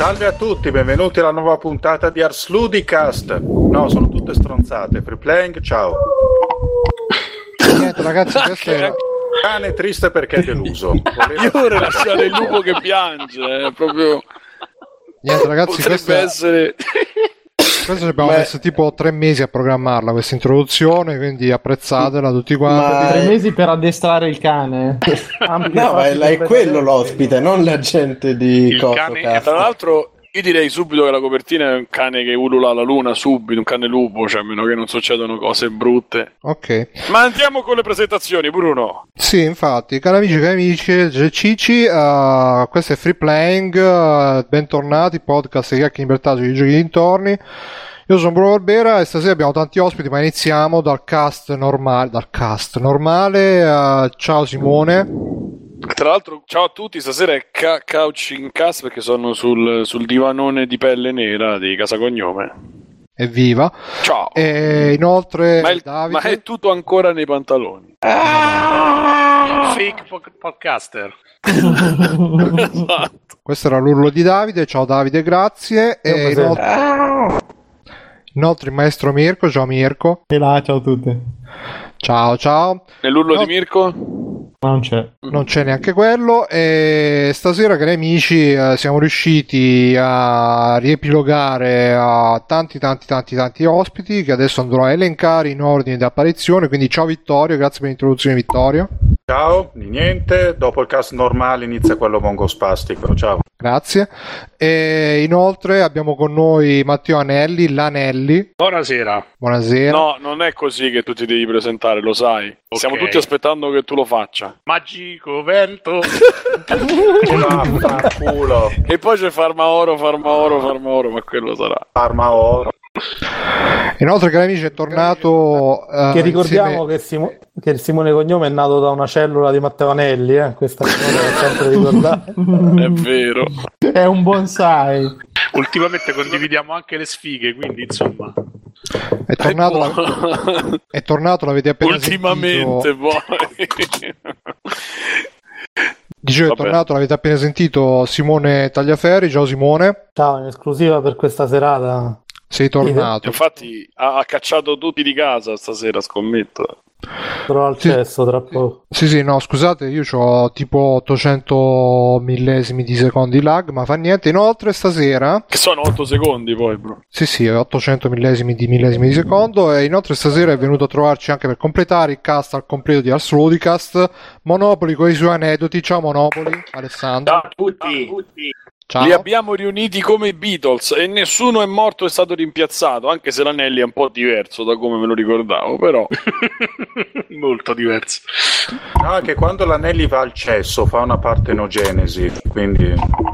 Salve a tutti, benvenuti alla nuova puntata di Ars Ludicast. No, sono tutte stronzate. Free Playing, ciao. Niente ragazzi, questo è... Cane triste perché è deluso. Io vorrei lasciare il lupo che piange, proprio... Niente ragazzi, potrebbe essere... Questo abbiamo messo tipo 3 mesi a programmarla, questa introduzione, quindi apprezzatela tutti quanti. 3 mesi per addestrare il cane. No, ma è quello l'ospite, non la gente di il cane. E tra l'altro io direi subito che la copertina è un cane che ulula alla luna, subito, un cane lupo, cioè a meno che non succedano cose brutte. Ok. Ma andiamo con le presentazioni, Bruno. Sì, infatti, cari amici, Cici, questo è Free Playing, bentornati, podcast di chiacchiere in libertà sui giochi dintorni. Io sono Bruno Barbera e stasera abbiamo tanti ospiti, ma iniziamo dal cast normale. Ciao Simone. Tra l'altro, ciao a tutti, stasera è Couching Cast perché sono sul divanone di pelle nera di Casa Cognome. Evviva. Ciao. E inoltre Davide... ma è tutto ancora nei pantaloni. Fake podcaster. Esatto. Questo era l'urlo di Davide. Ciao Davide, grazie. E inoltre il maestro Mirko. Ciao Mirko. E là, ciao a tutti. Ciao. E l'urlo di Mirko? Non c'è neanche quello. E stasera, cari amici, siamo riusciti a riepilogare a tanti ospiti che adesso andrò a elencare in ordine di apparizione. Quindi ciao Vittorio, grazie per l'introduzione Vittorio. Ciao, di niente, dopo il cast normale inizia quello mongospastico, ciao. Grazie. E inoltre abbiamo con noi Matteo Anelli, l'Anelli. Buonasera. Buonasera. No, non è così che tu ti devi presentare, lo sai. Okay. Stiamo tutti aspettando che tu lo faccia. Magico vento. Culo. E poi c'è Farmaoro, ma quello sarà. Farmaoro. Inoltre, cari amici, è tornato... che ricordiamo insieme... che il Simone Cognome è nato da una cellula di Matteo Anelli, questa cosa è sempre ricordata. È vero. È un bonsai. Ultimamente condividiamo anche le sfighe, quindi insomma... È tornato, l'avete appena ultimamente sentito. Poi Dicevo, è tornato, l'avete appena sentito, Simone Tagliaferri. Ciao Simone. Ciao, in esclusiva per questa serata. Sei tornato. Infatti ha cacciato tutti di casa stasera, scommetto. Però al cesso tra poco. Sì, no, scusate, io ho tipo 800 millesimi di secondi di lag, ma fa niente. Inoltre stasera... Che sono 8 secondi poi, bro. Sì, 800 millesimi di secondo. E inoltre stasera è venuto a trovarci anche per completare il cast al completo di Ars Ludicast Monopoli con i suoi aneddoti. Ciao Monopoli, Alessandro. Ciao a tutti. Ciao. Li abbiamo riuniti come i Beatles e nessuno è morto e è stato rimpiazzato, anche se l'Anelli è un po' diverso da come me lo ricordavo, però molto diverso. No, anche quando l'Anelli va al cesso fa una partenogenesi, quindi...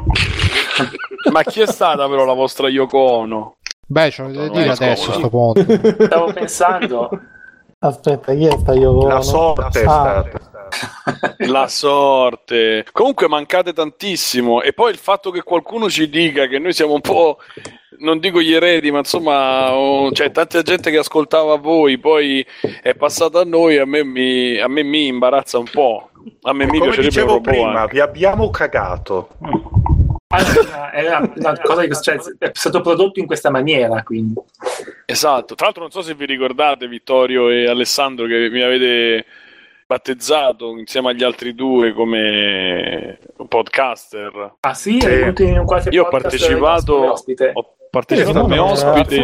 Ma chi è stata però la vostra Yoko Ono? Beh, ce lo dovete dire adesso a sto punto. Stavo pensando... Aspetta, chi è sta Yoko Ono? La sorte è stata. La sorte. Comunque mancate tantissimo. E poi il fatto che qualcuno ci dica che noi siamo un po', non dico gli eredi, ma insomma c'è tanta gente che ascoltava voi, poi è passata a noi, a me mi imbarazza un po'. A me mi come dicevo prima, anche. vi abbiamo cagato. È una cosa che è stato prodotto in questa maniera, quindi. Esatto. Tra l'altro non so se vi ricordate, Vittorio e Alessandro, che mi avete battezzato insieme agli altri due come podcaster. Ah sì? In qualche io ho partecipato come ospite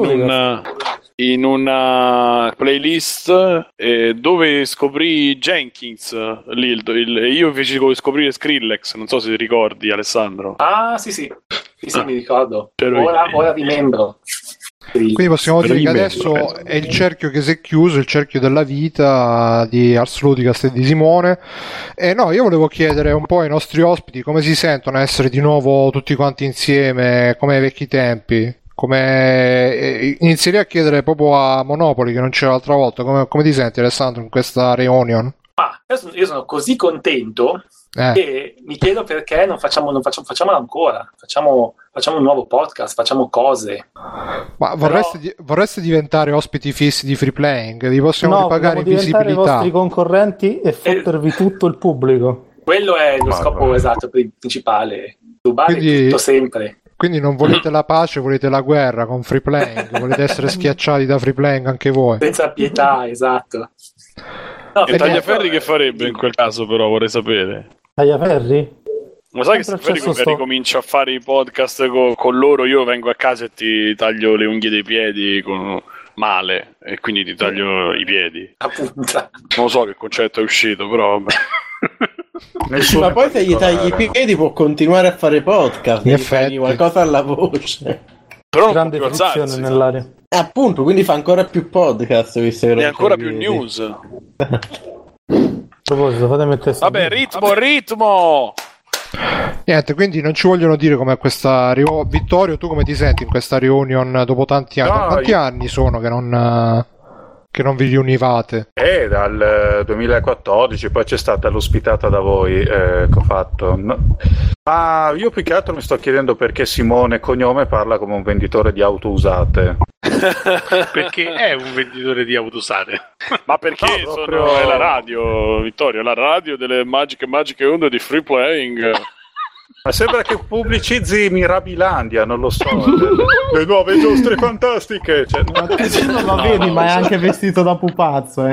in una playlist dove scoprì Jenkins io feci scoprire Skrillex, non so se ti ricordi, Alessandro. Ah sì, mi ricordo. Ora rimembro. Quindi possiamo dire che adesso è il cerchio che si è chiuso, il cerchio della vita di Ars Ludicast e di Simone. E no, io volevo chiedere un po' ai nostri ospiti come si sentono a essere di nuovo tutti quanti insieme come ai vecchi tempi. Come inizierei a chiedere proprio a Monopoli, che non c'era l'altra volta, come ti senti Alessandro in questa reunion? Io sono così contento che mi chiedo perché non facciamolo ancora, facciamo un nuovo podcast, facciamo cose. Ma vorreste diventare ospiti fissi di Free Playing? Vi possiamo ripagare visibilità? I vostri concorrenti e fottervi tutto il pubblico. Quello è lo scopo esatto principale, rubare tutto sempre. Quindi non volete la pace, volete la guerra con Free Playing, volete essere schiacciati da Free Playing anche voi. Senza pietà, esatto. No, e Tagliaferri che farebbe in quel caso, però vorrei sapere. Tagliaferri? Ma sai che se ricomincia a fare i podcast con loro, io vengo a casa e ti taglio le unghie dei piedi male, e quindi ti taglio i piedi. Appunto. Non so che concetto è uscito, però vabbè. Ma poi se gli tagli i piedi può continuare a fare podcast, in gli fai qualcosa alla voce. Però non grande può frizione nell'aria. Appunto, quindi fa ancora più podcast, visto che e ancora più news. A proposito, fate mettere. Vabbè, ritmo! Niente, quindi non ci vogliono dire com'è questa Vittorio, tu come ti senti in questa reunion dopo tanti anni? No, quanti anni sono che non vi riunivate? Dal 2014, poi c'è stata l'ospitata da voi che ho fatto. Ma io più che altro mi sto chiedendo perché Simone Cognome parla come un venditore di auto usate. Perché è un venditore di auto usate. Ma perché è la radio, Vittorio, la radio delle magiche onde di Free Playing. Ma sembra che pubblicizzi Mirabilandia, non lo so. Le nuove giostre fantastiche. Cioè, non lo vedi, ma è anche vestito da pupazzo.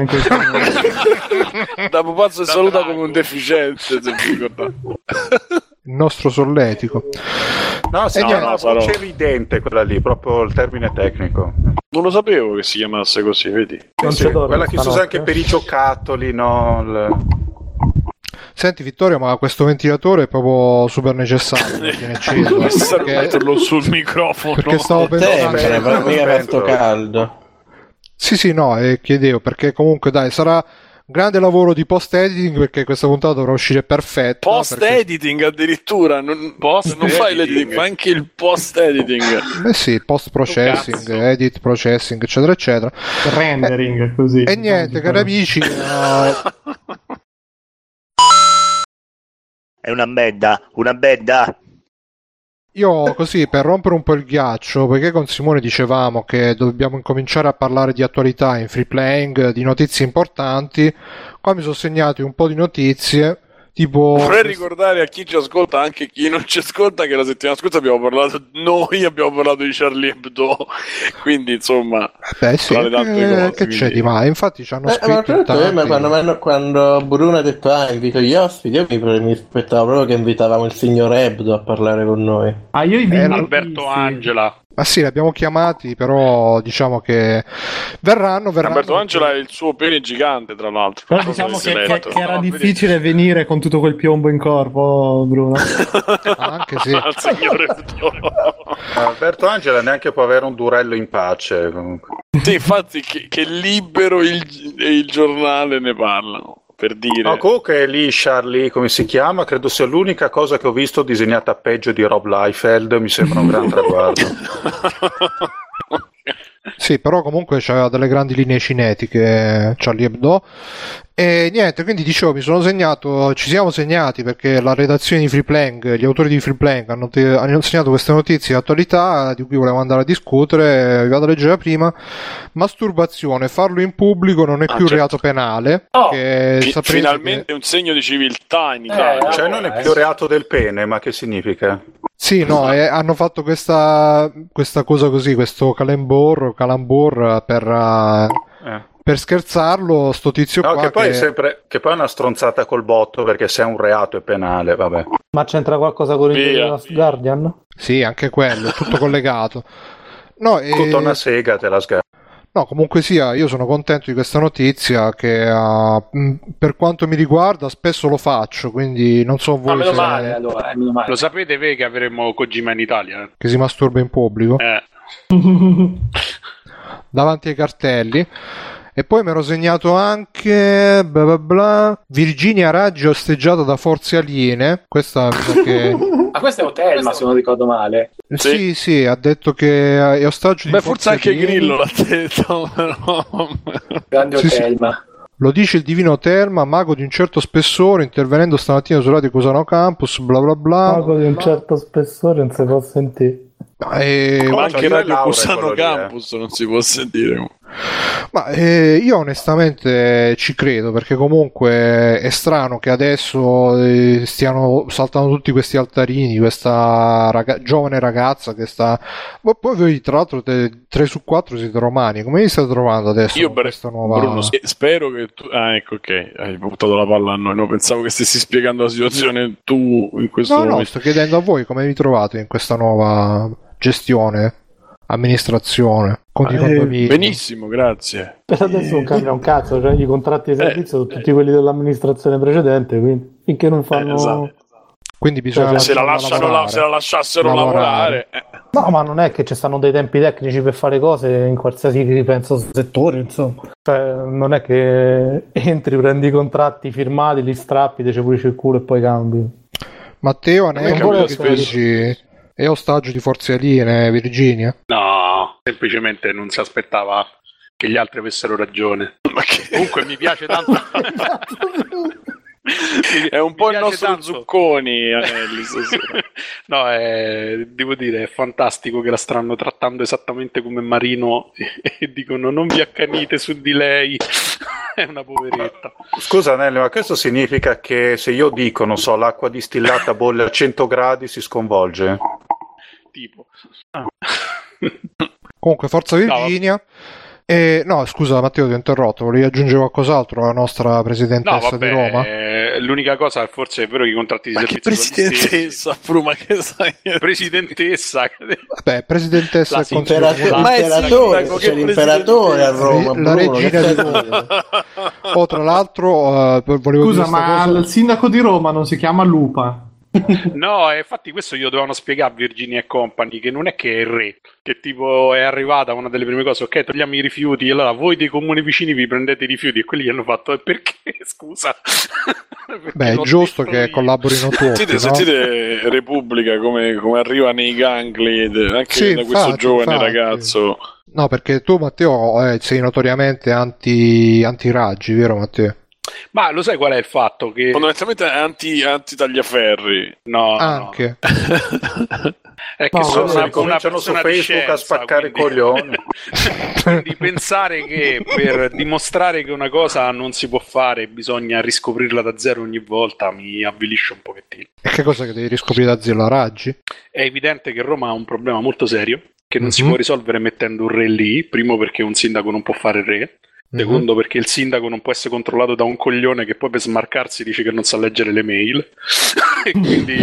Da pupazzo si saluta come un deficiente, se vi ricordate. Il nostro solletico. No, si chiama voce evidente quella lì, proprio il termine tecnico. Non lo sapevo che si chiamasse così, vedi? Quella che si usa anche per i giocattoli, no? Senti Vittorio, ma questo ventilatore è proprio super necessario. Viene acceso, metterlo sul microfono. Perché stavo pensando mica fatto caldo. Sì, no, chiedevo perché comunque dai, sarà grande lavoro di post-editing, perché questa puntata dovrà uscire perfetta. Post-editing addirittura, non fai l'editing, fa anche il post-editing. Sì, post-processing, edit processing, eccetera, eccetera. Rendering, così. E niente, cari amici... È una bedda. Io così, per rompere un po' il ghiaccio, perché con Simone dicevamo che dobbiamo incominciare a parlare di attualità in Free Playing, di notizie importanti, qua mi sono segnati un po' di notizie, tipo... Vorrei ricordare a chi ci ascolta, anche chi non ci ascolta, che la settimana scorsa abbiamo parlato di Charlie Hebdo, quindi insomma... Beh sì, che c'è di male? Infatti ci hanno scritto quando Bruno ha detto invito gli ospiti, io mi aspettavo proprio che invitavamo il signor Hebdo a parlare con noi. Alberto Angela. Ma sì, li abbiamo chiamati, però diciamo che verranno. Alberto Angela è il suo pene gigante, tra l'altro. Però diciamo che era difficile venire con tutto quel piombo in corpo, Bruno. Anche sì. Alberto Angela neanche può avere un durello in pace. Comunque. Sì, infatti che Libero e il giornale ne parlano. Per dire. No, comunque lì Charlie, come si chiama, credo sia l'unica cosa che ho visto disegnata peggio di Rob Liefeld, mi sembra un gran traguardo. Sì, però comunque c'aveva delle grandi linee cinetiche Charlie Hebdo. E niente, quindi dicevo, ci siamo segnati perché la redazione di Free Playing, gli autori di Free Playing hanno segnato queste notizie di attualità di cui volevamo andare a discutere. Vi vado a leggere la prima. Masturbazione, farlo in pubblico non è più reato penale. Finalmente è un segno di civiltà in Italia. Cioè non è più reato del pene, ma che significa? Sì, no, hanno fatto questa cosa così, questo calambur per scherzarlo, sto tizio qua che poi è una stronzata col botto, perché se è un reato è penale, vabbè. Ma c'entra qualcosa con il Last Guardian? Sì, anche quello, è tutto collegato. No, tutta una sega te la sgarra. No, comunque sia, io sono contento di questa notizia che per quanto mi riguarda spesso lo faccio, quindi non so voi meno male, allora, meno male. Lo sapete voi che avremo Kojima in Italia? Che si masturba in pubblico? Davanti ai cartelli. E poi mi ero segnato anche Virginia Raggi osteggiata da forze aliene. Questa che... Ma questo è Otelma, se non ricordo male. Sì, ha detto che è ostaggio di forse anche aliene. Grillo l'ha detto, però... Grande Otelma. Lo dice il divino Otelma, mago di un certo spessore, intervenendo stamattina sul radio Cusano Campus, bla bla bla. Mago di un certo spessore non si può sentire. Ma anche Radio Cusano Campus non si può sentire. Ma io onestamente ci credo, perché comunque è strano che adesso stiano saltando tutti questi altarini, questa giovane ragazza che sta... Poi voi tra l'altro 3 su 4 siete romani, come vi state trovando adesso con questa nuova... Bruno, spero che tu... Ah, ecco, ok, hai buttato la palla a noi, no? Pensavo che stessi spiegando la situazione tu in questo momento. No, sto chiedendo a voi come vi trovate in questa nuova gestione, amministrazione, benissimo, grazie. Per adesso non cambia un cazzo, cioè i contratti di servizio sono tutti quelli dell'amministrazione precedente, quindi finché non fanno... Esatto. Quindi bisogna se la lasciassero lavorare. No, ma non è che ci stanno dei tempi tecnici per fare cose in qualsiasi, penso, settore, insomma. Cioè, non è che entri, prendi i contratti firmati, li strappi, te ci pulisci il culo e poi cambi. Matteo, che dici? È ostaggio di forze aliene, Virginia? No, semplicemente non si aspettava che gli altri avessero ragione. Comunque mi piace tanto. È un po' il nostro tanto. Zucconi, Anelli. No, devo dire, è fantastico che la stanno trattando esattamente come Marino e dicono non vi accanite su di lei. È una poveretta. Scusa Anelli, ma questo significa che se io dico, non so, l'acqua distillata bolle a 100 gradi si sconvolge? Tipo. Comunque, forza Virginia. No, scusa Matteo, ti ho interrotto, volevi aggiungere qualcos'altro alla nostra presidentessa di Roma? L'unica cosa, forse è vero che i contratti di servizio... Presidentessa, Pruma, che sai? Presidentessa. Vabbè, presidentessa del Consiglio. C'è l'imperatore a Roma. La regina di Roma. Tra l'altro, volevo dire... Scusa, ma il sindaco di Roma non si chiama Lupa? No, infatti questo glielo dovevano spiegare a Virginia e Company, che non è che è il re, che tipo è arrivata una delle prime cose, ok, togliamo i rifiuti, allora voi dei comuni vicini vi prendete i rifiuti, e quelli gli hanno fatto, perché, scusa? Beh, è giusto che collaborino tutti, sentite Repubblica come arriva nei gangli anche da questo giovane ragazzo. No, perché tu Matteo sei notoriamente anti-raggi, vero Matteo? Ma lo sai qual è il fatto? Che fondamentalmente è anti-tagliaferri. No, anche. No. È che sono una persona su Facebook scienza, a spaccare i coglioni. Quindi pensare che per dimostrare che una cosa non si può fare bisogna riscoprirla da zero ogni volta mi avvilisce un pochettino. E che cosa che devi riscoprire da zero, la raggi? È evidente che Roma ha un problema molto serio che non si può risolvere mettendo un re lì, primo perché un sindaco non può fare il re. Secondo perché il sindaco non può essere controllato da un coglione che poi per smarcarsi dice che non sa leggere le mail. E quindi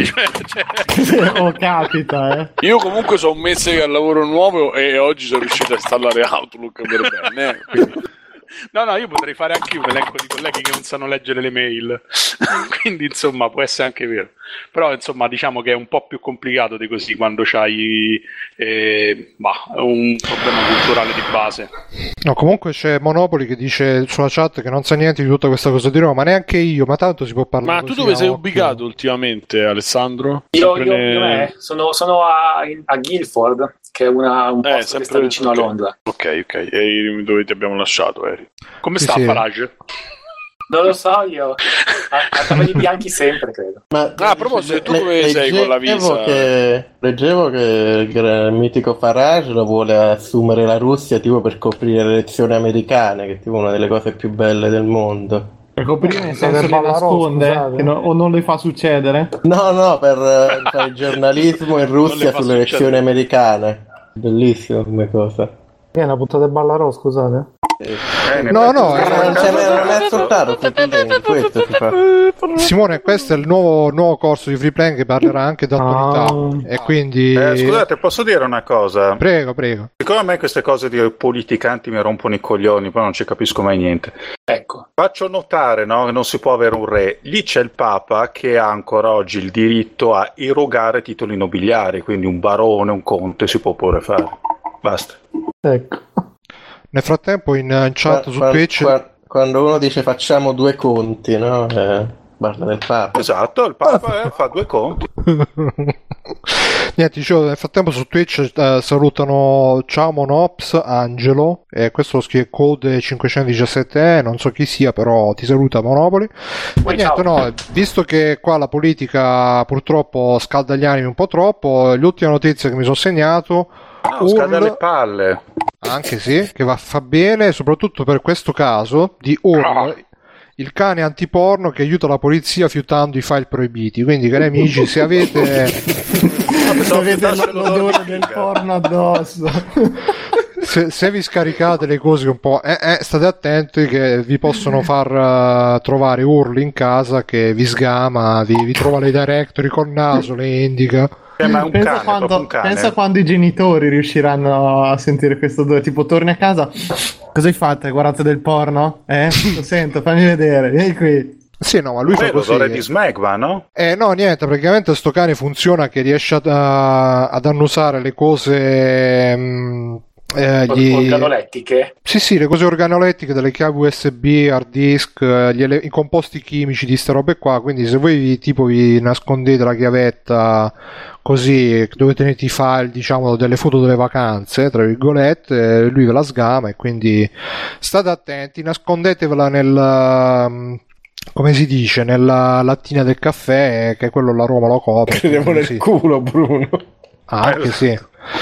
capita, Io comunque sono un mese che al lavoro nuovo e oggi sono riuscito a installare Outlook per bene, quindi... No, io potrei fare anche un elenco di colleghi che non sanno leggere le mail. Quindi insomma può essere anche vero. Però insomma diciamo che è un po' più complicato di così quando c'hai un problema culturale di base. No, comunque c'è Monopoli che dice sulla chat che non sa niente di tutta questa cosa di Roma, ma neanche io, ma tanto si può parlare. Ma tu dove sei ubicato ultimamente, Alessandro? Io sono a Guildford, che è un posto che sta vicino a Londra. Ok, e dove ti abbiamo lasciato, Eri? Come sta Farage? Non lo so io, ha capelli bianchi sempre, credo. Ma a proposito, tu dove sei con la visa? Leggevo che il mitico Farage lo vuole assumere la Russia tipo per coprire le elezioni americane, che è tipo una delle cose più belle del mondo. Per coprire nel senso che nasconde o non le fa succedere? No, per fare giornalismo in Russia sulle elezioni americane. Bellissimo come cosa. È una puntata del Ballarò, scusate. No, non è ascoltato questo si fa. Simone, questo è il nuovo corso di free playing che parlerà anche d'attualità e quindi scusate, posso dire una cosa? Prego. Siccome a me queste cose di politicanti mi rompono i coglioni, poi non ci capisco mai niente. Ecco, faccio notare, no, che non si può avere un re. Lì c'è il Papa che ha ancora oggi il diritto a erogare titoli nobiliari, quindi un barone, un conte si può pure fare. Basta. Ecco. Nel frattempo in chat su Twitch quando uno dice facciamo due conti, no? Parla del Papa. Esatto, il Papa fa due conti. Niente, dicevo, nel frattempo su Twitch salutano ciao Monops, Angelo, e questo lo scrive code 517, non so chi sia, però ti saluta Monopoli. E niente, no, visto che qua la politica purtroppo scalda gli animi un po' troppo, l'ultima notizia che mi sono segnato scade alle palle. Anche sì, che fa bene, soprattutto per questo caso di URL, il cane antiporno che aiuta la polizia fiutando i file proibiti. Quindi, cari amici, se avete l'odore del porno addosso, se vi scaricate le cose un po', state attenti che vi possono far trovare URL in casa che vi sgama, vi trova le directory col naso, le indica. Ma è un cane. Pensa quando i genitori riusciranno a sentire questo odore, tipo torni a casa, cosa hai fatto? Hai guardato del porno? Lo sento, fammi vedere, vieni qui. Sì, no, ma lui fa così. L'odore di smegma, no? No, niente, praticamente sto cane funziona che riesce ad annusare le cose... organolettiche? Sì, le cose organolettiche delle chiavi USB, hard disk, i composti chimici di ste robe qua. Quindi se voi vi nascondete la chiavetta così dove tenete i file, diciamo, delle foto delle vacanze, tra virgolette, lui ve la sgama, e quindi state attenti, nascondetevela nel... come si dice, nella lattina del caffè, che quello l'aroma lo copre. Crediamo nel culo, Bruno. Anche sì.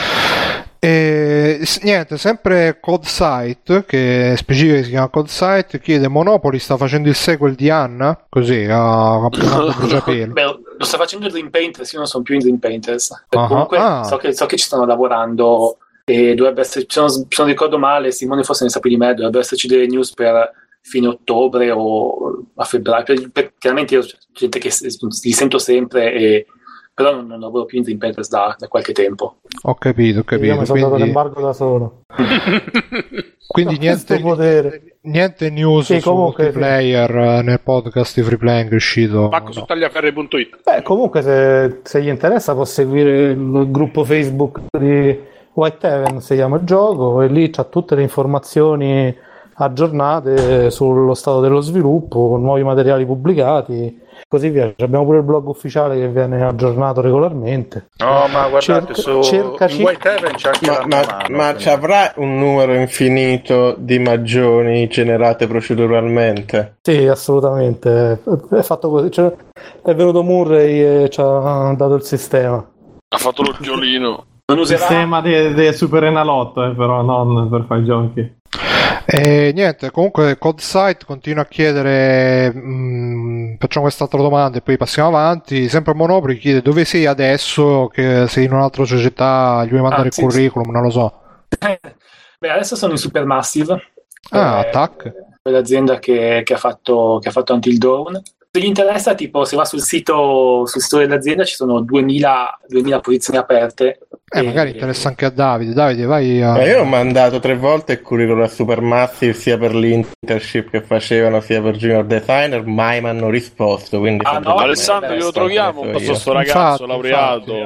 Niente, sempre CodeSite, che specifica, si chiama CodeSite, chiede: Monopoly sta facendo il sequel di Anna? Così a bruciapelo. Beh, lo sta facendo il Dream Painters, io non sono più in Dream Painters. Comunque so che ci stanno lavorando e dovrebbe essere, se non ricordo male, Simone forse ne sa più di me, dovrebbe esserci delle news per fine ottobre o a febbraio. Chiaramente io gente che li sento sempre, però non lavoro più in Dream Painters da qualche tempo. Ho capito. Io mi sono dato l'embargo da solo. Quindi niente news su multiplayer nel podcast di Freeplaying è uscito. Marco su tagliaferri.it. Comunque se gli interessa può seguire il gruppo Facebook di Whitehaven, si chiama il gioco, e lì c'ha tutte le informazioni aggiornate sullo stato dello sviluppo, nuovi materiali pubblicati, così via. Abbiamo pure il blog ufficiale che viene aggiornato regolarmente. No, ma guardate, cercaci. In Whitehaven c'è anche ma ci avrà un numero infinito di magioni generate proceduralmente? Sì, assolutamente, è fatto così. È venuto Murray e ci ha dato il sistema. Ha fatto l'occhiolino. Non userà il sistema di Super Enalotto, però non per fare i giochi. Niente, comunque CodeSite continua a chiedere, facciamo quest'altra domanda e poi passiamo avanti. Sempre Monopoly chiede: dove sei adesso, che sei in un'altra società, gli vuoi mandare il curriculum? Non lo so. Beh, adesso sono in Supermassive, Attack, quell'azienda che ha fatto Until Dawn. Se gli interessa, tipo, se va sul sito dell'azienda ci sono 2000 posizioni aperte. Magari interessa anche a Davide, vai a... Io ho mandato 3 volte il curriculum a Supermassive, sia per l'internship che facevano sia per junior designer, mai mi hanno risposto, quindi Alessandro, glielo troviamo questo ragazzo laureato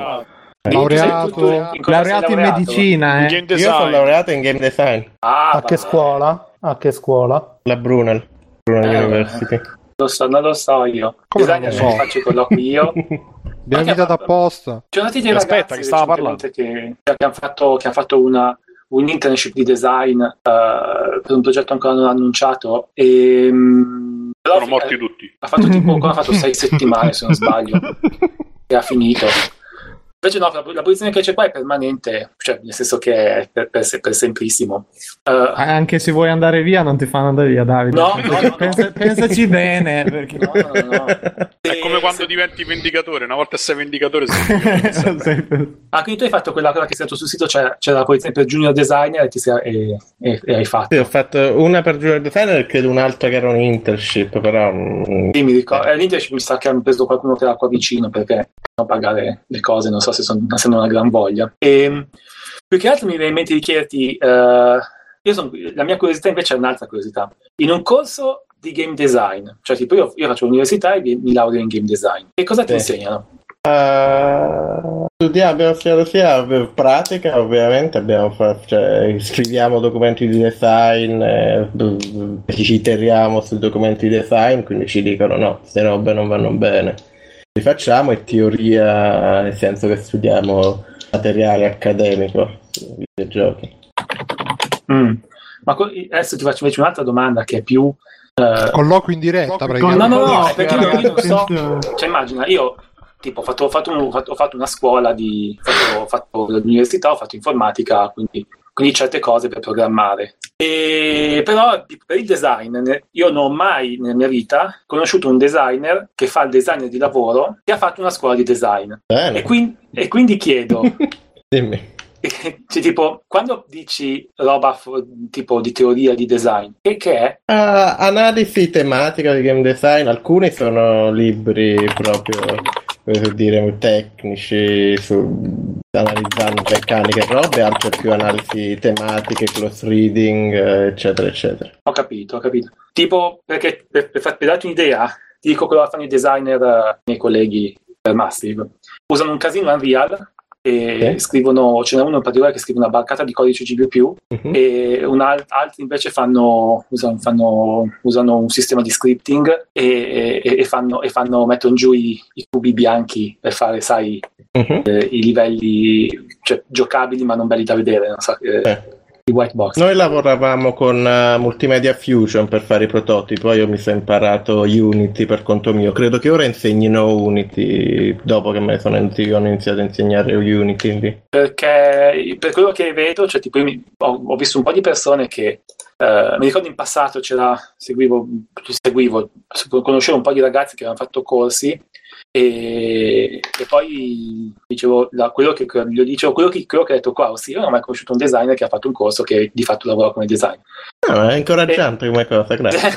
in medicina, in game design. Io sono laureato in game design. A che scuola? La Brunel University. Non lo so io. Come designer non lo so? Faccio quello qui io. Abbiamo invitato apposta. C'è stati dei ragazzi che stava parlando che hanno fatto un internship di design per un progetto ancora non annunciato, e sono morti tutti. Ha fatto 6 settimane se non sbaglio e ha finito. Invece no, la posizione che c'è qua è permanente, cioè nel senso che è per semplissimo. Anche se vuoi andare via non ti fanno andare via, Davide. No. Pensaci bene, perché... No. È come quando diventi vendicatore, una volta sei vendicatore Anche tu hai fatto quella che è stato sul sito, c'era la posizione per junior designer e hai fatto. Sì, ho fatto una per junior designer e credo un'altra che era un internship, però... Sì, mi ricordo. L'internship mi sa che hanno preso qualcuno che era qua vicino, perché non pagare le cose, non so se sono una gran voglia. E più che altro mi viene in mente di chiederti, la mia curiosità invece è un'altra curiosità. In un corso di game design, cioè tipo io faccio l'università e mi laureo in game design, che cosa ti insegnano? Abbiamo studiato sia per pratica, ovviamente scriviamo documenti di design, ci iteriamo sui documenti di design, quindi ci dicono no, queste robe non vanno bene, li facciamo, e teoria nel senso che studiamo materiale accademico, videogiochi. Ma adesso ti faccio invece un'altra domanda che è più colloquio in diretta, no, perché io non so, cioè immagina, io tipo ho fatto una scuola ho fatto l'università, ho fatto informatica, quindi certe cose per programmare. Però per il design io non ho mai nella mia vita conosciuto un designer che fa il designer di lavoro che ha fatto una scuola di design. E quindi chiedo dimmi. Cioè, tipo, quando dici roba tipo di teoria di design, che è? Analisi tematica di game design. Alcuni sono libri proprio, per dire, tecnici analizzando meccaniche e robe, altri più analisi tematiche, close reading, eccetera eccetera. Ho capito. Tipo, perché per darti un'idea, ti dico quello che fanno i designer, miei colleghi per Massive. Usano un casino Unreal e scrivono, ce n'è uno in particolare che scrive una barcata di codice G++, e altri invece usano un sistema di scripting e mettono giù i cubi bianchi per fare, sai, i livelli, cioè, giocabili ma non belli da vedere, non so, i white box. Noi lavoravamo con Multimedia Fusion per fare i prototipi, poi io mi sono imparato Unity per conto mio. Credo che ora insegnino Unity dopo che me ne sono iniziato a insegnare Unity lì. Perché per quello che vedo, cioè, tipo, ho visto un po' di persone che mi ricordo in passato conoscevo un po' di ragazzi che avevano fatto corsi e poi dicevo quello che ho detto qua, ossia, io non ho mai conosciuto un designer che ha fatto un corso che di fatto lavora come designer. È incoraggiante come cosa, grazie.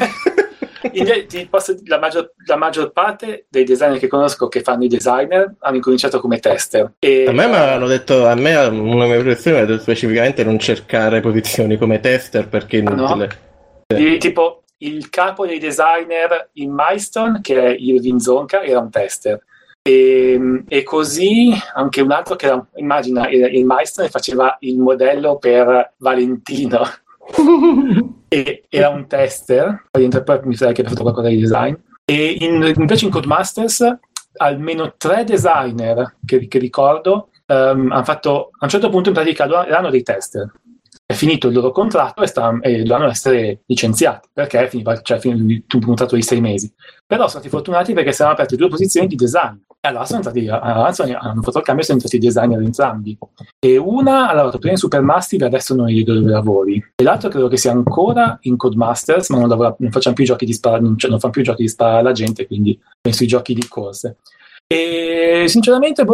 La maggior parte dei designer che conosco che fanno i designer hanno incominciato come tester. A me una dei miei professori mi ha detto specificamente non cercare posizioni come tester perché è inutile. No? Tipo il capo dei designer in Milestone, che è Irvin Zonka, era un tester. E così anche un altro che era, immagina, il Milestone faceva il modello per Valentino. E era un tester, poi mi sa che ha fatto qualcosa di design. E invece in Codemasters almeno 3 designer che ricordo hanno fatto, a un certo punto in pratica erano dei tester. È finito il loro contratto e dovevano essere licenziati perché finiva un contratto di 6 mesi. Però sono stati fortunati perché si erano aperte 2 posizioni di design. E allora hanno fatto il cambio e sono entrati designer entrambi. E una ha lavorato prima in Supermassive e adesso non gli do dove lavori. E l'altro credo che sia ancora in Codemasters, ma non facciamo più giochi di sparare, non fanno più giochi di sparare alla gente, quindi penso ai giochi di corse. E sinceramente,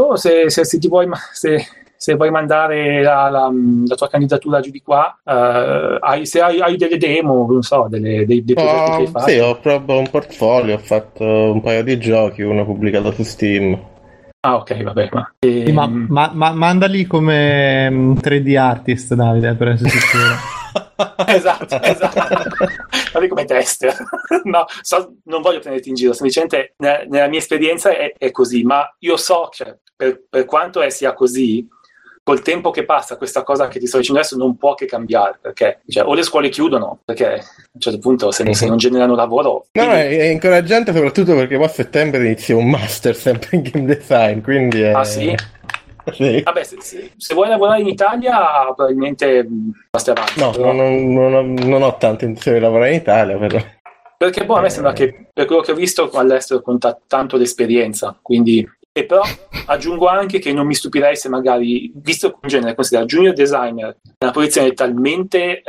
se vuoi mandare la tua candidatura giù di qua, se hai delle demo, non so, dei progetti che hai fatto. Sì, ho proprio un portfolio, ho fatto un paio di giochi, uno pubblicato su Steam. Ah, ok, vabbè. Ma mandali come 3D artist, Davide, per essere sicuro. esatto. Vedi come tester. No, non voglio prenderti in giro, semplicemente nella mia esperienza è così, ma io so, cioè, per quanto sia così, col tempo che passa questa cosa che ti sto dicendo adesso non può che cambiare, perché o le scuole chiudono, perché a un certo punto se non generano lavoro... No, è incoraggiante soprattutto perché poi a settembre inizia un master sempre in game design, quindi Ah sì? Sì. Vabbè, se vuoi lavorare in Italia probabilmente passi avanti. No, però... non ho tanta intenzione di lavorare in Italia, però. Perché a me sembra che per quello che ho visto all'estero conta tanto l'esperienza, quindi... E però aggiungo anche che non mi stupirei se magari, visto che in genere considera junior designer una posizione talmente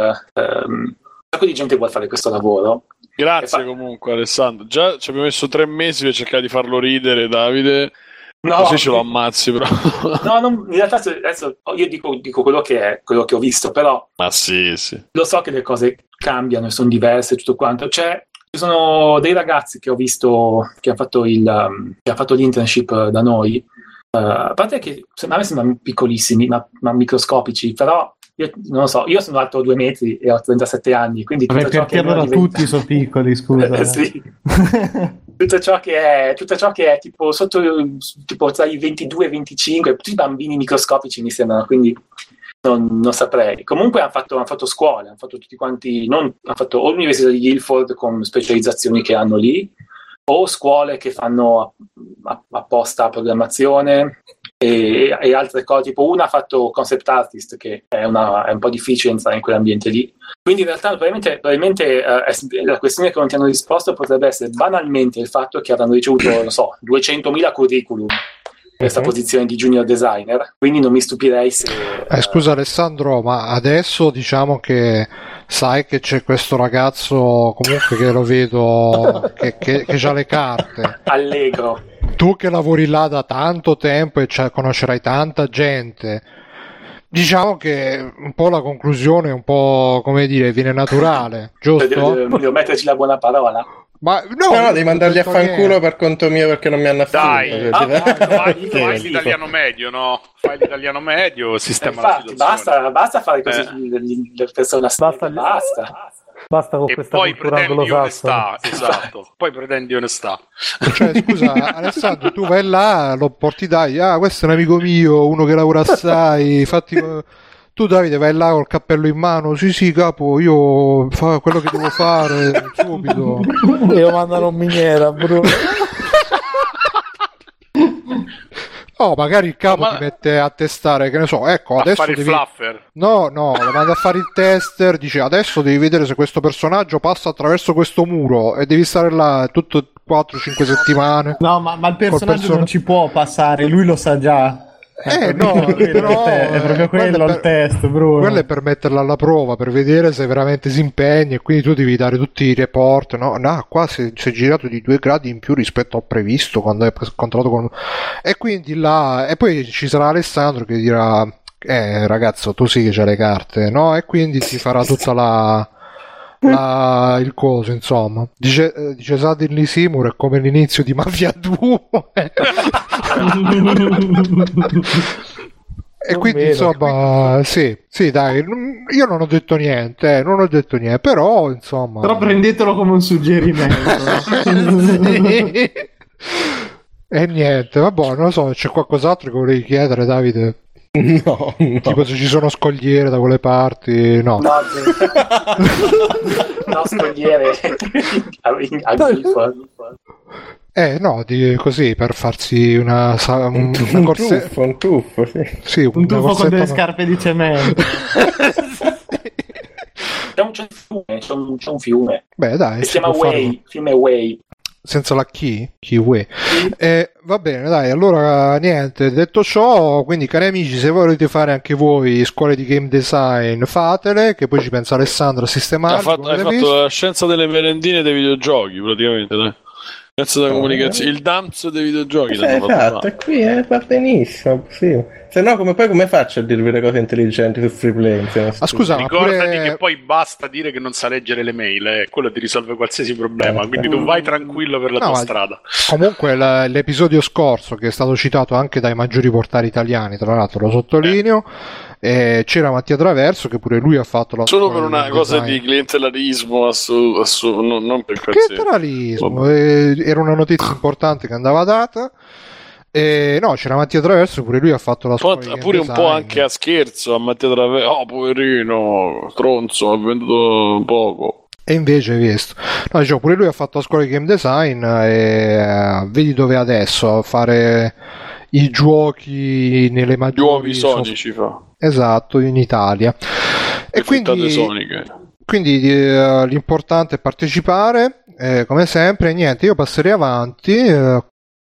un sacco di gente vuole fare questo lavoro. Grazie comunque Alessandro, già ci abbiamo messo 3 mesi per cercare di farlo ridere, Davide. No, così ce lo ammazzi, però. No, in realtà adesso io dico quello che ho visto, però ma sì. Lo so che le cose cambiano e sono diverse, tutto quanto. Ci sono dei ragazzi che ho visto che hanno fatto l'internship da noi, a parte che a me sembrano piccolissimi, ma microscopici, però io non lo so, io sono alto 2 metri e ho 37 anni, quindi perché allora tutti sono piccoli, scusa. Sì. tutto ciò che è tipo sotto, tipo tra i 22 e i 25, tutti i bambini microscopici mi sembrano, quindi non saprei. Comunque hanno fatto scuole, hanno fatto tutti quanti, hanno fatto o l'università di Guildford con specializzazioni che hanno lì, o scuole che fanno apposta programmazione, e altre cose, tipo una ha fatto concept artist, che è un po' difficile entrare in quell'ambiente lì. Quindi in realtà probabilmente la questione che non ti hanno risposto potrebbe essere banalmente il fatto che avranno ricevuto, non so, 200.000 curriculum per questa posizione di junior designer, quindi non mi stupirei se... Scusa Alessandro, ma adesso diciamo che sai che c'è questo ragazzo comunque che lo vedo che ha le carte. Allegro. Tu che lavori là da tanto tempo e conoscerai tanta gente, diciamo che un po' la conclusione un po', come dire, viene naturale, giusto? Devo metterci la buona parola. Ma no, devi mandarli a fanculo per conto mio perché non mi hanno assunto. Fai l'italiano medio, no? Fai l'italiano medio, sistema la situazione. Basta fare così le persone, basta con e questa poi cultura pretendi anglosassone. onestà, esatto. Poi pretendi onestà. Cioè, scusa, Alessandro, tu vai là, lo porti questo è un amico mio, uno che lavora assai, infatti tu Davide vai là col cappello in mano, sì capo, io fa quello che devo fare subito. E lo mandano in miniera, Bruno. Oh, magari il capo ti mette a testare, che ne so, ecco, adesso fare il fluffer. No, lo manda a fare il tester, dice adesso devi vedere se questo personaggio passa attraverso questo muro e devi stare là tutto 4-5 settimane. No, ma il personaggio non ci può passare, lui lo sa già. No, però è proprio quello il test, Bruno. Quello è per metterla alla prova, per vedere se veramente si impegna, e quindi tu devi dare tutti i report. No, qua si è girato di 2 gradi in più rispetto al previsto quando hai contratto con... E quindi là, e poi ci sarà Alessandro che dirà ragazzo, tu sì che c'hai le carte, no? E quindi si farà tutta il coso, insomma. Dice Suddenly Seymour è come l'inizio di Mafia 2. E quindi insomma sì dai, io non ho detto niente, però insomma, però prendetelo come un suggerimento. E niente, vabbè, non lo so, c'è qualcos'altro che volevi chiedere, Davide? No. Tipo se ci sono scogliere da quelle parti, no scogliere no, così per farsi un tuffo, sì, un tuffo con delle scarpe di cemento. C'è un fiume. Beh, dai, si chiama Way, fiume Way. Senza la Kiwi. Va bene, dai, allora niente, detto ciò, quindi cari amici, se volete fare anche voi scuole di game design, fatele, che poi ci pensa Alessandro a sistemare. Hai fatto la scienza delle merendine dei videogiochi, praticamente, dai. Scienza della comunicazione, il DAMS dei videogiochi. Esatto, è qui, va benissimo, sì. Se no, come faccio a dirvi le cose intelligenti su Freeplane? Scusa, ricordati che poi basta dire che non sa leggere le mail, quello ti risolve qualsiasi problema, quindi tu vai tranquillo per la tua strada. Comunque l'episodio scorso, che è stato citato anche dai maggiori portali italiani, tra l'altro lo sottolineo, c'era Mattia Traverso, che pure lui ha fatto la solo per una cosa di clientelismo non per clientelismo, era una notizia importante che andava data. No, c'era Mattia Traverso, pure lui ha fatto la scuola di pure design. Un po' anche a scherzo a Mattia Traverso, poverino stronzo, ha venduto poco. E invece hai visto, no, dicevo, pure lui ha fatto la scuola di game design e vedi dove è adesso a fare i giochi nelle maggiori Sony ci fa. Esatto, in Italia. E quindi l'importante è partecipare, come sempre. Niente, io passerei avanti.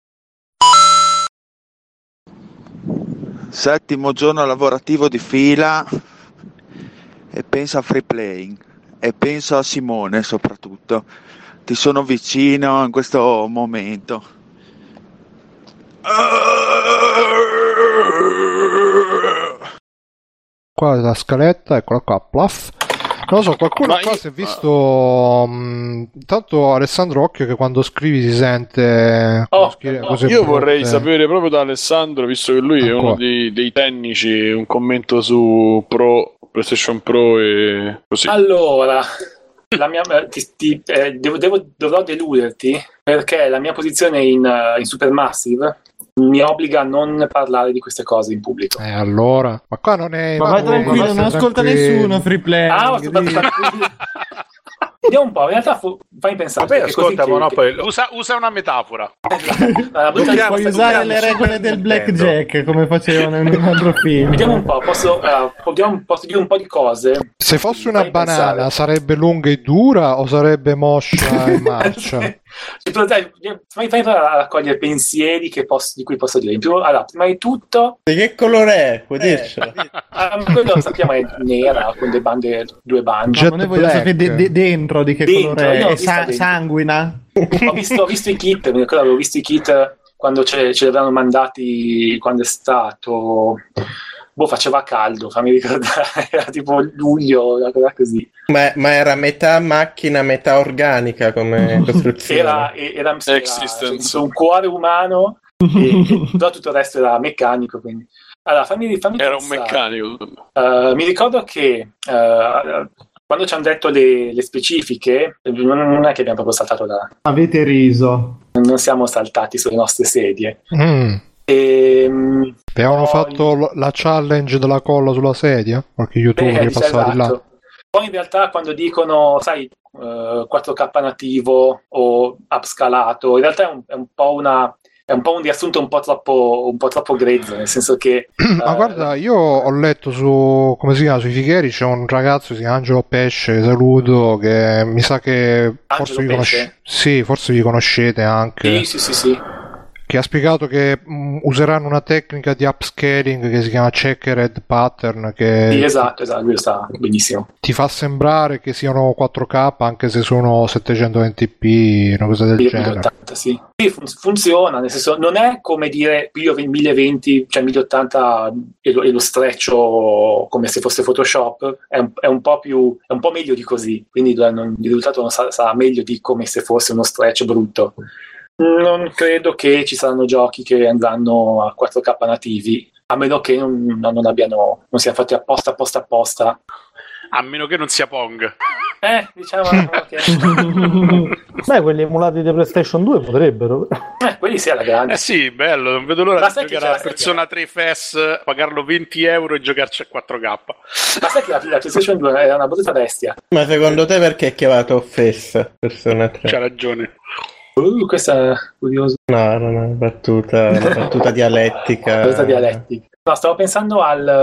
Settimo giorno lavorativo di fila e penso a Freeplane e penso a Simone soprattutto. Ti sono vicino in questo momento. Qua la scaletta, eccola qua, pluff. Non lo so, qualcuno qua si è visto. Tanto Alessandro, occhio che quando scrivi si sente. Io vorrei sapere proprio da Alessandro, visto che lui è uno dei tecnici, un commento su PlayStation Pro e così. Allora, dovrò deluderti perché la mia posizione in Supermassive mi obbliga a non parlare di queste cose in pubblico. Allora, ma qua non è. Ma vai tranquillo, non ascolta nessuno Freeplane. Vediamo un po', in realtà fai pensare. Vabbè, ascolta, Monopoly... usa una metafora. Puoi usare le regole del blackjack come facevano in un altro film. Vediamo un po', posso dire un po' di cose. Se fosse una banana sarebbe lunga e dura o sarebbe moscia e marcia? Fai a raccogliere pensieri di cui posso dire. Allora, prima di tutto, di che colore è? Puoi dircelo? Quello lo sappiamo, è nera con due bande. Ma noi vogliamo sapere dentro di che colore è. Sanguina? Ho visto i kit, mi ricordo, avevo visto i kit quando ce li avevano mandati, quando è stato... faceva caldo, fammi ricordare, era tipo luglio, una cosa così. Ma era metà macchina, metà organica come costruzione? Era un cuore umano, però tutto il resto era meccanico, quindi... Allora, fammi era pensare. Un meccanico. Mi ricordo che quando ci hanno detto le specifiche, non è che abbiamo proprio saltato Avete riso. Non siamo saltati sulle nostre sedie. Abbiamo fatto la challenge della colla sulla sedia? Qualche youtuber che è passato di là. Poi in realtà quando dicono, sai, 4K nativo o upscalato, in realtà è un po' un riassunto un po' troppo grezzo, nel senso che... Ma guarda, io ho letto come si chiama, sui Fighieri c'è un ragazzo che si chiama Angelo Pesce, saluto, che mi sa che forse vi conoscete anche. Sì. Che ha spiegato che useranno una tecnica di upscaling che si chiama checkered pattern, che sì, esatto, lui lo sa benissimo. Ti fa sembrare che siano 4K anche se sono 720p, una cosa del genere. 1080, sì. Funziona, nel senso, non è come dire io 1020, cioè 1080 e lo streccio come se fosse Photoshop, è un po' meglio di così, quindi il risultato non sarà meglio di come se fosse uno stretch brutto. Non credo che ci saranno giochi che andranno a 4K nativi, a meno che non siano fatti apposta. A meno che non sia Pong. Diciamo che... Beh, quelli emulati di PlayStation 2 potrebbero. Quelli sì, alla grande. Sì, bello, non vedo l'ora di giocare a Persona 3 FES, pagarlo 20 euro e giocarci a 4K. Ma sai che la PlayStation 2 era una brutta bestia? Ma secondo te perché è chiamato FES Persona 3? C'ha ragione. Questa è curiosa. No, non è una battuta dialettica. Battuta dialettica. No, stavo pensando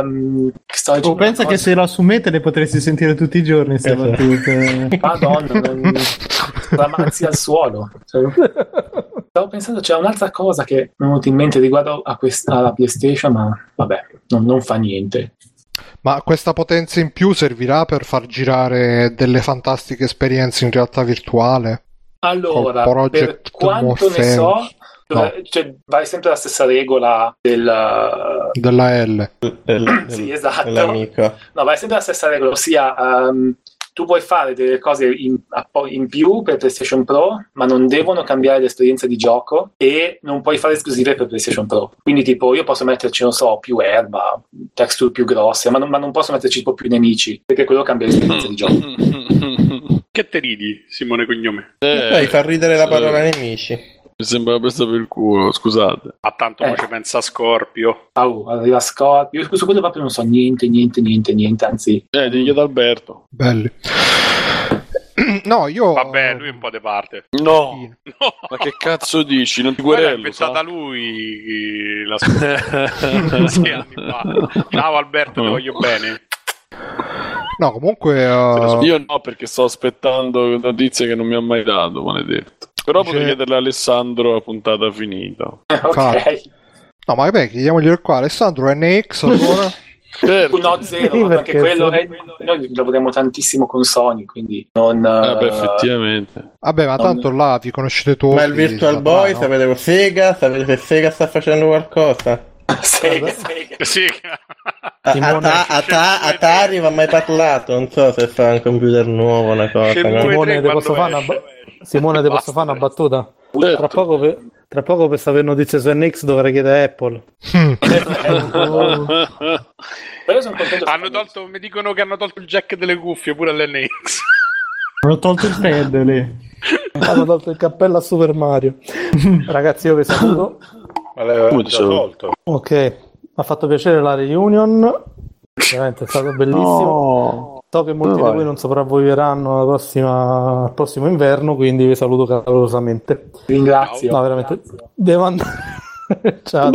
pensa che se lo assumete le potresti sentire tutti i giorni queste battute. Madonna, ramazzi al suolo. Stavo pensando, c'è un'altra cosa che mi è venuta in mente riguardo alla PlayStation, ma vabbè, non fa niente. Ma questa potenza in più servirà per far girare delle fantastiche esperienze in realtà virtuale? Allora, per quanto ne so, cioè, vai sempre la stessa regola della L. Sì, esatto. Dell'amico. No, vai sempre la stessa regola, ossia tu puoi fare delle cose in più per PlayStation Pro, ma non devono cambiare l'esperienza di gioco e non puoi fare esclusive per PlayStation Pro. Quindi tipo io posso metterci, non so, più erba, texture più grosse, ma non posso metterci tipo più nemici, perché quello cambia l'esperienza di gioco. Che te ridi, Simone Cognome? Poi fa ridere la parola nemici. Mi sembra presa per il culo, scusate. A tanto ci pensa Scorpio. Arriva Scorpio. Io su quello proprio non so niente, anzi. Digli ad Alberto. Belli. No, io... Vabbè, lui è un po' di parte. No. Ma che cazzo dici? Non ti querello. L'ha pensata lui la 6 anni fa. Ciao Alberto, ti voglio bene. No, comunque... Io no, perché sto aspettando notizie che non mi ha mai dato, maledetto. Però potrei chiederle a Alessandro a puntata finita. Ok. No, ma vabbè, chiediamogli qua. Alessandro, NX allora? No, zero, perché quello noi lavoriamo tantissimo con Sony, quindi non... effettivamente. Vabbè, ma tanto là vi conoscete tutti. Ma il Virtual Boy, no? sapete Sega? Sapete se Sega sta facendo qualcosa? Sega. Atari non ha mai parlato, non so se fa un computer nuovo, una cosa. Simone, ti posso fare una battuta? Tra poco per sapere notizie su NX dovrei chiedere Apple. Mi dicono che hanno tolto il jack delle cuffie pure all'NX. Hanno tolto il pad lì. Hanno tolto il cappello a Super Mario. Ragazzi, io vi saluto. Tolto. Ok, mi ha fatto piacere la reunion. Veramente è stato bellissimo. So che molti di voi non sopravviveranno al prossimo inverno, quindi vi saluto calorosamente. Ringrazio. No, veramente. Devo andare. Ciao.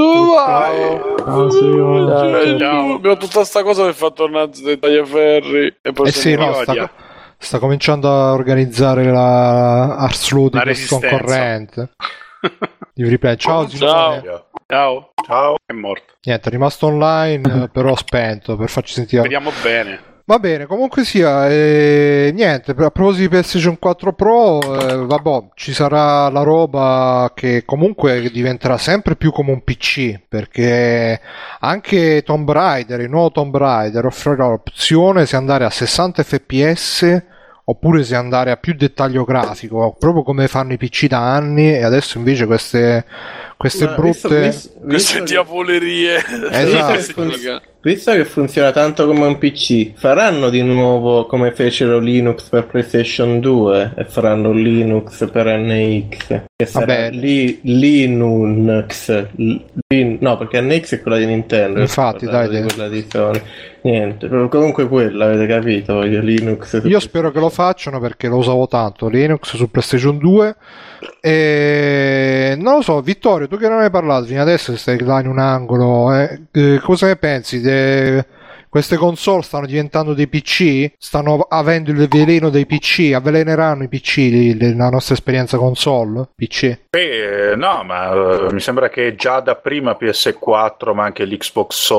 Ciao. Abbiamo tutta sta cosa per far tornare dei tagliaferri e poi sta cominciando a organizzare la Ars Ludicus concorrente. Ciao Simone. Ciao. È morto. Niente, è rimasto online però spento per farci sentire. Speriamo bene. Va bene, comunque sia, niente, a proposito di PlayStation 4 Pro, vabbè, ci sarà la roba che comunque diventerà sempre più come un PC, perché anche Tomb Raider, il nuovo Tomb Raider offrirà l'opzione se andare a 60 fps oppure se andare a più dettaglio grafico, proprio come fanno i PC da anni, e adesso invece queste brutte... Queste diavolerie. Esatto. Visto che funziona tanto come un PC, faranno di nuovo come fecero Linux per PlayStation 2 e faranno Linux per NX, che sarà Linux. No, perché NX è quella di Nintendo. Infatti, dai, quella di Sony. Niente, comunque quella, avete capito? Linux. Io spero che lo facciano perché lo usavo tanto, Linux su PlayStation 2. E non lo so, Vittorio, tu che non hai parlato fino adesso, stai là in un angolo, cosa ne pensi? Queste console stanno diventando dei PC? Stanno avendo il veleno dei PC? Avveleneranno i PC la nostra esperienza console? PC? No, ma mi sembra che già da prima PS4 ma anche l'Xbox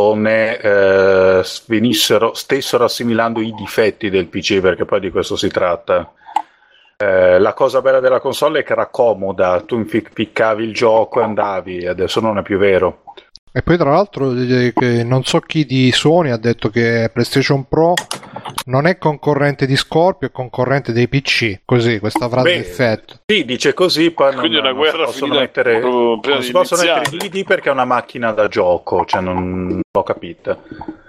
One stessero assimilando i difetti del PC, perché poi di questo si tratta. La cosa bella della console è che era comoda, tu piccavi il gioco e andavi, adesso non è più vero. E poi tra l'altro che non so chi di Sony ha detto che PlayStation Pro non è concorrente di Scorpio, è concorrente dei PC, così questa frase effetto. Sì, dice così, poi non si possono mettere i DVD perché è una macchina da gioco, cioè non l'ho capita.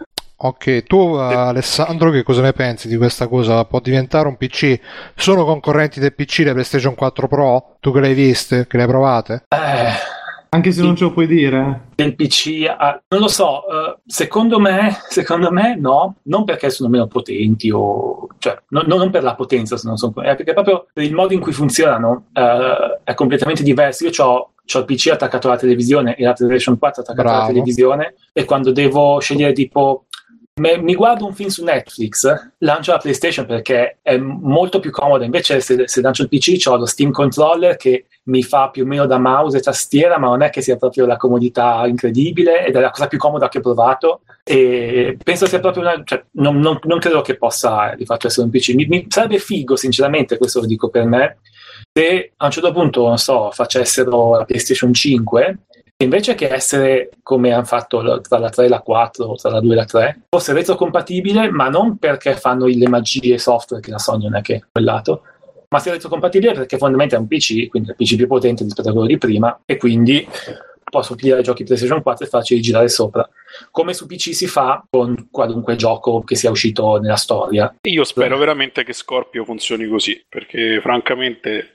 Ok, tu Alessandro che cosa ne pensi di questa cosa? Può diventare un PC? Sono concorrenti del PC le PlayStation 4 Pro? Tu che le hai viste? Che le hai provate? Anche se non ce lo puoi dire. Del PC, non lo so, secondo me no, non perché sono meno potenti cioè non per la potenza, se non sono, perché proprio per il modo in cui funzionano è completamente diverso. Io c'ho il PC attaccato alla televisione e la PlayStation 4 attaccata alla televisione, e quando devo scegliere tipo mi guardo un film su Netflix, lancio la PlayStation perché è molto più comoda. Invece se lancio il PC c'ho lo Steam Controller che mi fa più o meno da mouse e tastiera, ma non è che sia proprio la comodità incredibile, ed è la cosa più comoda che ho provato, e penso sia proprio cioè, non credo che possa di fatto essere un PC. Mi sarebbe figo, sinceramente, questo lo dico per me, se a un certo punto, non so, facessero la PlayStation 5, invece che essere come hanno fatto tra la 3 e la 4, tra la 2 e la 3, fosse retrocompatibile, ma non perché fanno le magie software, che la Sony non è che è quel lato, ma sia retrocompatibile perché fondamentalmente è un PC, quindi è il PC più potente rispetto a quello di prima, e quindi posso pigliare giochi PlayStation 4 e farci girare sopra, come su PC si fa con qualunque gioco che sia uscito nella storia. Io spero veramente che Scorpio funzioni così, perché francamente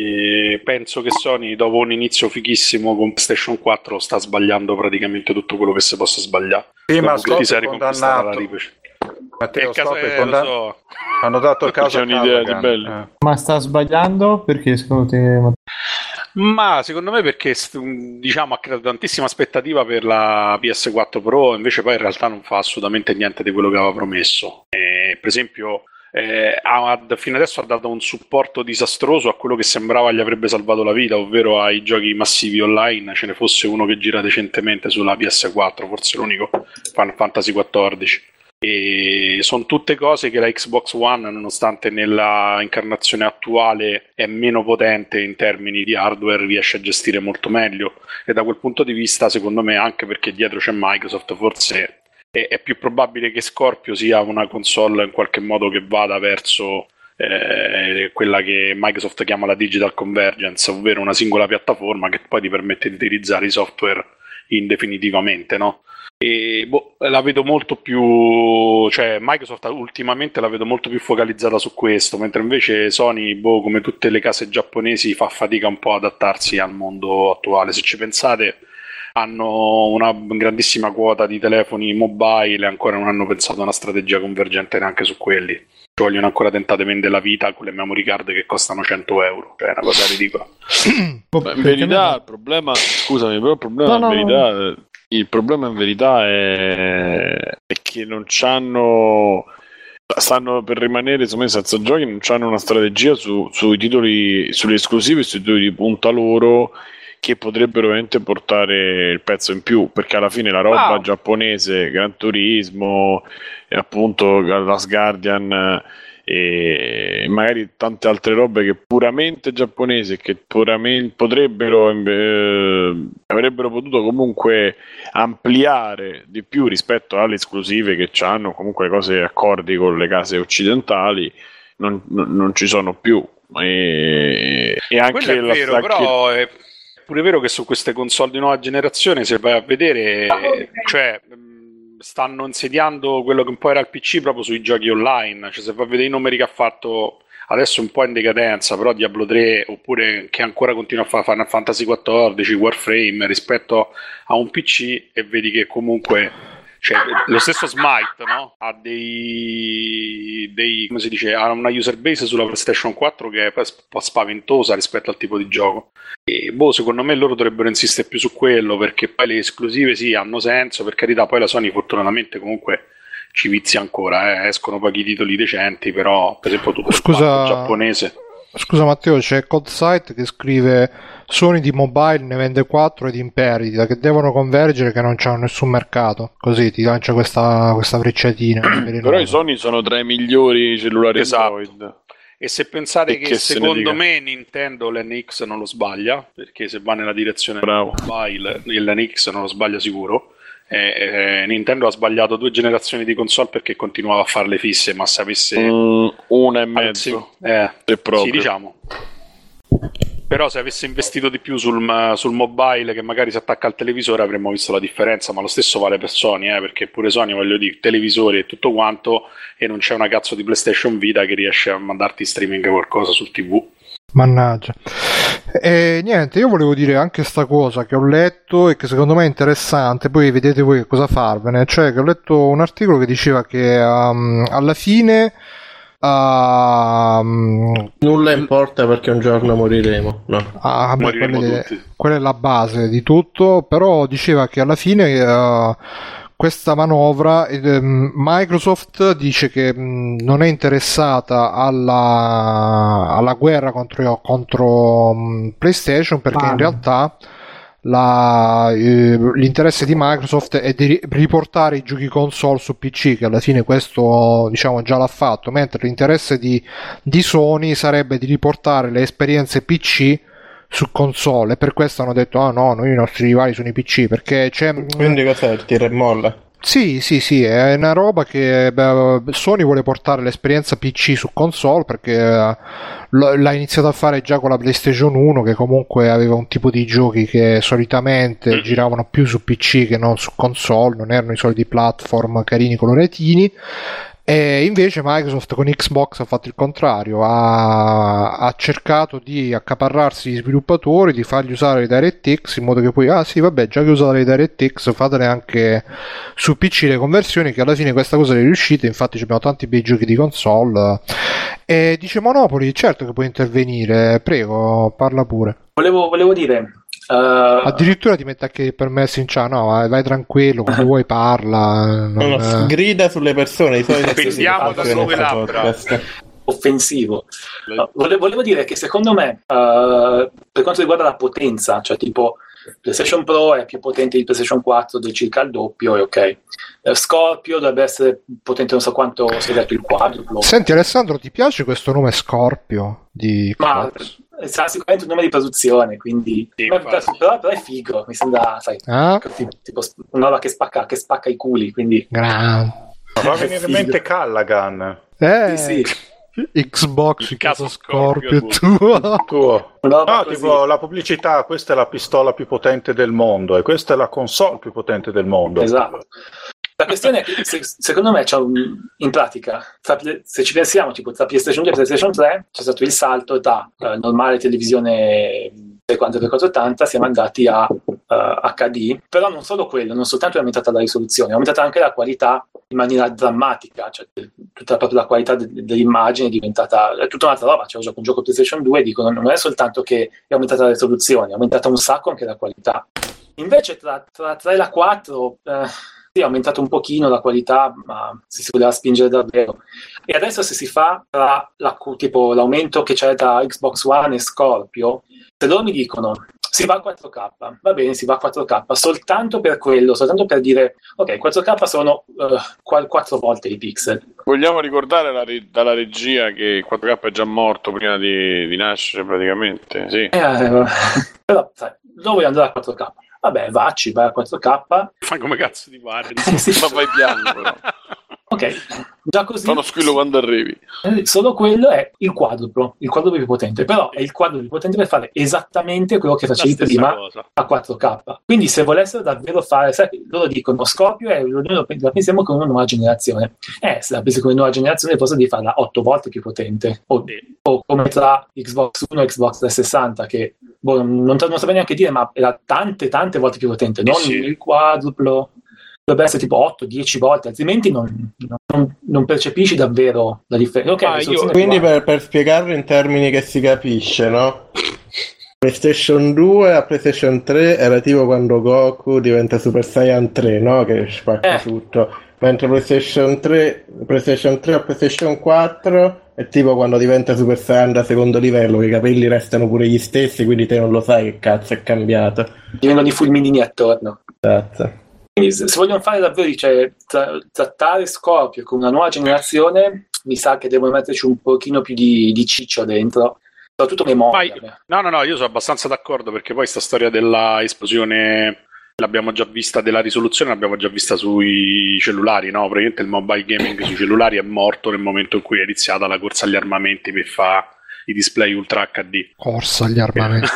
penso che Sony, dopo un inizio fighissimo con PlayStation 4, sta sbagliando praticamente tutto quello che si possa sbagliare. Sì, ma Scorpio è condannato. Matteo, so. Hanno dato il caso c'è un'idea di bello. Ma sta sbagliando? Perché secondo te? Ma secondo me perché diciamo ha creato tantissima aspettativa per la PS4 Pro, invece poi in realtà non fa assolutamente niente di quello che aveva promesso. Per esempio fino adesso ha dato un supporto disastroso a quello che sembrava gli avrebbe salvato la vita, ovvero ai giochi massivi online. Ce ne fosse uno che gira decentemente sulla PS4, forse l'unico, Final Fantasy XIV, e sono tutte cose che la Xbox One, nonostante nella incarnazione attuale è meno potente in termini di hardware, riesce a gestire molto meglio. E da quel punto di vista, secondo me, anche perché dietro c'è Microsoft, forse è più probabile che Scorpio sia una console in qualche modo che vada verso quella che Microsoft chiama la digital convergence, ovvero una singola piattaforma che poi ti permette di utilizzare i software indefinitivamente, no? E la vedo molto più, cioè Microsoft ultimamente la vedo molto più focalizzata su questo, mentre invece Sony, come tutte le case giapponesi, fa fatica un po' ad adattarsi al mondo attuale. Se ci pensate, hanno una grandissima quota di telefoni mobile e ancora non hanno pensato a una strategia convergente neanche su quelli. Ci vogliono ancora tentare di vendere la vita con le memory card che costano 100 euro, cioè è una cosa ridicola. In verità il problema, scusami, però il problema in verità è che non c'hanno, stanno per rimanere secondo me senza giochi, non c'hanno una strategia sui titoli, sulle esclusive, sui titoli di punta loro, che potrebbero veramente portare il pezzo in più, perché alla fine la roba giapponese, Gran Turismo, appunto Last Guardian e magari tante altre robe che puramente giapponesi, che puramente avrebbero potuto comunque ampliare di più rispetto alle esclusive che hanno comunque le cose accordi con le case occidentali, non ci sono più, e anche quello è vero, però è pure vero che su queste console di nuova generazione, se vai a vedere, cioè stanno insediando quello che un po' era il PC proprio sui giochi online. Cioè, se vai a vedere i numeri che ha fatto adesso un po' in decadenza, però Diablo 3, oppure che ancora continua a fare Final Fantasy 14, Warframe, rispetto a un PC, e vedi che comunque, cioè, lo stesso Smite, no? Ha dei come si dice, ha una user base sulla PlayStation 4 che è un po' spaventosa rispetto al tipo di gioco. E secondo me loro dovrebbero insistere più su quello, perché poi le esclusive sì hanno senso, per carità. Poi la Sony fortunatamente comunque ci vizia ancora, escono pochi titoli decenti, però per esempio tutto il giapponese. Scusa Matteo, c'è Codesite che scrive: Sony di mobile ne vende 4 ed in perdita, che devono convergere, che non c'hanno nessun mercato. Così ti lancia questa frecciatina. Però i Sony sono tra i migliori cellulari Android. E se pensate che secondo me Nintendo l'NX non lo sbaglia, perché se va nella direzione mobile l'NX non lo sbaglia sicuro. Nintendo ha sbagliato 2 generazioni di console perché continuava a fare le fisse, ma se avesse una e mezzo, sì, diciamo. Però se avesse investito di più sul mobile, che magari si attacca al televisore, avremmo visto la differenza. Ma lo stesso vale per Sony, perché pure Sony, voglio dire, televisori e tutto quanto, e non c'è una cazzo di PlayStation Vita che riesce a mandarti in streaming qualcosa sul TV. Mannaggia. E niente, io volevo dire anche sta cosa che ho letto e che secondo me è interessante, poi vedete voi che cosa farvene. Cioè, che ho letto un articolo che diceva che alla fine nulla importa perché un giorno moriremo, no? Quella è la base di tutto. Però diceva che alla fine questa manovra, Microsoft dice che non è interessata alla guerra contro PlayStation, perché in realtà l'interesse di Microsoft è di riportare i giochi console su PC, che alla fine questo diciamo già l'ha fatto, mentre l'interesse di Sony sarebbe di riportare le esperienze PC su console, e per questo hanno detto noi i nostri rivali sono i PC, perché c'è... Quindi cos'è il tira e molla? Sì, è una roba che Sony vuole portare l'esperienza PC su console, perché l'ha iniziato a fare già con la PlayStation 1, che comunque aveva un tipo di giochi che solitamente giravano più su PC che non su console, non erano i soliti platform carini coloratini. E invece Microsoft con Xbox ha fatto il contrario, ha cercato di accaparrarsi gli sviluppatori, di fargli usare le DirectX, in modo che poi già che usate le DirectX, fatele anche su PC le conversioni, che alla fine questa cosa è riuscita. Infatti abbiamo tanti bei giochi di console. E dice Monopoli, certo che puoi intervenire, prego, parla pure. Volevo dire, addirittura ti mette anche il permesso in chat. No, vai tranquillo, quando vuoi parla. Grida sulle persone, di solito pensiamo da sole labbra. Offensivo. Volevo dire che secondo me, per quanto riguarda la potenza, cioè tipo PlayStation Pro è più potente di PlayStation 4 del circa il doppio, e ok. Scorpio dovrebbe essere potente non so quanto, si è detto il quadruplo. Senti Alessandro, ti piace questo nome Scorpio di Xbox? Sarà sicuramente un nome di produzione, quindi però è figo, mi sembra, sai, tipo una roba che spacca i culi, quindi fa venire in mente Callaghan. Sì. Xbox in caso Scorpio tuo. No, tipo la pubblicità, questa è la pistola più potente del mondo e questa è la console più potente del mondo. Esatto. La questione è che secondo me in pratica, se ci pensiamo, tipo tra PlayStation 2 e PlayStation 3 c'è stato il salto da normale televisione 4K 80, siamo andati a HD, però non solo quello, non soltanto è aumentata la risoluzione, è aumentata anche la qualità in maniera drammatica, cioè tutta proprio la qualità dell'immagine è diventata è tutta un'altra roba. Cioè, ho giocato un gioco PlayStation 2 e dico non è soltanto che è aumentata la risoluzione, è aumentata un sacco anche la qualità. Invece tra 3 e la 4 sì, è aumentato un pochino la qualità, ma se si voleva spingere davvero. E adesso se si fa tra tipo l'aumento che c'è tra Xbox One e Scorpio, se loro mi dicono si va a 4K, va bene, si va a 4K, soltanto per quello, soltanto per dire ok, 4K sono 4 volte i pixel. Vogliamo ricordare dalla regia che 4K è già morto prima di nascere praticamente, sì. Però sai, dove voglio andare a 4K? Vabbè, vai a 4K. Fai come cazzo ti pare, ma vai piano però. Ok, già così. Fa uno squillo quando arrivi. Solo quello è il quadruplo più potente, però è il quadruplo più potente per fare esattamente quello che facevi prima cosa. A 4K. Quindi se volessero davvero fare, sai, loro dicono Scorpio noi la pensiamo come una nuova generazione. Se la pensi come nuova generazione forse devi farla 8 volte più potente. O come tra Xbox One e Xbox 360 che non saprei neanche dire, ma era tante volte più potente, non il quadruplo. Dovrebbe essere tipo 8-10 volte, altrimenti non percepisci davvero la differenza. Okay, quindi per spiegarlo in termini che si capisce, no? PlayStation 2 a PlayStation 3 era tipo quando Goku diventa Super Saiyan 3, no? Che spacca tutto. Mentre PlayStation 3 a PlayStation 4 è tipo quando diventa Super Saiyan da secondo livello, che i capelli restano pure gli stessi, quindi te non lo sai che cazzo è cambiato. Diventano i fulminini attorno. Esatto. Quindi se vogliono fare davvero, trattare Scorpio con una nuova generazione, mi sa che devono metterci un pochino più di ciccio dentro, soprattutto memoria. No, io sono abbastanza d'accordo, perché poi sta storia della esplosione l'abbiamo già vista, della risoluzione l'abbiamo già vista sui cellulari, no? Praticamente il mobile gaming sui cellulari è morto nel momento in cui è iniziata la corsa agli armamenti per fare i display Ultra HD. Corsa agli armamenti.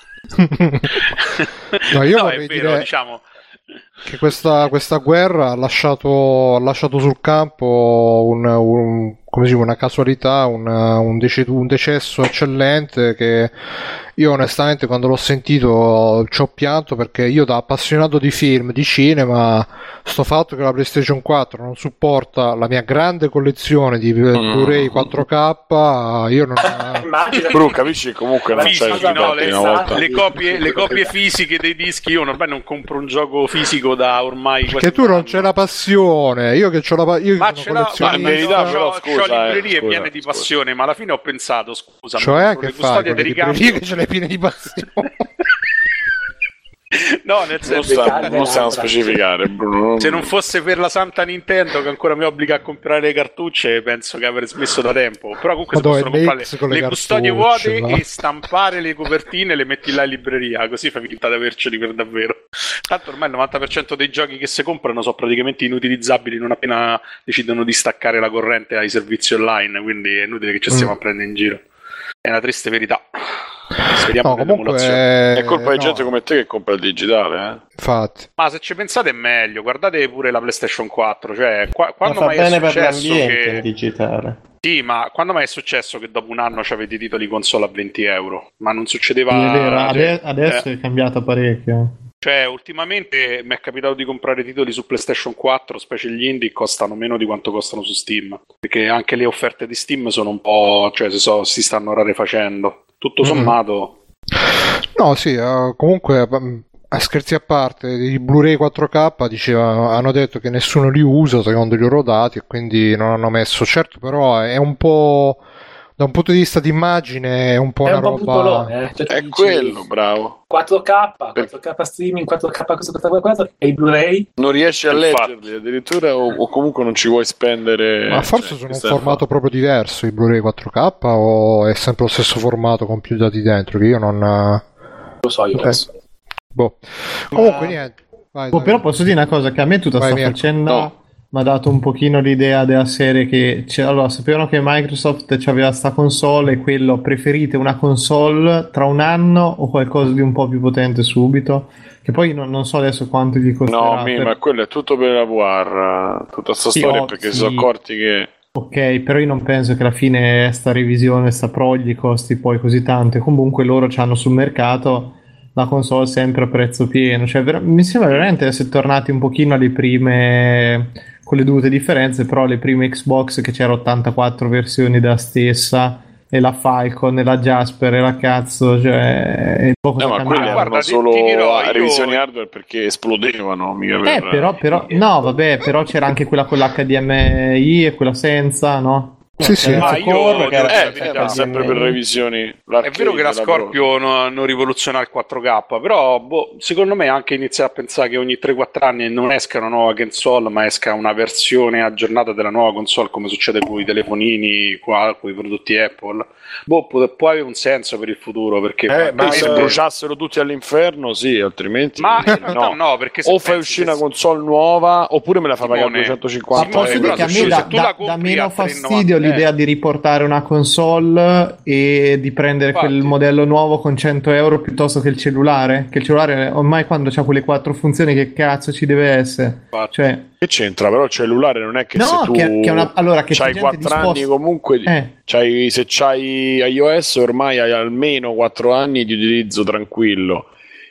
No, io vorrei dire... diciamo che questa guerra ha lasciato sul campo una casualità, un decesso eccellente che io onestamente quando l'ho sentito ci ho pianto, perché io da appassionato di film, di cinema, sto fatto che la PlayStation 4 non supporta la mia grande collezione di Blu-ray 4K, io non Bru, capisci che comunque non c'è le copie fisiche dei dischi. Io ormai non compro un gioco fisico da ormai perché tu non c'è la passione, io che c'ho la io ma ce l'ho, in verità c'ho librerie piene di passione, ma alla fine ho pensato, scusa, cioè che fai con le librerie che ce le piene di passione? No, nel senso non stiamo a specificare, Bruno. Se non fosse per la santa Nintendo che ancora mi obbliga a comprare le cartucce, penso che avrei smesso da tempo. Però comunque si possono comprare le custodie vuote e stampare le copertine e le metti là in libreria, così fai finta di averceli per davvero. Tanto ormai il 90% dei giochi che si comprano sono praticamente inutilizzabili non appena decidono di staccare la corrente ai servizi online, quindi è inutile che ci stiamo a prendere in giro. È una triste verità. Speriamo è colpa di gente come te che compra il digitale, Infatti. Ma se ci pensate è meglio, guardate pure la PlayStation 4, cioè quando fa mai bene è successo per l'ambiente che il digitale. Sì, ma quando mai è successo che dopo un anno c'avete i titoli console a 20 euro? Ma non succedeva. È vero, adesso è cambiato parecchio. Cioè, ultimamente mi è capitato di comprare titoli su PlayStation 4, specie gli indie, costano meno di quanto costano su Steam. Perché anche le offerte di Steam sono un po', cioè si stanno rarefacendo. Tutto sommato. No, sì, comunque, scherzi a parte, i Blu-ray 4K hanno detto che nessuno li usa secondo i loro dati e quindi non hanno messo. Certo, però è un po'. Da un punto di vista di immagine è un po' una roba. Cioè, è quello, bravo. 4K streaming, 4K questo e i Blu-ray non riesci a leggerli addirittura o comunque non ci vuoi spendere. Ma forse sono un formato proprio diverso i Blu-ray 4K o è sempre lo stesso formato con più dati dentro che io non lo so io adesso. Comunque niente. Vai, però posso dire una cosa, che a me tutta questa faccenda mi ha dato un pochino l'idea della serie che allora sapevano che Microsoft aveva sta console e quello, preferite una console tra un anno o qualcosa di un po' più potente subito, che poi non so adesso quanto gli costerà. Ma quello è tutto per la VR, tutta sta storia perché si sono accorti che ok, però io non penso che alla fine sta revisione, sta pro gli costi poi così tanto, e comunque loro c'hanno sul mercato la console sempre a prezzo pieno. Cioè, mi sembra veramente essere tornati un pochino alle prime, con le dovute differenze, però le prime Xbox che c'era 84 versioni della stessa, e la Falcon e la Jasper e la cazzo, cioè ma quelli erano solo revisioni hardware perché esplodevano, mica no vabbè, però c'era anche quella con l'HDMI e quella senza, no? Sì. Ma io sempre per revisioni. È vero che la Scorpio non rivoluziona il 4K, però secondo me anche iniziare a pensare che ogni 3-4 anni non esca una nuova console, ma esca una versione aggiornata della nuova console, come succede con i telefonini, con i prodotti Apple. Può avere un senso per il futuro, perché ma se bruciassero tutti all'inferno, sì, altrimenti no, perché o fai uscire una console nuova oppure me la fa pagare 250 euro. Posso dire che a me dà meno fastidio l'idea di riportare una console e di prendere quel modello nuovo con 100 euro piuttosto che il cellulare, ormai quando c'ha quelle 4 funzioni, che cazzo ci deve essere? Cioè, che c'entra? Però il cellulare non è che se tu c'hai 4 anni comunque se c'hai iOS ormai hai almeno 4 anni di utilizzo tranquillo.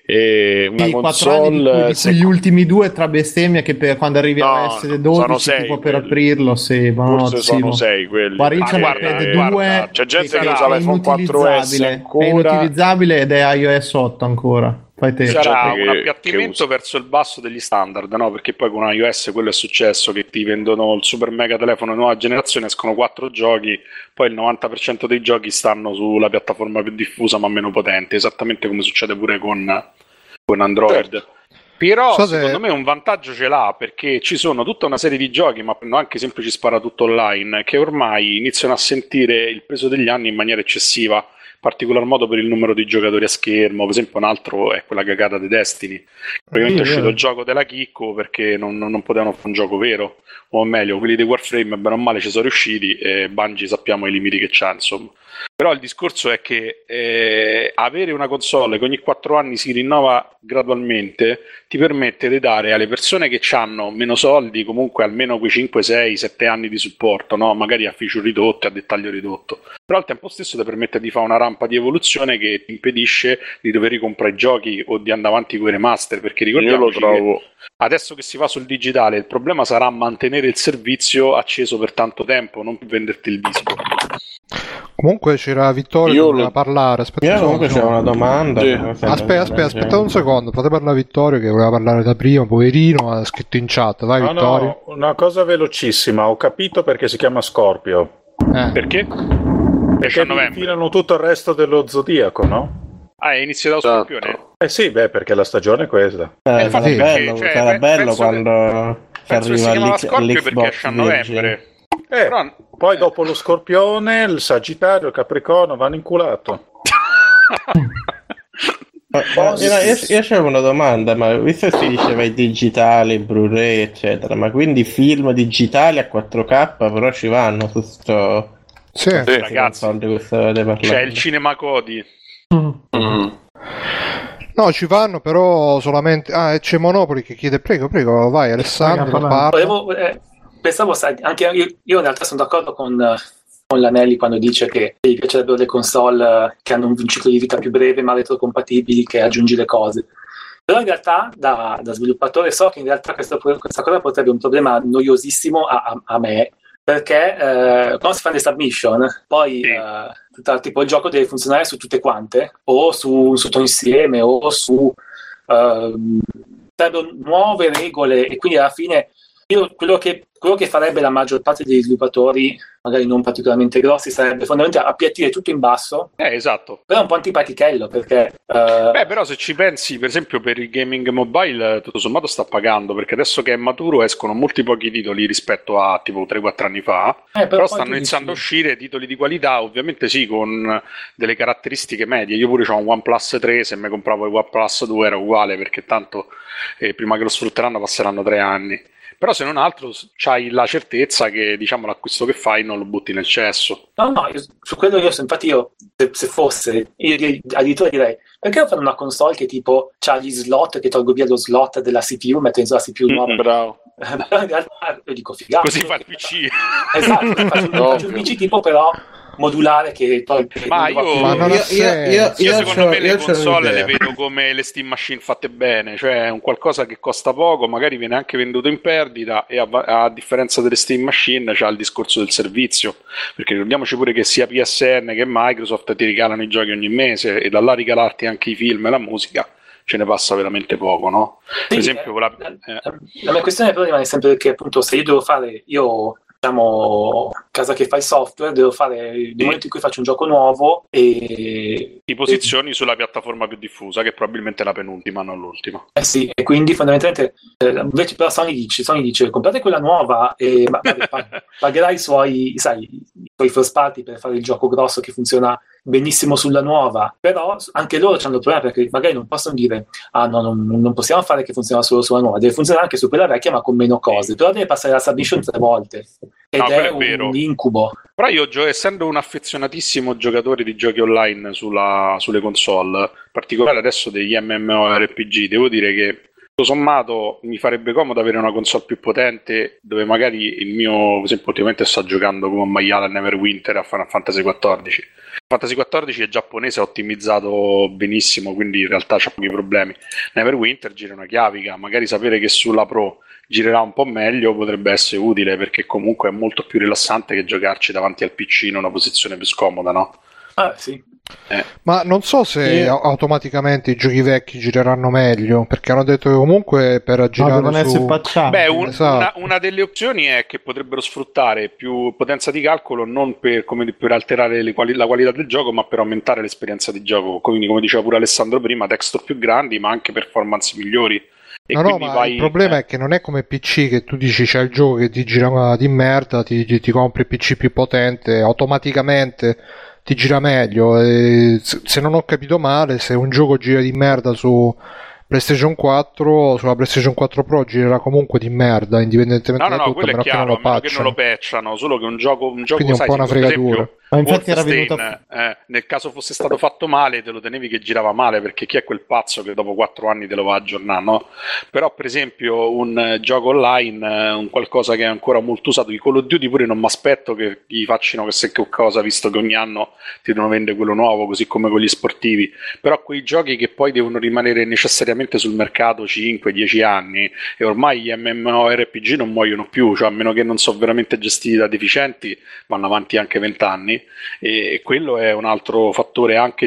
E una console di cui gli ultimi 2 tra bestemmie, che per quando arrivi a essere 12 tipo per aprirlo, forse sono 6 quelli. Guarda, c'è gente che usa l'iPhone 4S ancora, è inutilizzabile ed è iOS 8 ancora. Sarà un appiattimento verso il basso degli standard, no? Perché poi con iOS quello è successo, che ti vendono il super mega telefono nuova generazione, escono 4 giochi, poi il 90% dei giochi stanno sulla piattaforma più diffusa ma meno potente, esattamente come succede pure con Android. Certo. Però secondo me un vantaggio ce l'ha, perché ci sono tutta una serie di giochi, ma anche semplici sparatutto online, che ormai iniziano a sentire il peso degli anni in maniera eccessiva, in particolar modo per il numero di giocatori a schermo. Per esempio un altro è quella cagata di Destiny, praticamente è uscito il gioco della Chicco perché non potevano fare un gioco vero, o meglio quelli di Warframe bene o male ci sono riusciti, e Bungie sappiamo i limiti che c'ha, insomma. Però il discorso è che avere una console che ogni 4 anni si rinnova gradualmente ti permette di dare alle persone che hanno meno soldi comunque almeno quei 5, 6, 7 anni di supporto, no? Magari a feature ridotte, a dettaglio ridotto, però al tempo stesso ti permette di fare una rampa di evoluzione che ti impedisce di dover ricomprare i giochi o di andare avanti con i remaster, perché ricordiamoci che adesso che si va sul digitale il problema sarà mantenere il servizio acceso per tanto tempo, non venderti il disco. Comunque c'era Vittorio che voleva parlare. Comunque c'era una domanda. Sì. Aspetta un secondo, fate parlare Vittorio che voleva parlare da prima, poverino, ha scritto in chat. Vai Vittorio. No, una cosa velocissima, ho capito perché si chiama Scorpio. Perché? Perché infilano tutto il resto dello zodiaco, no? È iniziato lo Scorpione? Sì, perché la stagione è questa. Sarà bello quando arriva l'Xbox perché esce a novembre. Poi dopo lo Scorpione, il Sagittario, il Capricorno vanno inculato. Io c'avevo una domanda, ma visto che si diceva i digitali, Blu-ray eccetera, ma quindi film digitali a 4K però ci vanno su sto... Sì, ragazzi, c'è il Cinema Codi. No, ci vanno però solamente... c'è Monopoli che chiede, prego, vai Alessandro, parla. Pensavo, anche io in realtà sono d'accordo con l'Anelli quando dice che gli piacerebbero le console che hanno un ciclo di vita più breve ma retrocompatibili, che aggiungi le cose. Però in realtà da sviluppatore so che in realtà questa cosa potrebbe un problema noiosissimo a me, perché quando si fanno le submission poi tipo il gioco deve funzionare su tutte quante, o su tutto insieme, o su nuove regole, e quindi alla fine quello che farebbe la maggior parte degli sviluppatori, magari non particolarmente grossi, sarebbe fondamentalmente appiattire tutto in basso. Esatto. Però è un po' antipatichello, perché... però se ci pensi, per esempio per il gaming mobile, tutto sommato sta pagando, perché adesso che è maturo escono molti pochi titoli rispetto a tipo 3-4 anni fa, però stanno iniziando a uscire titoli di qualità, ovviamente sì, con delle caratteristiche medie. Io pure ho un OnePlus 3, se mi compravo il OnePlus 2 era uguale, perché tanto prima che lo sfrutteranno passeranno 3 anni. Però se non altro c'hai la certezza che, diciamo, l'acquisto che fai non lo butti nel cesso. No, su quello infatti io, se fosse, io addirittura direi, perché non fare una console che tipo c'ha gli slot, che tolgo via lo slot della CPU, metto in la CPU nuova? Bravo. Però in realtà io dico figata. Così fa il PC. Esatto, faccio un PC tipo, però modulare che ma io secondo me le console le vedo come le Steam Machine fatte bene, cioè un qualcosa che costa poco, magari viene anche venduto in perdita e a differenza delle Steam Machine c'ha il discorso del servizio, perché ricordiamoci pure che sia PSN che Microsoft ti regalano i giochi ogni mese e da là regalarti anche i film e la musica ce ne passa veramente poco, no? Sì, per esempio la mia questione però rimane sempre che appunto se io devo fare diciamo casa che fa il software, devo fare nel momento in cui faccio un gioco nuovo e ti posizioni sulla piattaforma più diffusa, che probabilmente è la penultima, non l'ultima. Sì, e quindi fondamentalmente invece però Sony dice comprate quella nuova e pagherai i suoi first party per fare il gioco grosso che funziona benissimo sulla nuova, però anche loro hanno il problema perché magari non possono dire non possiamo fare che funziona solo sulla nuova, deve funzionare anche su quella vecchia ma con meno cose, però deve passare la submission 3 volte ed è un incubo. Però io, essendo un affezionatissimo giocatore di giochi online sulle console, in particolare adesso degli MMORPG, devo dire che tutto sommato mi farebbe comodo avere una console più potente dove magari il mio, per esempio ultimamente sto giocando come un maiale a Neverwinter a Final Fantasy XIV. Fantasy XIV è giapponese, è ottimizzato benissimo, quindi in realtà c'ha pochi problemi. Neverwinter gira una chiavica, magari sapere che sulla Pro girerà un po' meglio potrebbe essere utile, perché comunque è molto più rilassante che giocarci davanti al PC in una posizione più scomoda, no? Ah, sì. Ma non so se automaticamente i giochi vecchi gireranno meglio, perché hanno detto che comunque per girare su... Beh, una delle opzioni è che potrebbero sfruttare più potenza di calcolo non per alterare la qualità del gioco, ma per aumentare l'esperienza di gioco, quindi come diceva pure Alessandro prima, texture più grandi ma anche performance migliori. E ma il problema è che non è come PC che tu dici c'è il gioco che ti gira di merda, ti compri il PC più potente, automaticamente ti gira meglio. E se non ho capito male, se un gioco gira di merda su PlayStation 4, sulla PlayStation 4 Pro girerà comunque di merda indipendentemente da tutto, quello è chiaro, che non lo patchano, solo che un gioco quindi è un po' una fregatura. Ma infatti era venuta... nel caso fosse stato fatto male te lo tenevi che girava male, perché chi è quel pazzo che dopo 4 anni te lo va a aggiornare, no? Però per esempio un gioco online, un qualcosa che è ancora molto usato, i Call of Duty pure non mi aspetto che gli facciano che cosa, visto che ogni anno ti devono vendere quello nuovo, così come con gli sportivi. Però quei giochi che poi devono rimanere necessariamente sul mercato 5-10 anni, e ormai gli MMORPG non muoiono più, cioè a meno che non sono veramente gestiti da deficienti vanno avanti anche 20 anni, e quello è un altro fattore anche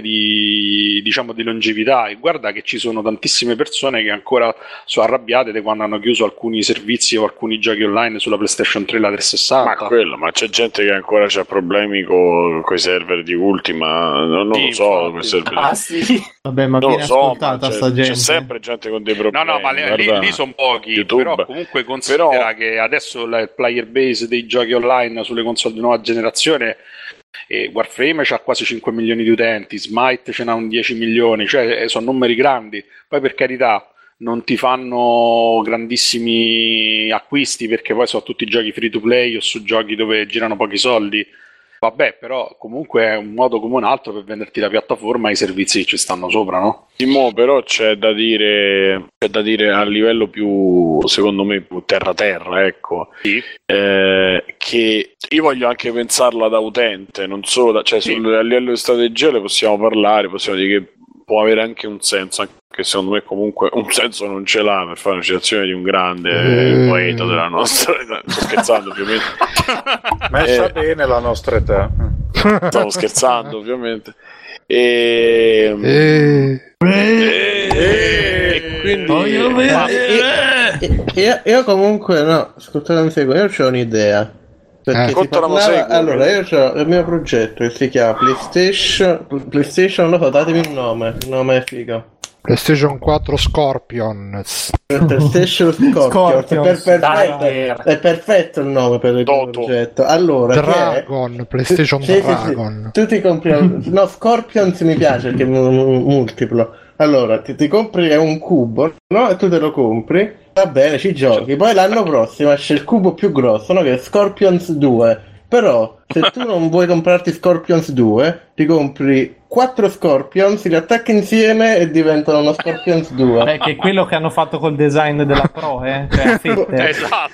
di longevità. E guarda che ci sono tantissime persone che ancora sono arrabbiate di quando hanno chiuso alcuni servizi o alcuni giochi online sulla PlayStation 3 e la 360. Ma c'è gente che ancora ha problemi con i server di Ultima, non lo so come server. Sì. Vabbè, ma viene ascoltata sta gente. C'è sempre gente con dei problemi. No, ma lì sono pochi. YouTube. Però comunque considera che adesso il player base dei giochi online sulle console di nuova generazione, Warframe c'ha quasi 5 milioni di utenti, Smite ce n'ha un 10 milioni, cioè sono numeri grandi. Poi per carità non ti fanno grandissimi acquisti, perché poi sono tutti giochi free to play o su giochi dove girano pochi soldi. Vabbè, però comunque è un modo come un altro per venderti la piattaforma e i servizi che ci stanno sopra, no? Simo, però c'è da dire a livello più, secondo me, più terra, ecco, sì. Che io voglio anche pensarla da utente, non solo a livello di strategia le possiamo parlare, possiamo dire che può avere anche un senso, anche secondo me comunque un senso non ce l'ha, per fare una citazione di un grande poeta della nostra età. Sto scherzando ovviamente. Messa bene la nostra età. Stavo scherzando ovviamente. Quindi io comunque no, ascoltate un secondo, io c'ho un'idea. Perché allora io ho il mio progetto che si chiama PlayStation, lo so, datemi il nome è figo. PlayStation 4 Scorpions. PlayStation Scorpions. È perfetto il nome per il progetto. Allora, Dragon, PlayStation Dragon. Tu ti compri Scorpions mi piace perché è multiplo. Allora, ti compri un cubo, no? E tu te lo compri, va bene, ci giochi. Poi l'anno prossimo esce il cubo più grosso, no? Che è Scorpions 2, Però se tu non vuoi comprarti Scorpions 2, ti compri 4 Scorpions, li attacchi insieme e diventano uno Scorpions 2. Beh, che è quello che hanno fatto col design della Pro, cioè fette.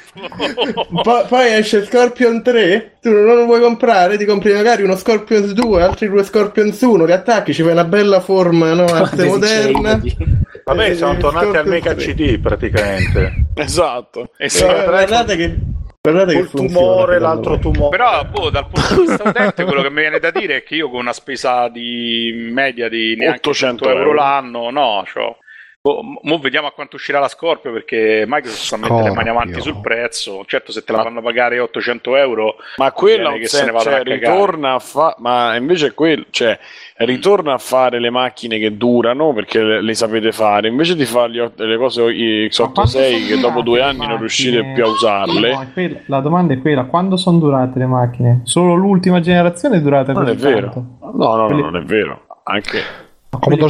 Esatto. Poi esce Scorpion 3, tu non lo vuoi comprare, ti compri magari uno Scorpions 2, altri 2 Scorpions 1, li attacchi, ci fai una bella forma, no, arte moderna. Vabbè, sono tornati al Mega CD praticamente. Esatto. E guardate che il tumore, l'altro tumore. Però dal punto di vista utente quello che mi viene da dire è che io con una spesa di media di neanche 800 euro l'anno, no, cioè, mo vediamo a quanto uscirà la Scorpio, perché Microsoft sta a mettere le mani avanti sul prezzo. Certo, se te la fanno pagare 800 euro, ma quello che se ne vada a ritorna ma invece ritorna a fare le macchine che durano, perché le sapete fare, invece di fare le cose X86 che dopo 2 anni non riuscite più a usarle. No, la domanda è quella: quando sono durate le macchine? Solo l'ultima generazione è durata non così è vero. tanto? No, non è vero. Anche Commodore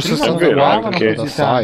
64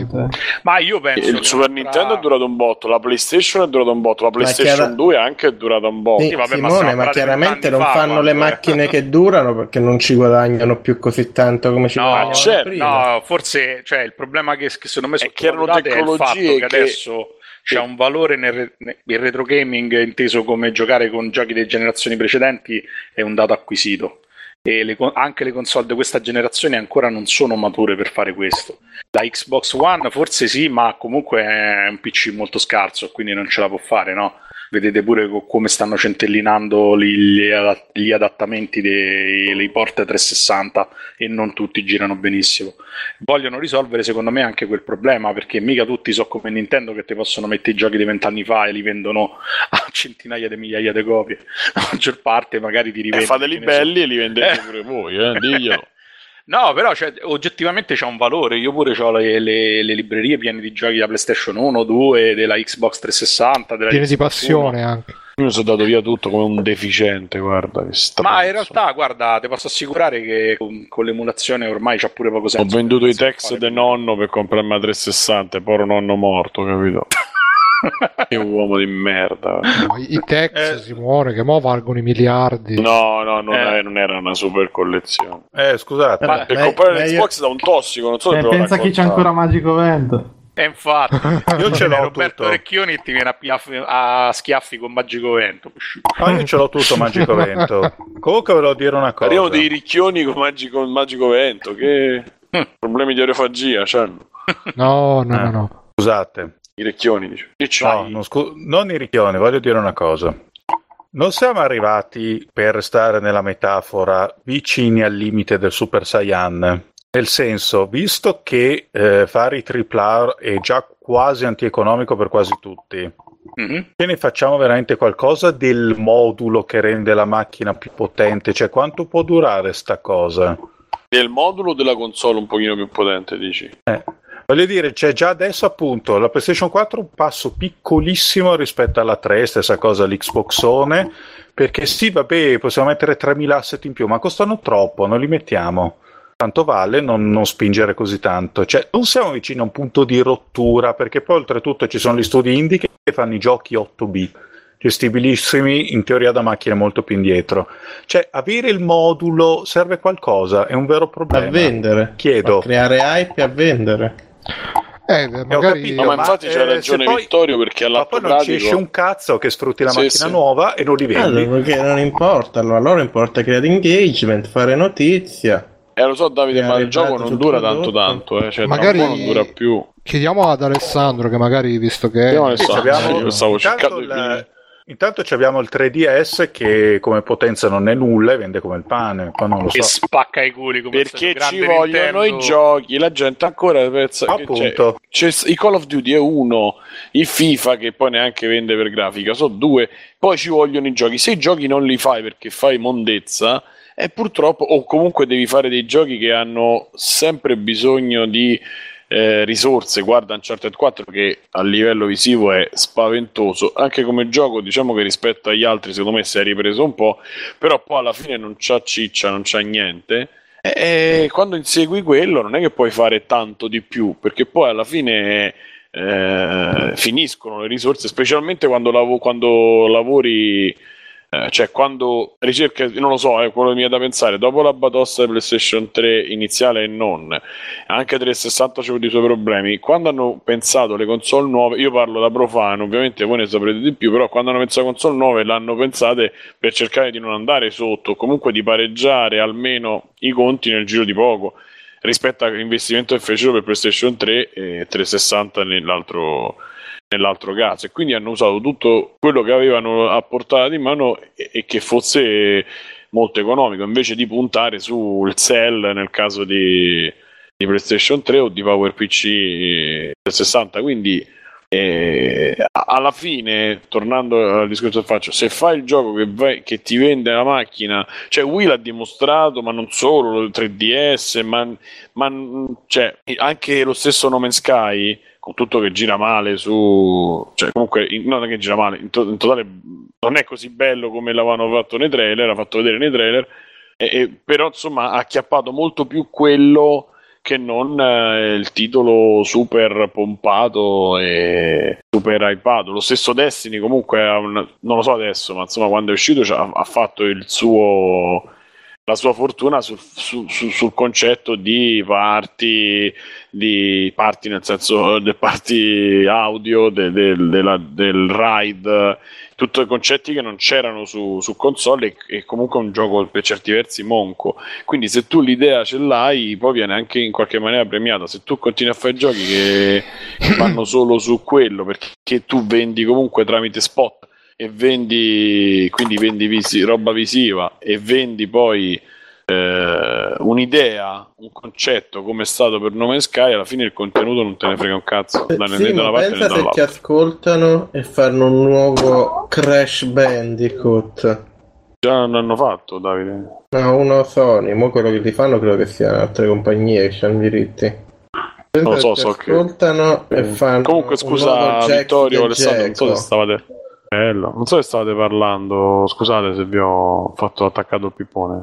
ma io penso il Super Nintendo è durato un botto, la PlayStation è durata un botto, la PlayStation 2 anche è durata un botto. Sì, vabbè, Simone, ma chiaramente non fanno le macchine che durano perché non ci guadagnano più così tanto come ci guadagnano prima. No, forse il problema che secondo me è che erano tecnologie è il fatto che adesso c'è un valore nel retro gaming, inteso come giocare con giochi delle generazioni precedenti, è un dato acquisito. E anche le console di questa generazione ancora non sono mature per fare questo. La Xbox One forse sì, ma comunque è un PC molto scarso, quindi non ce la può fare, no? Vedete pure come stanno centellinando gli adattamenti dei port 360 e non tutti girano benissimo. Vogliono risolvere secondo me anche quel problema, perché mica tutti so come Nintendo che ti possono mettere i giochi di 20 anni fa e li vendono a centinaia di migliaia di copie. La maggior parte magari ti rivendono. Fateli belli e li vendete pure voi, diglielo. No, però oggettivamente c'ha un valore. Io pure ho le librerie piene di giochi da PlayStation 1, 2, della Xbox 360, della piene Xbox di passione 1. anche. Io mi sono dato via tutto come un deficiente, guarda. Ma in realtà, guarda, ti posso assicurare che con l'emulazione ormai c'ha pure poco senso. Ho venduto i Tex del nonno per comprarmi la 360, poro nonno morto, capito? Che uomo di merda. No, i Tex Simone, che mo valgono i miliardi. No, non era una super collezione. Scusate, per comprare l'Xbox da un tossico, non so se pensa chi c'è ancora Magico Vento. E infatti io ce l'ho Roberto tutto. Recchioni ti viene a schiaffi con Magico Vento. Io ce l'ho tutto Magico Vento. Comunque volevo dire una cosa. Arrivano dei ricchioni con Magico Vento che problemi di orofagia c'hanno. No. Scusate. I ricchioni, dice. Non i ricchioni, voglio dire una cosa. Non siamo arrivati, per restare nella metafora, vicini al limite del Super Saiyan. Nel senso, visto che fare i AAA è già quasi antieconomico per quasi tutti, che ne facciamo veramente qualcosa del modulo che rende la macchina più potente? Cioè, quanto può durare sta cosa? Del modulo della console un pochino più potente, dici? Voglio dire, c'è già adesso appunto la PlayStation 4 un passo piccolissimo rispetto alla 3, stessa cosa l'Xbox One, perché sì, vabbè, possiamo mettere 3000 asset in più, ma costano troppo, non li mettiamo. Tanto vale non spingere così tanto. Cioè, non siamo vicini a un punto di rottura, perché poi oltretutto ci sono gli studi indie che fanno i giochi 8-bit, gestibilissimi in teoria da macchine molto più indietro. Cioè, avere il modulo serve a qualcosa, è un vero problema. A vendere. Chiedo. A creare hype e a vendere. Magari... ma infatti c'ha ragione Vittorio, perché all'atto poi non ci esce un cazzo che sfrutti la macchina nuova e non li vendi. Perché non importa, a loro importa creare engagement, fare notizia. Lo so Davide, ma il gioco non dura tanto, cioè magari non dura più. Chiediamo ad Alessandro, che magari, visto che stavo cercando intanto abbiamo il 3DS che come potenza non è nulla e vende come il pane, poi non lo so. E spacca i culi come perché ci vogliono i giochi, la gente ancora pensa appunto c'è i Call of Duty è uno, il FIFA che poi neanche vende per grafica, sono due, poi ci vogliono i giochi. Se i giochi non li fai perché fai mondezza, e purtroppo, o comunque devi fare dei giochi che hanno sempre bisogno di risorse. Guarda Uncharted 4 che a livello visivo è spaventoso, anche come gioco diciamo che rispetto agli altri secondo me si è ripreso un po', però poi alla fine non c'ha ciccia, non c'ha niente, e quando insegui quello non è che puoi fare tanto di più, perché poi alla fine finiscono le risorse, specialmente quando lavori Cioè, quando ricerca, non lo so, quello che mi è da pensare, dopo la batosta di PlayStation 3 iniziale e non, anche 360 c'è avuto i suoi problemi, quando hanno pensato le console nuove, io parlo da profano, ovviamente voi ne saprete di più, però quando hanno pensato a console nuove l'hanno pensate per cercare di non andare sotto, comunque di pareggiare almeno i conti nel giro di poco, rispetto all'investimento che fecero per PlayStation 3 e 360 nell'altro caso, e quindi hanno usato tutto quello che avevano a portata di mano e che fosse molto economico, invece di puntare sul sell nel caso di PlayStation 3 o di PowerPC 360. Quindi alla fine, tornando al discorso che faccio, se fai il gioco che ti vende la macchina, cioè Wii l'ha dimostrato, ma non solo, il 3DS, ma cioè, anche lo stesso No Man's Sky, con tutto che gira male cioè comunque non è che gira male, in totale non è così bello come l'avevano fatto nei trailer, ha fatto vedere nei trailer, però insomma ha acchiappato molto più quello che non il titolo super pompato e super hypato. Lo stesso Destiny comunque non lo so adesso, ma insomma quando è uscito ha fatto la sua fortuna sul concetto di party nel senso del party audio, del ride, tutti i concetti che non c'erano su console, e comunque è un gioco per certi versi monco. Quindi se tu l'idea ce l'hai, poi viene anche in qualche maniera premiata. Se tu continui a fare giochi che vanno solo su quello, perché tu vendi comunque tramite spot e vendi roba visiva e vendi poi un'idea, un concetto come è stato per No Man's Sky, alla fine il contenuto non te ne frega un cazzo né da una parte né dall'altra. Se ti ascoltano e fanno un nuovo Crash Bandicoot. Già non hanno fatto, Davide? No, uno Sony, mo quello che li fanno credo che siano altre compagnie che hanno diritti. Non lo so, ascoltano e fanno. Comunque scusa Vittorio, Alessandro, non so se stavate parlando, scusate se vi ho fatto attaccato il pippone.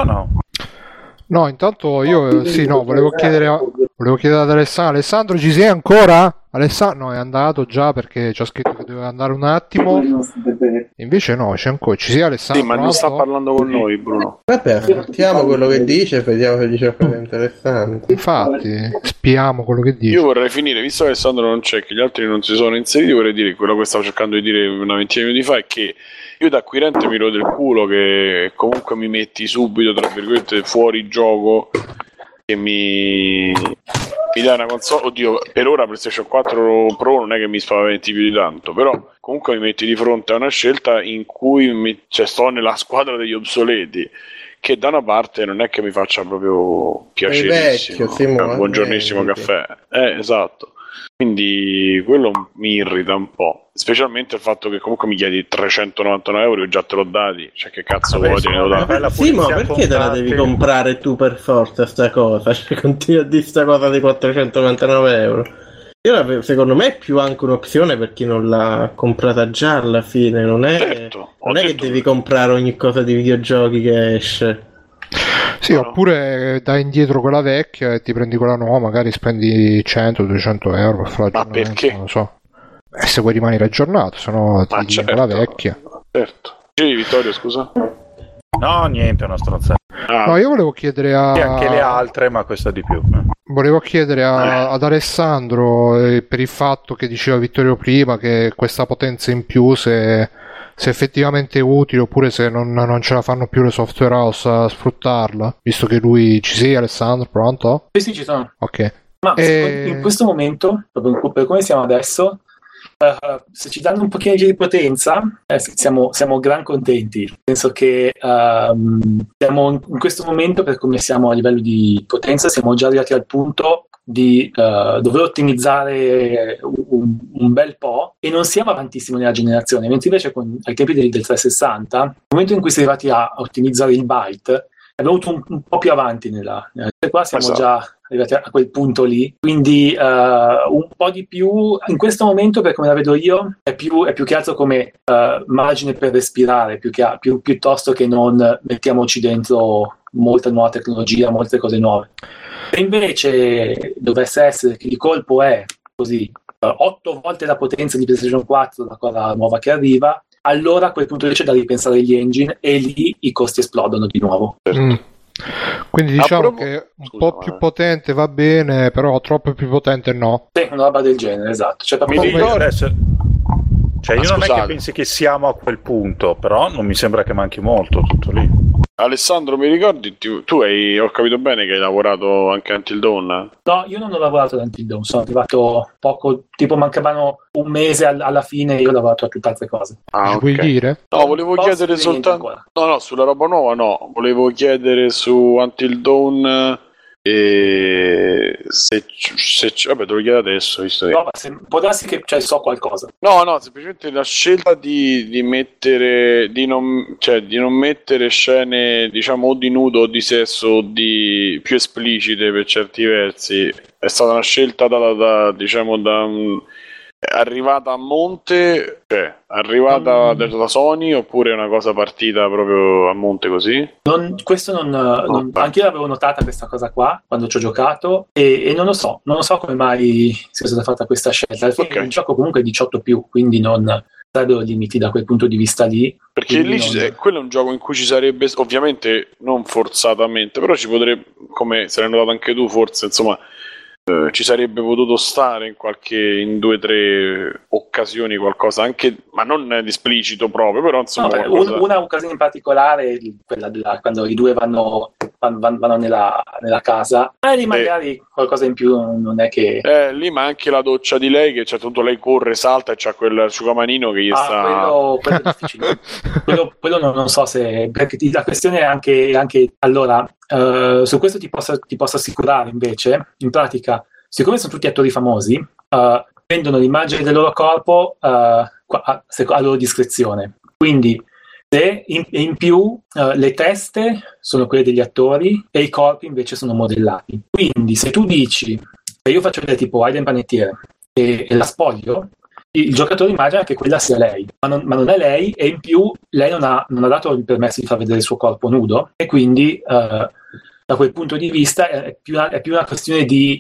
No, intanto io volevo chiedere ad Alessandro, ci sei ancora? Alessandro no, è andato già perché ci ha scritto che doveva andare un attimo. Invece no, c'è ancora. Ci sei Alessandro? Sì, ma non sta parlando con noi, Bruno. Vabbè, ascoltiamo quello che dice e vediamo se dice qualcosa di interessante. Infatti, spiamo quello che dice. Io vorrei finire, visto che Alessandro non c'è, che gli altri non si sono inseriti, vorrei dire quello che stavo cercando di dire una ventina di minuti fa, è che io da acquirente mi rode il culo che comunque mi metti subito, tra virgolette, fuori gioco, che mi dai una console. Oddio, per ora PlayStation 4 Pro non è che mi spaventi più di tanto, però comunque mi metti di fronte a una scelta in cui sto nella squadra degli obsoleti, che da una parte non è che mi faccia proprio piacerissimo. Buongiornissimo caffè. Esatto. Quindi quello mi irrita un po', specialmente il fatto che comunque mi chiedi 399 euro e già te l'ho dati, cioè che cazzo vuoi dare? Sì, ma perché te la devi comprare tu per forza sta cosa? Cioè, continui a dire sta cosa di 499 euro. Secondo me è più anche un'opzione per chi non l'ha comprata già alla fine, non è, certo, non è che devi comprare ogni cosa di videogiochi che esce. Sì, oppure dai indietro quella vecchia e ti prendi quella nuova, magari spendi 100-200 euro per fare l'aggiornamento. Ma perché? Non lo so. Se vuoi rimanere aggiornato, se no ti dico quella vecchia. Certo. Sì, Vittorio, scusa. No, niente, una stronzata. No, io volevo chiedere anche le altre, ma questa di più. Volevo chiedere ad Alessandro, per il fatto che diceva Vittorio prima, che questa potenza in più se effettivamente è utile oppure se non ce la fanno più le software house a sfruttarla, visto che lui ci sei. Alessandro, pronto? Sì, ci sono. Ok. Ma in questo momento, per come siamo adesso, se ci danno un pochino di potenza, siamo gran contenti. Penso che siamo in questo momento, per come siamo a livello di potenza, siamo già arrivati al punto di dover ottimizzare un bel po', e non siamo avantissimo nella generazione, mentre invece ai tempi del 360, nel momento in cui si è arrivati a ottimizzare il byte, abbiamo avuto un po' più avanti qua siamo già arrivati a quel punto lì, quindi un po' di più in questo momento, per come la vedo io, è più che altro come margine per respirare, piuttosto che non mettiamoci dentro molta nuova tecnologia, molte cose nuove. Se invece dovesse essere che di colpo è così 8 volte la potenza di PlayStation 4 da quella nuova che arriva, allora a quel punto c'è da ripensare gli engine e lì i costi esplodono di nuovo. Quindi diciamo che un po' più potente va bene, però troppo più potente no. Sì, una roba del genere, esatto. Mi ricordo io non è che pensi che siamo a quel punto, però non mi sembra che manchi molto, tutto lì. Alessandro, mi ricordi, ho capito bene che hai lavorato anche a Until Dawn? No, io non ho lavorato ad Until Dawn, sono arrivato poco, tipo mancavano un mese alla fine, io ho lavorato a tutt'altre cose. Okay. Vuoi dire? No, volevo chiedere soltanto... No, sulla roba nuova no, volevo chiedere su Until Dawn... se vabbè, te lo chiedo adesso, visto che... No, ma può darsi che so qualcosa. No, semplicemente la scelta di mettere di non mettere scene, diciamo, o di nudo o di sesso o di più esplicite per certi versi è stata una scelta arrivata a monte, arrivata da Sony, oppure è una cosa partita proprio a monte così? Questo anche io l'avevo notata questa cosa qua quando ci ho giocato e non lo so come mai sia stata fatta questa scelta. Il gioco comunque è 18+, quindi non sarebbero limiti da quel punto di vista lì, perché lì quello è un gioco in cui ci sarebbe, ovviamente non forzatamente, però ci potrebbe, come se l'hai notato anche tu, forse insomma ci sarebbe potuto stare in 2 o 3 occasioni qualcosa anche, ma non di esplicito proprio, però insomma una occasione in particolare, quella quando i due vanno nella casa, lì magari qualcosa in più non è che lì, ma anche la doccia di lei, che c'è tutto, lei corre, salta e c'ha quel asciugamanino che gli sta quello è difficile. quello non so se, perché la questione è anche allora su questo ti posso assicurare invece, in pratica, siccome sono tutti attori famosi, vendono l'immagine del loro corpo a loro discrezione, quindi se in più le teste sono quelle degli attori e i corpi invece sono modellati. Quindi se tu dici, se io faccio vedere tipo Aiden Panettiere e la spoglio, il giocatore immagina che quella sia lei, ma non è lei, e in più lei non ha dato il permesso di far vedere il suo corpo nudo, e quindi da quel punto di vista è più una questione di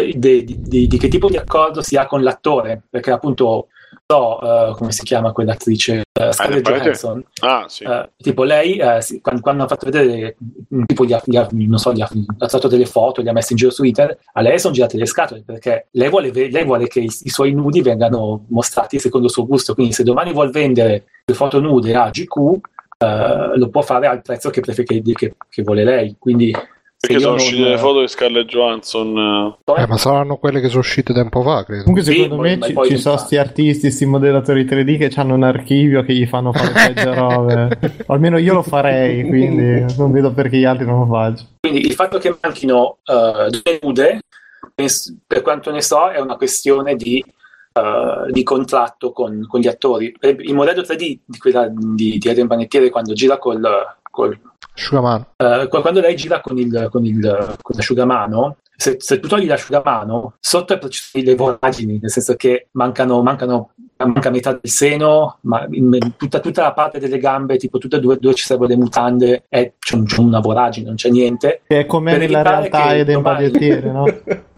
che tipo di accordo si ha con l'attore, perché appunto come si chiama quell'attrice, Scarlett Johansson, sì. Tipo lei quando hanno fatto vedere, tipo gli ha fatto delle foto, li ha messi in giro su internet, a lei sono girate le scatole, perché lei vuole che i suoi nudi vengano mostrati secondo il suo gusto, quindi se domani vuol vendere le foto nude a GQ lo può fare al prezzo che vuole lei, quindi perché sono uscite le foto di Scarlett Johansson, ma saranno quelle che sono uscite tempo fa, credo. Comunque secondo me ci sono sti artisti, sti modellatori 3D che hanno un archivio che gli fanno fare peggio robe. Almeno io lo farei, quindi non vedo perché gli altri non lo facciano. Quindi il fatto che manchino due nude, per quanto ne so, è una questione di contratto con gli attori. Il modello 3D di Aiden Panettiere, quando gira col asciugamano, quando lei gira con l'asciugamano, se tu togli l'asciugamano, sotto è le voragini, nel senso che manca metà del seno, ma tutta la parte delle gambe, tipo tutte e due ci servono le mutande, c'è una voragine, non c'è niente. Che è come nella realtà Aiden Panettiere, no?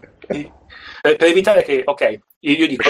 Per evitare che, io dico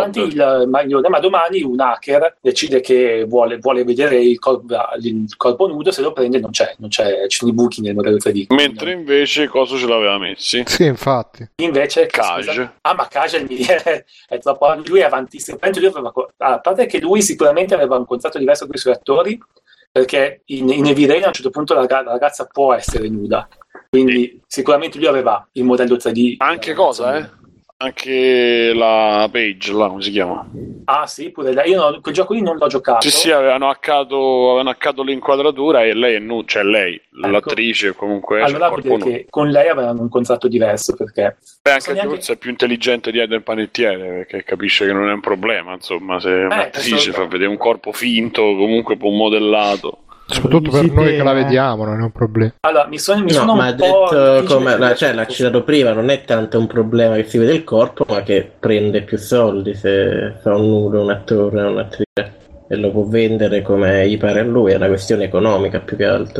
ma domani un hacker decide che vuole vedere il corpo nudo, se lo prende non c'è, ci sono i buchi nel modello 3D. Mentre invece cosa ce l'aveva messi? Sì, infatti. Invece Cage. Ma Cage è troppo, lui è avantissimo. A parte che lui sicuramente aveva un contratto diverso con i suoi attori, perché in Heavy Rain a un certo punto la ragazza può essere nuda, quindi sicuramente lui aveva il modello 3D. Anche cosa, Anche la Page, là, come si chiama? Ah sì, pure lei. Io quel gioco lì non l'ho giocato. Sì, avevano haccato l'inquadratura e lei è nuda, cioè lei, ecco, l'attrice comunque. Allora vuol dire che con lei avevano un contratto diverso, perché anche forse è più intelligente di Aiden Panettiere, perché capisce che non è un problema, insomma, se un'attrice fa vedere un corpo finto, comunque un modellato. Soprattutto per noi che la vediamo non è un problema. Allora mi sono ma detto come l'ha citato prima, non è tanto un problema che si vede il corpo, ma che prende più soldi se fa un nudo un attore o un'attrice e lo può vendere come gli pare a lui, è una questione economica più che altro.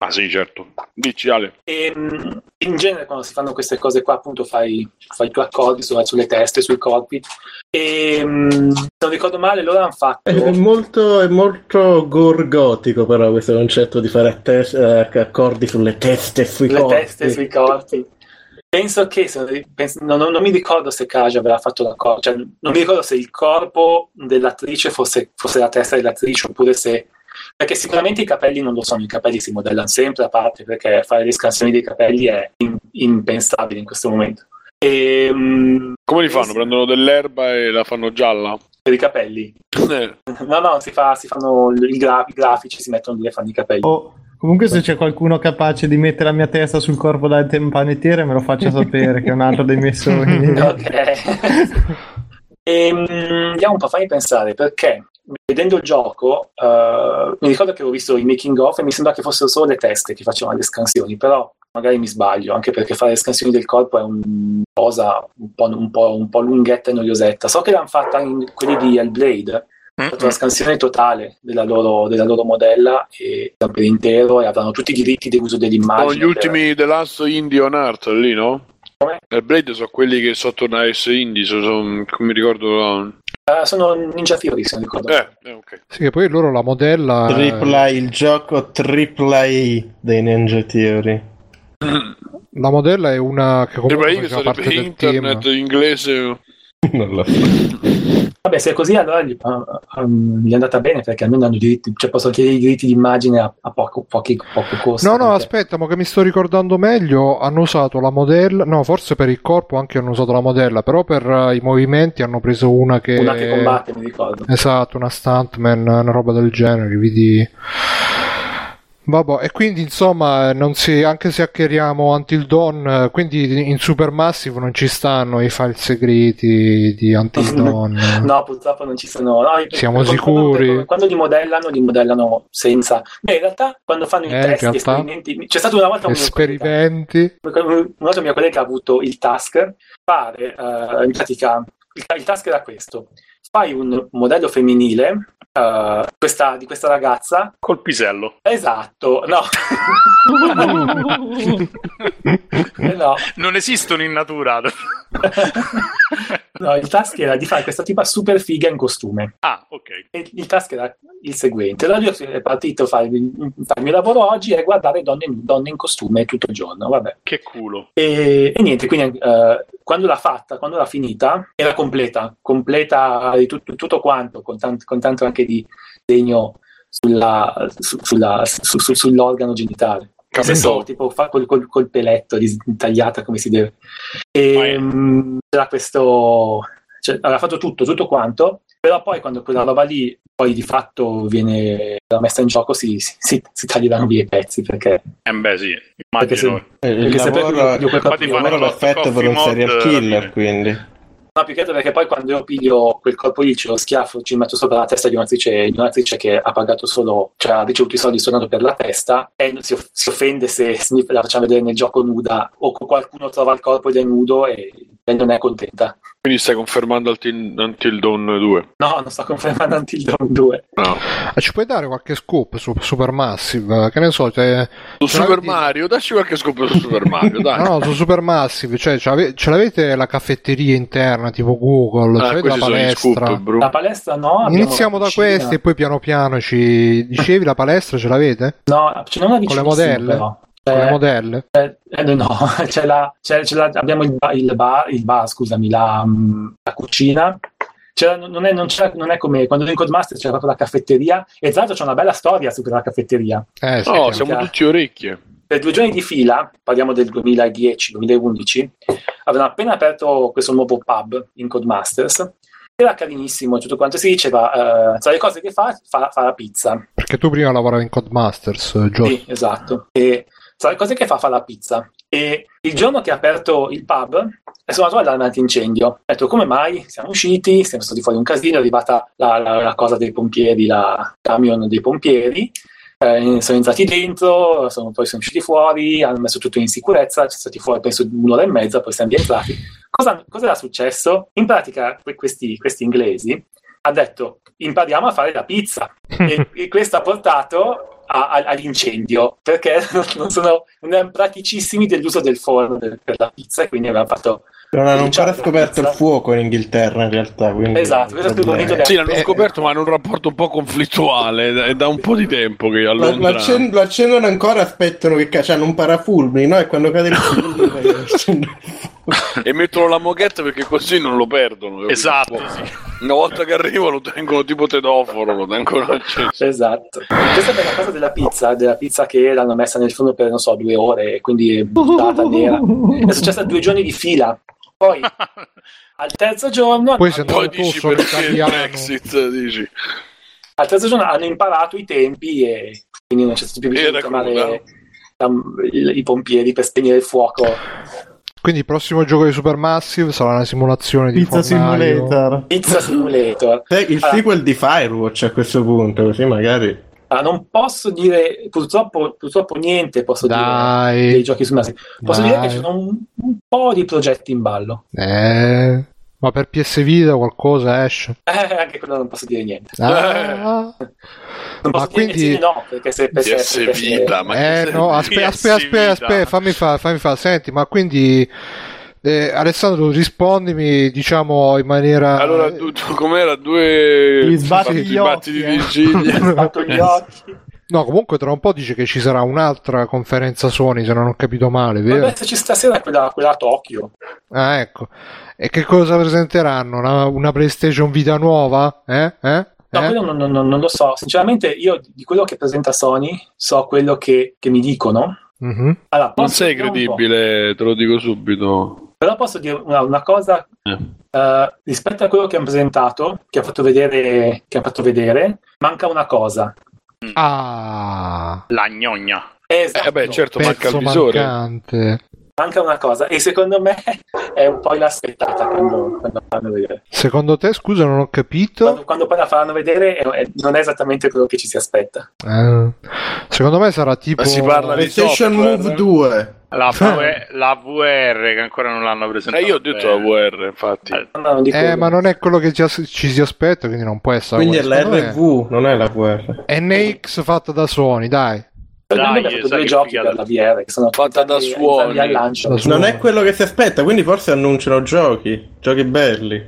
Ah sì, certo. Dici, Ale. E in genere quando si fanno queste cose qua, appunto fai i tuoi accordi sulle teste, sui corpi. E se non ricordo male, loro hanno fatto... È molto gorgotico però questo concetto di fare accordi sulle teste e sui corpi. Le teste e sui corpi. Penso che, non mi ricordo se Kaja aveva fatto l'accordo, cioè non mi ricordo se il corpo dell'attrice fosse la testa dell'attrice, oppure se... Perché sicuramente i capelli non lo sono, i capelli si modellano sempre a parte, perché fare le scansioni dei capelli è impensabile in questo momento. E, come li fanno? Prendono dell'erba e la fanno gialla? Per i capelli? No, si fanno i grafici, si mettono lì e fanno i capelli. Comunque se c'è qualcuno capace di mettere la mia testa sul corpo da panettiere me lo faccia sapere, che è un altro dei miei sogni. Ok. Andiamo un po' a farmi pensare, perché vedendo il gioco mi ricordo che ho visto i making of e mi sembra che fossero solo le teste che facevano le scansioni, però magari mi sbaglio, anche perché fare le scansioni del corpo è una cosa un po' lunghetta e noiosetta. So che l'hanno fatta in quelli di Hellblade, hanno fatto una scansione totale della loro modella e per intero, e avranno tutti i diritti dell'uso dell'immagine. Sono gli ultimi The Last Indie on Earth lì, no? Hellblade sono quelli che sono Nice Indie, come mi ricordo. Sono Ninja Theory, se non ricordo. Okay. Sì, poi loro la modella il gioco AAA dei Ninja Theory. La modella è una che comunque che sarebbe internet team. Inglese. Non lo so. Vabbè, se è così allora gli è andata bene, perché almeno hanno diritti, cioè possono chiedere i diritti di immagine a poco costo. No, aspetta, ma che mi sto ricordando meglio, hanno usato la modella, no, forse per il corpo anche hanno usato la modella, però per i movimenti hanno preso una che combatte, mi ricordo. Esatto, una stuntman, una roba del genere, vedi. Vabbè, e quindi insomma anche se hackeriamo Until Dawn, quindi in Supermassive non ci stanno i file segreti di Until Dawn. No, purtroppo non ci sono. No, siamo sicuri? Quando li modellano senza. In realtà quando fanno i test, gli esperimenti, c'è stato una volta un altro mio collega ha avuto il task fare in pratica il task era questo: fai un modello femminile di questa ragazza col pisello. Esatto, no. No. Non esistono in natura. No, il task era di fare questa tipa super figa in costume. Ah, ok. E il task era il seguente: allora io sono partito a fare il mio lavoro oggi e guardare donne in costume tutto il giorno. Vabbè. Che culo. E niente, quindi quando l'ha finita, era completa di tutto quanto, con tanto anche di segno sull'organo genitale. Senso, tipo col peletto tagliata come si deve. E c'era questo, cioè, aveva fatto tutto quanto, però poi quando quella roba lì poi di fatto viene messa in gioco si taglieranno via i pezzi, perché beh sì, immagino il lavoro l'ho fatto per un serial killer, quindi no, più che altro perché poi quando io piglio quel corpo lì, ce lo schiaffo, ci metto sopra la testa di un'attrice che ha pagato solo, cioè ha ricevuto i soldi suonando per la testa, e si offende se la facciamo vedere nel gioco nuda, o qualcuno trova il corpo ed è nudo e non è contenta. Quindi stai confermando Until Dawn 2? No, non sto confermando Until Dawn 2. No. Ci puoi dare qualche scoop su Supermassive? Che ne so, su Super Mario? Dacci qualche scoop su Super Mario, dai. No, su Supermassive, cioè ce l'avete la caffetteria interna tipo Google, c'avete la palestra? Scoop, la palestra no. Iniziamo da questi e poi piano piano ci dicevi la palestra ce l'avete? No, ce n'è una con le modelle? Però. Con le modelle? No, abbiamo il bar, scusami, la cucina. Non è come quando in Codemaster c'era proprio la caffetteria, e tra l'altro c'è una bella storia su quella caffetteria. Sì, siamo tutti orecchie. Per 2 giorni di fila, parliamo del 2010-2011, avevano appena aperto questo nuovo pub in Codemasters. Era carinissimo, tutto quanto si diceva, tra le cose che fa la pizza. Perché tu prima lavoravi in Codemasters, giusto? Sì, esatto. E tra le cose che fa la pizza. E il giorno che ha aperto il pub è suonato l'allarme antincendio. Ho detto: come mai? Siamo usciti, siamo stati fuori un casino, è arrivata la cosa dei pompieri, la camion dei pompieri, sono entrati dentro, poi sono usciti fuori, hanno messo tutto in sicurezza, ci sono stati fuori penso 1 ora e mezza, poi siamo rientrati. Cosa era successo? In pratica questi inglesi ha detto: impariamo a fare la pizza. E questo ha portato all'incendio, perché non erano praticissimi dell'uso del forno per la pizza, e quindi avevano fatto... Non hanno ancora scoperto il fuoco in Inghilterra, in realtà. Esatto, sì, l'hanno scoperto, ma hanno un rapporto un po' conflittuale. È da un po' di tempo che a Londra... lo accendono ancora, aspettano che hanno un parafulmine, no? E quando cade il fulmine e mettono la moquette perché così non lo perdono. Esatto, sì. Una volta che arrivano lo tengono tipo tedoforo, lo tengono acceso. Esatto. Questa è la cosa della pizza che l'hanno messa nel forno per, 2 ore, e quindi è buttata nera. È successa 2 giorni di fila. Poi al terzo giorno poi dici perché il Brexit, dici. Al terzo giorno hanno imparato i tempi, e quindi non c'è stato più bisogno di chiamare i pompieri per spegnere il fuoco. Quindi il prossimo gioco di Supermassive sarà una simulazione di Pizza Simulator. Pizza Simulator. Il sequel di Firewatch a questo punto, così magari. Non posso dire purtroppo niente, dire dei giochi Supermassive. Posso dire che ci sono un po' di progetti in ballo. Ma per PS Vita qualcosa esce? Anche quello non posso dire niente. Non posso dire quindi... no, perché se PS Vita, ma no, aspetta, fammi fa. Senti, ma quindi Alessandro, rispondimi, diciamo, in maniera... Allora, com'era? Due sbatti di vigilia. Sbatto gli occhi. No, comunque tra un po' dice che ci sarà un'altra conferenza Sony, se non ho capito male, vero? Dovrebbe esserci stasera quella a Tokyo. Ah, ecco. E che cosa presenteranno? Una PlayStation Vita nuova? No, quello non lo so. Sinceramente, io di quello che presenta Sony so quello che mi dicono. Mm-hmm. Allora, non sei credibile, te lo dico subito. Però posso dire una cosa rispetto a quello che hanno presentato, che ha fatto vedere, manca una cosa. La gnogna. Esatto. Certo, manca il visore. Mancante. Manca una cosa, e secondo me è un po' inaspettata quando faranno vedere. Secondo te, scusa, non ho capito? Quando poi la faranno vedere non è esattamente quello che ci si aspetta. Secondo me sarà tipo... si parla di PlayStation Move 2. La VR che ancora non l'hanno presentata. Io ho detto la VR, infatti. Ma non è quello che ci si aspetta, quindi non può essere. Quindi è la RV, non è la VR. NX fatta da Sony, dai. Dai, fatto 2 giochi per la VR che sono fatta da Sony al lancio. Non è quello che si aspetta, quindi forse annunciano giochi belli.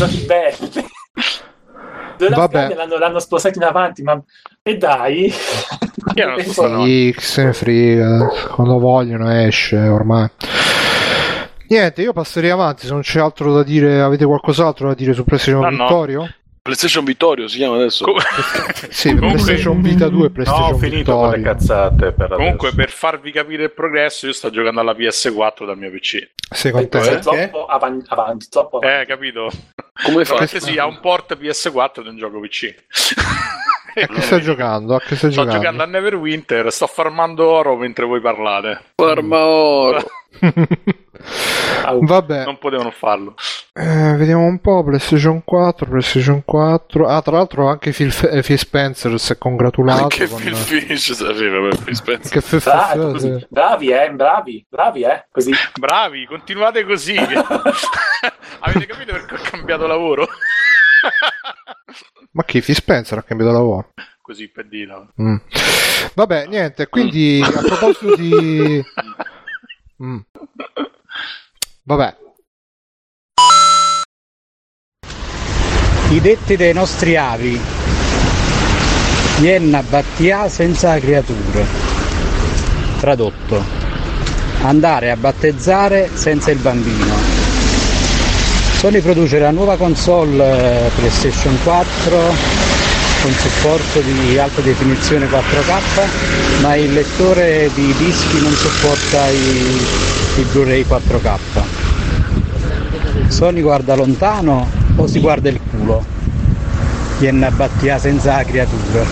Vabbè. L'hanno spostato in avanti, ma e dai. Sì, se ne frega, quando vogliono esce ormai. Niente, io passerei avanti, se non c'è altro da dire. Avete qualcos'altro da dire su PlayStation Vittorio? PlayStation Vittorio si chiama adesso? Sì, PlayStation Vita 2 e PlayStation ho finito con le cazzate comunque adesso. Per farvi capire il progresso, io sto giocando alla PS4 dal mio PC. Secondo te? Sei troppo avanti, troppo avanti. Capito? Come fa? Perché sì, ha un port PS4 di un gioco PC. A che stai giocando? Sto giocando a Neverwinter, sto farmando oro mentre voi parlate. Farma oro. Vabbè, non potevano farlo. Vediamo un po'. PlayStation 4. Tra l'altro anche Phil Spencer si è congratulato. Anche Phil Spencer. Che bravi, così. Bravi, continuate così. Avete capito perché ho cambiato lavoro? Ma chi? Phil Spencer ha cambiato lavoro? Così per dire. Vabbè, niente, quindi a proposito di... Vabbè. I detti dei nostri avi: Ienna battia senza creature. Tradotto: andare a battezzare senza il bambino. Sony produce la nuova console PlayStation 4 con supporto di alta definizione 4K, ma il lettore di dischi non sopporta i Blu-ray 4K. Sony guarda lontano o si guarda il culo? Viene a battia senza creature.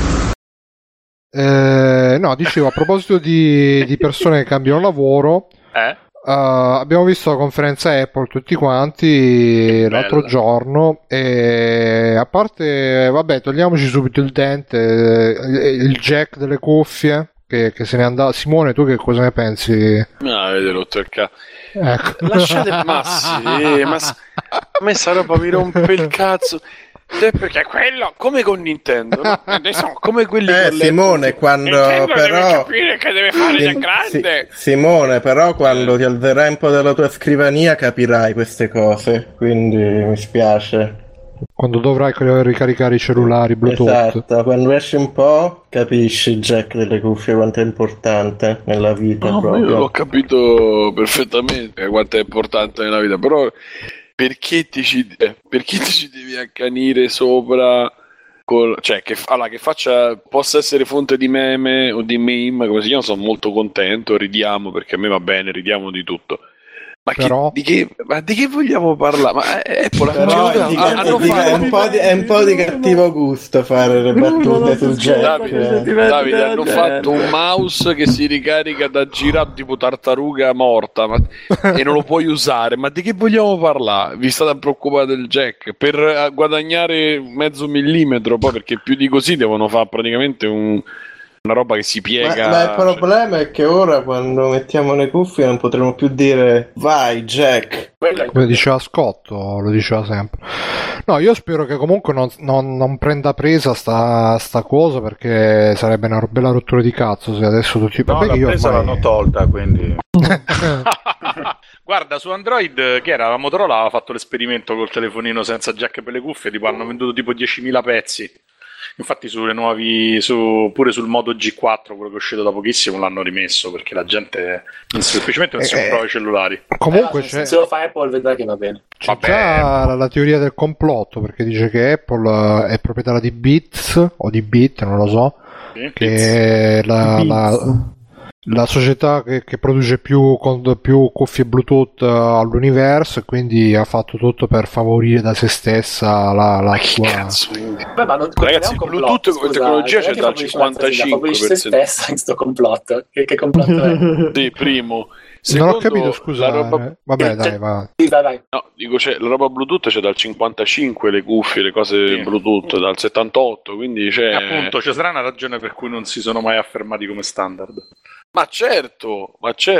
No, dicevo, a proposito di persone che cambiano lavoro, abbiamo visto la conferenza Apple tutti quanti l'altro giorno, e a parte, vabbè, togliamoci subito il dente, il jack delle cuffie che se ne andava. Simone, tu che cosa ne pensi? Avete rotto il cazzo. Ecco. Lasciate ma a me sta roba mi rompe il cazzo. Perché quello, come con Nintendo, no? Come quelli con Simone, quando Nintendo però deve capire che deve fare del grande. Simone, però quando ti alzerai un po' dalla tua scrivania capirai queste cose, quindi mi spiace. Quando dovrai ricaricare i cellulari Bluetooth. Esatto, quando esci un po' capisci il jack delle cuffie quanto è importante nella vita. No, proprio. io l'ho capito perfettamente quanto è importante nella vita, però perché ti ci devi accanire sopra? Cioè, che possa essere fonte di meme o di meme, come si chiama, sono molto contento, ridiamo perché a me va bene, ridiamo di tutto. Ma di che vogliamo parlare? Ma Apple è un po' di cattivo gusto fare le battute sul jack. Davide, hanno fatto un mouse che si ricarica da girare tipo tartaruga morta e non lo puoi usare. Ma di che vogliamo parlare? Vi state preoccupati del jack? Per guadagnare mezzo millimetro, poi perché più di così devono fare praticamente una roba che si piega. Ma il problema è che ora quando mettiamo le cuffie non potremo più dire vai Jack, come diceva Scott, lo diceva sempre. No, io spero che comunque non prenda presa sta cosa, perché sarebbe una bella rottura di cazzo se adesso tutti la presa l'hanno tolta, quindi guarda, su Android, che era la Motorola, aveva fatto l'esperimento col telefonino senza jack per le cuffie, tipo hanno venduto tipo 10.000 pezzi. Infatti pure sul Moto G4, quello che è uscito da pochissimo, l'hanno rimesso perché la gente semplicemente non si comprava i cellulari. Comunque se lo fa Apple vedrà che va bene. C'è già la teoria del complotto, perché dice che Apple è proprietaria di Beats o di Bit, non lo so, che è la società che produce più cuffie Bluetooth all'universo, e quindi ha fatto tutto per favorire da se stessa la sua. Ragazzi, Bluetooth come tecnologia c'è dal 55%. Favorisce se stessa in sto complotto. Che complotto è? Sì, primo. Secondo, non ho capito, scusa. Vabbè, dai, va. No, dico, la roba Bluetooth c'è dal 55, le cuffie, le cose Bluetooth dal 78, quindi c'è. Appunto, c'è sarà una ragione per cui non si sono mai affermati come standard. Ma certo,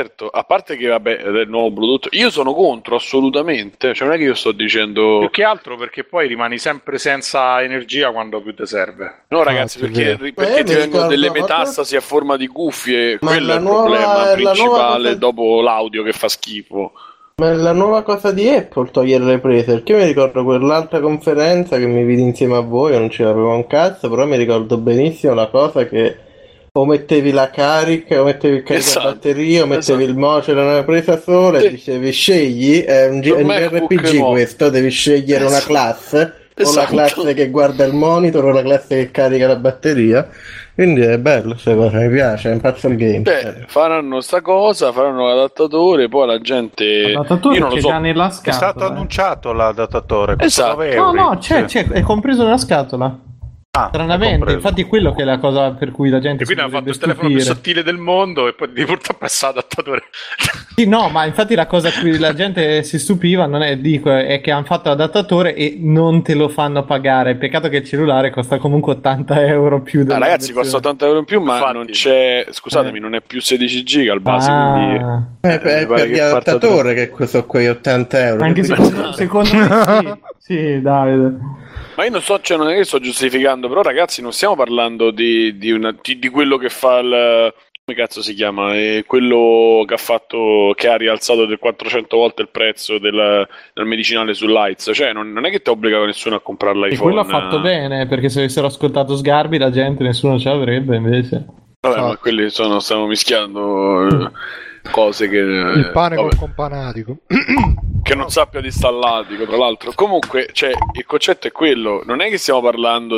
a parte che vabbè, del nuovo Bluetooth, io sono contro assolutamente, cioè non è che io sto dicendo. Più che altro perché poi rimani sempre senza energia quando più ti serve. No, ragazzi, perché ti vengono delle metastasi a forma di cuffie, quello è il problema principale dopo l'audio che fa schifo. Ma è la nuova cosa di Apple togliere le prese, perché io mi ricordo quell'altra conferenza che mi vidi insieme a voi, io non ce l'avevo un cazzo, però mi ricordo benissimo la cosa che o mettevi la carica, o mettevi il caricabatterie, o mettevi il c'era una presa sola e dicevi scegli, è un RPG questo, devi scegliere una classe, o la classe che guarda il monitor, o la classe che carica la batteria. Quindi è bello questa cosa, mi piace, è un pazzo il game. Faranno sta cosa, faranno l'adattatore, poi la gente. L'adattatore io non lo so. Nella scatola, è stato annunciato l'adattatore. Esatto. No, c'è, è compreso nella scatola. Stranamente, infatti quello che è la cosa per cui la gente e quindi hanno fatto il telefono più sottile del mondo e poi di portare presso l'adattatore. Sì, no, ma infatti la cosa a cui la gente si stupiva non è che hanno fatto l'adattatore e non te lo fanno pagare. Peccato che il cellulare costa comunque 80 euro più. Ragazzi, costa 80 euro in più, ma infatti, non c'è, scusatemi, non è più 16 giga al base. Quindi è per l'adattatore che sono quei 80 euro. Anche secondo me sì, Davide. Ma io non so, cioè non è che sto giustificando, però ragazzi non stiamo parlando di quello che fa come cazzo si chiama? È quello che ha fatto, che ha rialzato del 400 volte il prezzo del medicinale su Lights, cioè non è che ti ha obbligato nessuno a comprare l'iPhone. E quello ha fatto bene, perché se avessero ascoltato Sgarbi la gente nessuno ce l'avrebbe invece. Vabbè, ma quelli stiamo mischiando cose che il pane col companatico che non sappia di stallatico, tra l'altro. Comunque, cioè, il concetto è quello, non è che stiamo parlando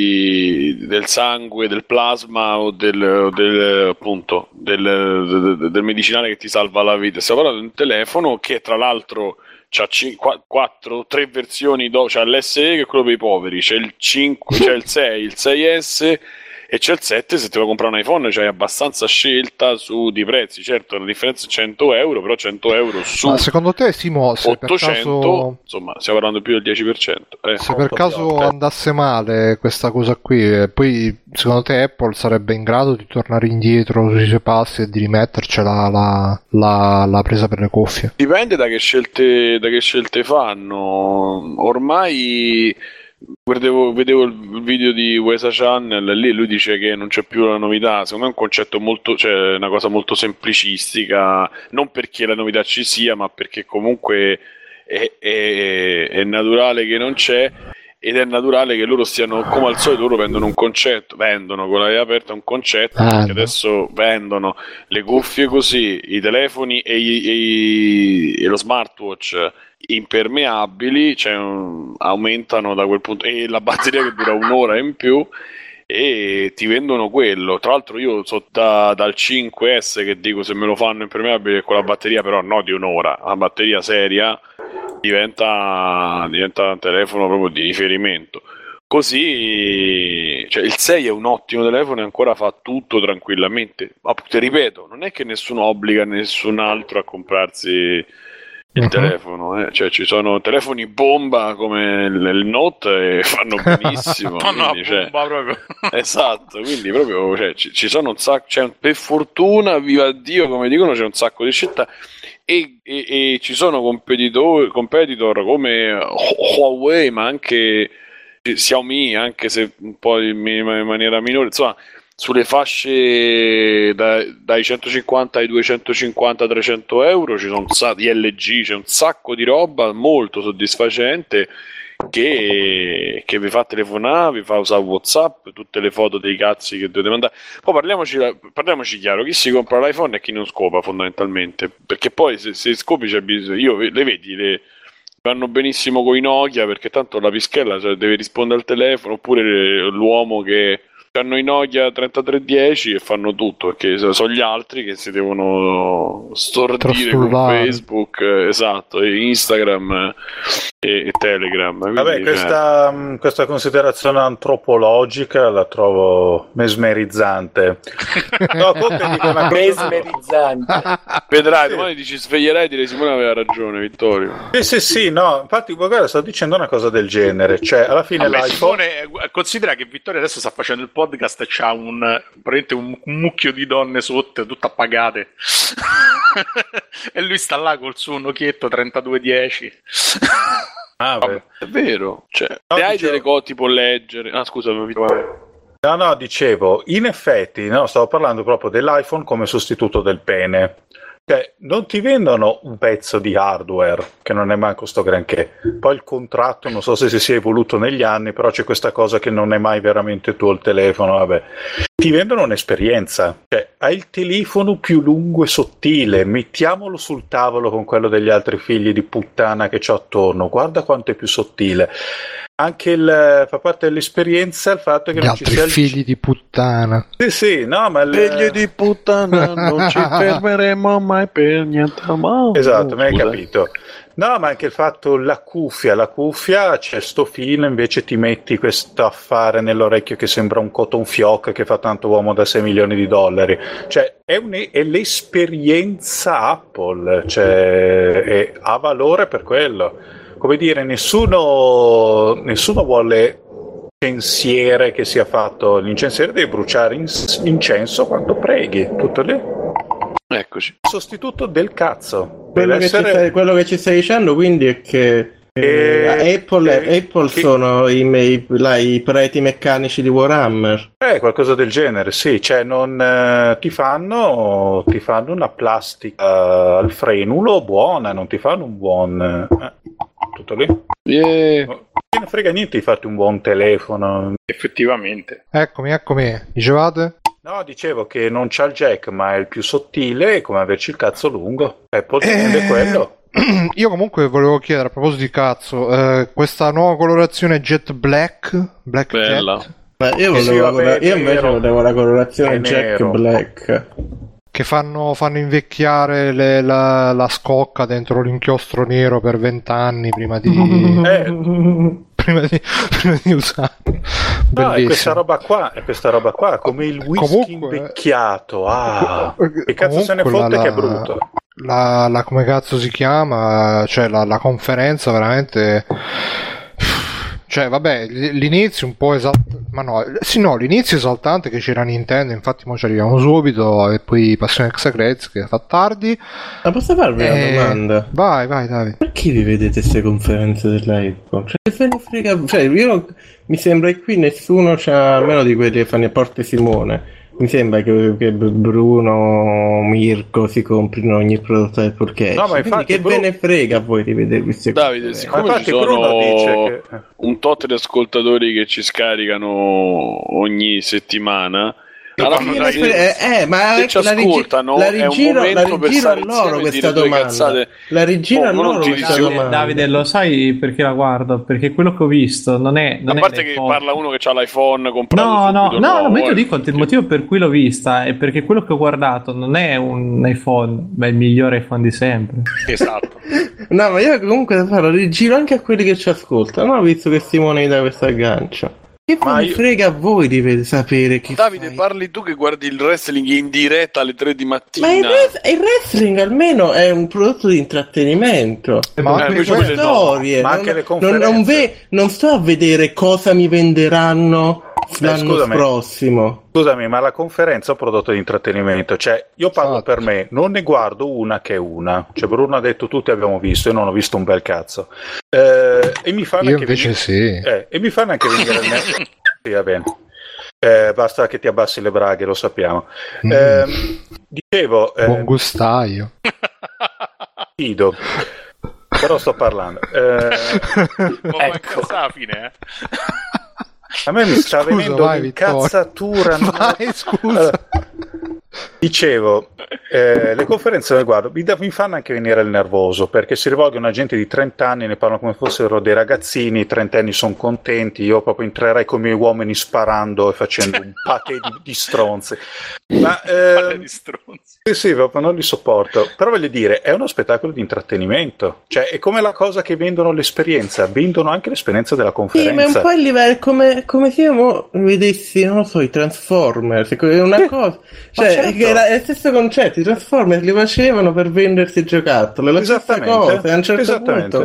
del sangue, del plasma o del medicinale che ti salva la vita, stiamo parlando di un telefono che tra l'altro c'ha 3 versioni, c'ha l'SE che è quello per i poveri, c'è il 5, c'è il 6, il 6S e c'è il 7, se te lo compra un iPhone c'hai abbastanza scelta di prezzi, certo la differenza è 100 euro, però 100 euro su. Ma secondo te, Simo, se 800, per caso, insomma stiamo parlando più del 10%. Se per caso andasse male questa cosa qui, poi secondo te Apple sarebbe in grado di tornare indietro sui suoi passi e di rimettercela la presa per le cuffie? Dipende da che scelte fanno. Ormai vedevo il video di Wesa Channel, lì lui dice che non c'è più la novità. Secondo me è un concetto molto, cioè una cosa molto semplicistica, non perché la novità ci sia, ma perché comunque è naturale che non c'è, ed è naturale che loro stiano, come al solito, loro vendono un concetto, vendono con la via aperta un concetto, perché adesso vendono le cuffie così, i telefoni e lo smartwatch impermeabili, cioè aumentano da quel punto, e la batteria che dura un'ora in più, e ti vendono quello. Tra l'altro io so dal 5S che dico, se me lo fanno impermeabile con la batteria, però no di un'ora, la batteria seria diventa un telefono proprio di riferimento. Così, cioè, il 6 è un ottimo telefono e ancora fa tutto tranquillamente, ma ti ripeto, non è che nessuno obbliga nessun altro a comprarsi il telefono, cioè ci sono telefoni bomba come il Note e fanno benissimo. Quindi, bomba proprio. Esatto, quindi proprio, cioè, ci sono un sacco, per fortuna, viva Dio, come dicono, c'è un sacco di scelta, e ci sono competitor come Huawei, ma anche Xiaomi, anche se un po' in maniera minore, insomma, sulle fasce dai 150 ai 250-300 euro ci sono di LG, c'è un sacco di roba molto soddisfacente che vi fa telefonare, vi fa usare WhatsApp, tutte le foto dei cazzi che dovete mandare. Poi parliamoci chiaro, chi si compra l'iPhone e chi non scopa, fondamentalmente, perché poi se scopi c'è bisogno, le vedi, vanno benissimo con i Nokia, perché tanto la pischella, cioè, deve rispondere al telefono, oppure l'uomo che hanno i Nokia 3310 e fanno tutto, perché sono gli altri che si devono stordire con Facebook, esatto, e Instagram e Telegram. Quindi, vabbè, questa considerazione antropologica la trovo mesmerizzante. No, dico una mesmerizzante. Vedrai, domani ti ci sveglierai e direi Simone aveva ragione, Vittorio. Sì, no, infatti guarda, sto dicendo una cosa del genere, cioè alla fine l'iPhone... Simone, considera che Vittorio adesso sta facendo il podcast e c'ha un mucchio di donne sotto, tutte appagate. E lui sta là col suo Nokietto 3210. Vabbè, è vero, cioè, no, se hai delle cose tipo leggere. Scusa, no, dicevo, in effetti, no, stavo parlando proprio dell'iPhone come sostituto del pene. Cioè, non ti vendono un pezzo di hardware, che non è manco sto granché. Poi il contratto, non so se si sia evoluto negli anni, però c'è questa cosa che non è mai veramente tuo il telefono, vabbè. Ti vendono un'esperienza. Cioè, hai il telefono più lungo e sottile, mettiamolo sul tavolo con quello degli altri figli di puttana che c'ho attorno, guarda quanto è più sottile. Anche fa parte dell'esperienza il fatto che gli non ci sia figli di puttana. Sì, no, ma figli di puttana non ci fermeremo mai per niente. Esatto, mi hai capito. No, ma anche il fatto la cuffia c'è sto filo, invece ti metti questo affare nell'orecchio che sembra un cotton fioc che fa tanto uomo da $6 milioni. Cioè è l'esperienza Apple, cioè ha valore per quello. Come dire, nessuno vuole l'incensiere che sia fatto. L'incensiere deve bruciare incenso quando preghi, tutto lì. Eccoci. Sostituto del cazzo. Quello che ci stai dicendo quindi è che Apple sono i preti meccanici di Warhammer. Qualcosa del genere, sì. Cioè non ti fanno una plastica al frenulo buona, non ti fanno un buon... tutto lì. Non ne frega niente di farti un buon telefono. Effettivamente. Eccomi. Dicevate? No, dicevo che non c'ha il jack, ma è il più sottile, è come averci il cazzo lungo. Apple è quello. Io comunque volevo chiedere, a proposito di cazzo, questa nuova colorazione Jet Black bella. Jet, io invece volevo la colorazione Jack nero. Black, che fanno invecchiare la scocca dentro l'inchiostro nero per 20 anni prima di usare. No, è questa roba qua, come il whisky invecchiato. Che cazzo se ne fotte, che è brutto. Come cazzo si chiama? Cioè la conferenza veramente, cioè vabbè, l'inizio un po' l'inizio esaltante che c'era Nintendo, infatti mo ci arriviamo subito, e poi passiamo a Xacrez che fa tardi. Ma posso farvi una domanda? Vai Davide. Perché vi vedete queste conferenze dell'IPhone? Cioè, io mi sembra che qui nessuno c'ha, almeno di quelli che fanno a parte Simone. Mi sembra che Bruno, Mirko si comprino ogni prodotto Apple Cash. No, ma infatti che ve ne frega a voi di vedere questi Davide, siccome ci sono un tot di ascoltatori che ci scaricano ogni settimana, ma se ci ascoltano è un momento per stare loro questa domanda. La rigiro a loro questa domanda. Davide, lo sai perché la guardo? Perché quello che ho visto non è a parte che parla uno che ha l'iPhone comprato no, ma io ti dico il motivo per cui l'ho vista è perché quello che ho guardato non è un iPhone, ma è il migliore iPhone di sempre. Esatto. No, ma io comunque lo rigiro anche a quelli che ci ascoltano, visto che Simone mi dà questo aggancio. Che mi frega a voi di sapere che Davide fai? Parli tu che guardi il wrestling in diretta alle 3 di mattina. Ma il wrestling almeno è un prodotto di intrattenimento, ma le storie, ma anche le conferenze. Non sto a vedere cosa mi venderanno l'anno prossimo. Scusami, ma la conferenza è un prodotto di intrattenimento, cioè io parlo per me, non ne guardo una che una, cioè Bruno ha detto tutti abbiamo visto, io non ho visto un bel cazzo, e mi fanno anche e mi fanno anche venire il sì, va bene, basta che ti abbassi le braghe, lo sappiamo. Dicevo buon gustaio Ido, però sto parlando ecco alla fine a me mi sta venendo un'incazzatura. Scusa. Dicevo, le conferenze le guardo, mi fanno anche venire il nervoso, perché si rivolgono a gente di 30 anni, ne parlano come fossero dei ragazzini, i 30 anni sono contenti, io proprio entrerei con i miei uomini sparando e facendo un paquet di stronzi. Ma, di stronzi. Sì, proprio non li sopporto. Però voglio dire, è uno spettacolo di intrattenimento, cioè è come la cosa che vendono l'esperienza, vendono anche l'esperienza della conferenza. Sì, ma è un po' il livello, come se io vedessi, non lo so, i Transformers, è una cosa, cioè certo. Che era il stesso concetto, i Transformers li facevano per vendersi giocattoli, è la stessa cosa, a un certo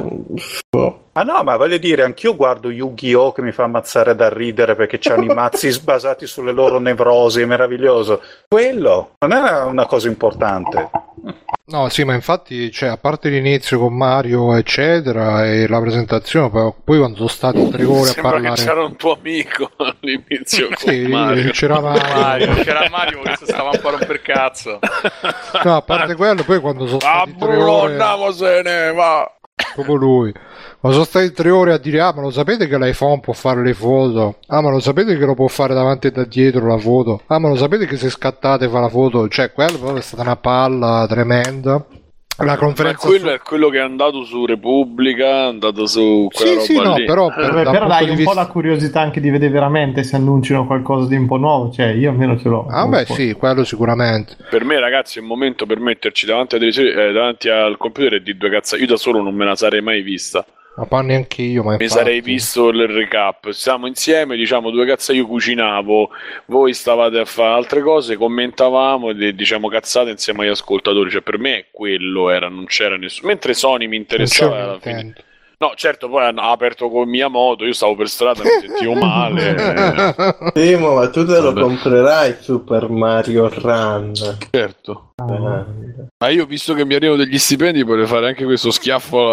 punto. Ah no, ma voglio dire, anch'io guardo Yu-Gi-Oh! Che mi fa ammazzare da ridere perché c'hanno i mazzi basati sulle loro nevrosi, è meraviglioso. Quello non è una cosa importante. No, sì, ma infatti, cioè, a parte l'inizio con Mario, eccetera, e la presentazione, poi quando sono stati 3 ore a parlare... che c'era un tuo amico all'inizio con sì, Mario. C'era Mario che si stava un po' romper cazzo. No, a parte quello, poi quando sono stati 3 ore... Andamosene, va! Proprio lui. Ma sono stati 3 ore a dire: ah, ma lo sapete che l'iPhone può fare le foto? Ah, ma lo sapete che lo può fare davanti e da dietro la foto? Ah, ma lo sapete che se scattate fa la foto? Cioè, quello proprio è stata una palla tremenda. La conferenza è quello che è andato su Repubblica, è andato su quella roba lì. Però dai un po' la curiosità anche di vedere veramente se annunciano qualcosa di un po' nuovo, cioè io almeno ce l'ho. Ah beh sì, quello sicuramente. Per me ragazzi è un momento per metterci davanti al computer e di 2 cazzate, io da solo non me la sarei mai vista. Ma neanche io, ma mi sarei visto il recap. Stiamo insieme, diciamo 2 cazzate, io cucinavo, voi stavate a fare altre cose, commentavamo e diciamo cazzate insieme agli ascoltatori. Cioè per me quello era, non c'era nessuno. Mentre Sony mi interessava alla fine. No, certo, poi hanno aperto con Miyamoto, io stavo per strada, mi sentivo male. Timo, ma tu te lo comprerai Super Mario Run? Certo. Ma io, visto che mi arrivano degli stipendi, vorrei fare anche questo schiaffo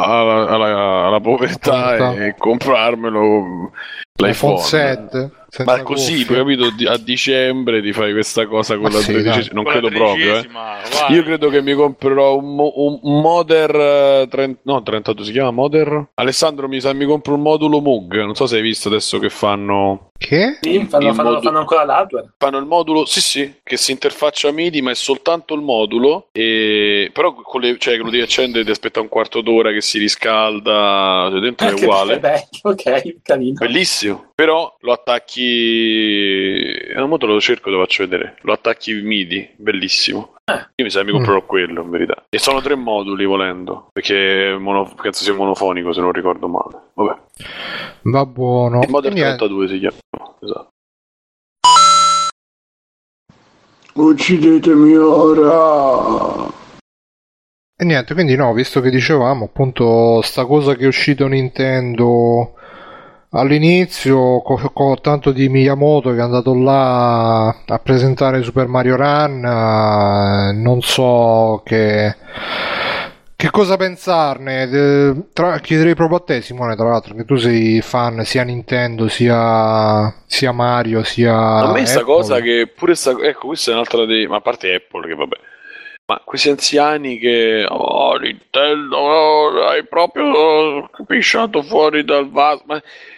alla povertà e comprarmelo l'iPhone 7. Ma così, capito, a dicembre ti fai questa cosa con la 13esima, non credo proprio, Io credo che mi comprerò un Moder 32, si chiama Moder? Alessandro, mi compro un modulo Moog, non so se hai visto adesso che fanno... Che? Sì, fanno ancora l'hardware. Fanno il modulo, sì, che si interfaccia MIDI, ma è soltanto il modulo, però con cioè che lo devi accendere e ti aspetta un quarto d'ora che si riscalda, cioè dentro è uguale. Ok, carino. Bellissimo. Però lo attacchi, mo te lo cerco, te lo faccio vedere. Lo attacchi MIDI, bellissimo. Io mi sa che mi comprerò quello in verità. E sono 3 moduli volendo, perché penso sia monofonico se non ricordo male. Vabbè. Va buono. Il Model 32 si chiama. Esatto. Uccidetemi ora. E niente, quindi no, visto che dicevamo appunto sta cosa che è uscito Nintendo all'inizio con tanto di Miyamoto che è andato là a presentare Super Mario Run, non so che cosa pensarne. Chiederei proprio a te, Simone, tra l'altro, che tu sei fan sia Nintendo sia Mario sia a me sta Apple. cosa che pure ecco, questa è un'altra dei, ma a parte Apple che vabbè, ma questi anziani che Nintendo hai proprio pisciato fuori dal vaso, ma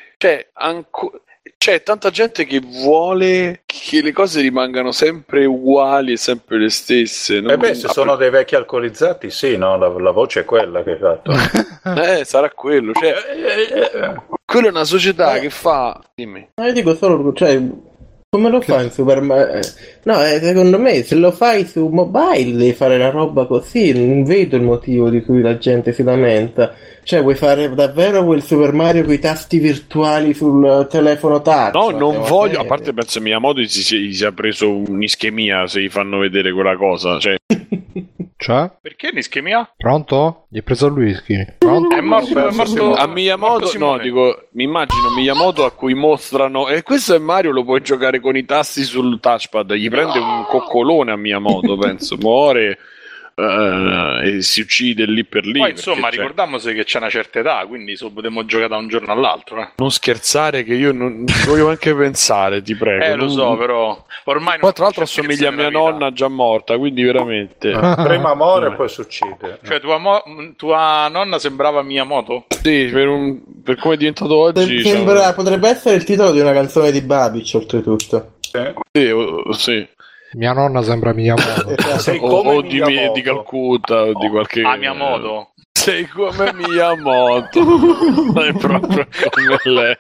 c'è tanta gente che vuole che le cose rimangano sempre uguali e sempre le stesse. Se sono dei vecchi alcolizzati, sì, no? La voce è quella che hai fatto. Sarà quello. Quella è una società che fa. Dimmi. Io dico solo, come lo fai in Super Mario? No, secondo me se lo fai su mobile devi fare una roba così, non vedo il motivo di cui la gente si lamenta. Vuoi fare davvero quel Super Mario con i tasti virtuali sul telefono touch? No, non voglio, a parte penso Miyamoto si sia preso un'ischemia se gli fanno vedere quella cosa, Cioè? Perché un'ischemia? Pronto? Gli è preso lui Pronto? È morto a Miyamoto, no, dico, mi immagino Miyamoto a cui mostrano e questo è Mario, lo puoi giocare con i tasti sul touchpad, gli prende un coccolone a Miyamoto, penso, muore e si uccide lì per lì. Poi insomma ricordiamoci che c'è una certa età, quindi potremmo giocare da un giorno all'altro. Non scherzare che io non voglio neanche pensare, ti prego. Lo so, però ormai poi tra l'altro assomiglia a mia nonna già morta, quindi veramente prima muore e poi succede. Cioè tua nonna sembrava Miyamoto? Sì, per come è diventato oggi potrebbe essere il titolo di una canzone di Babic, oltretutto. Sì. Mia nonna sembra Miyamoto. o di Calcutta o di qualche Miyamoto. Sei come Miyamoto. È proprio come lei.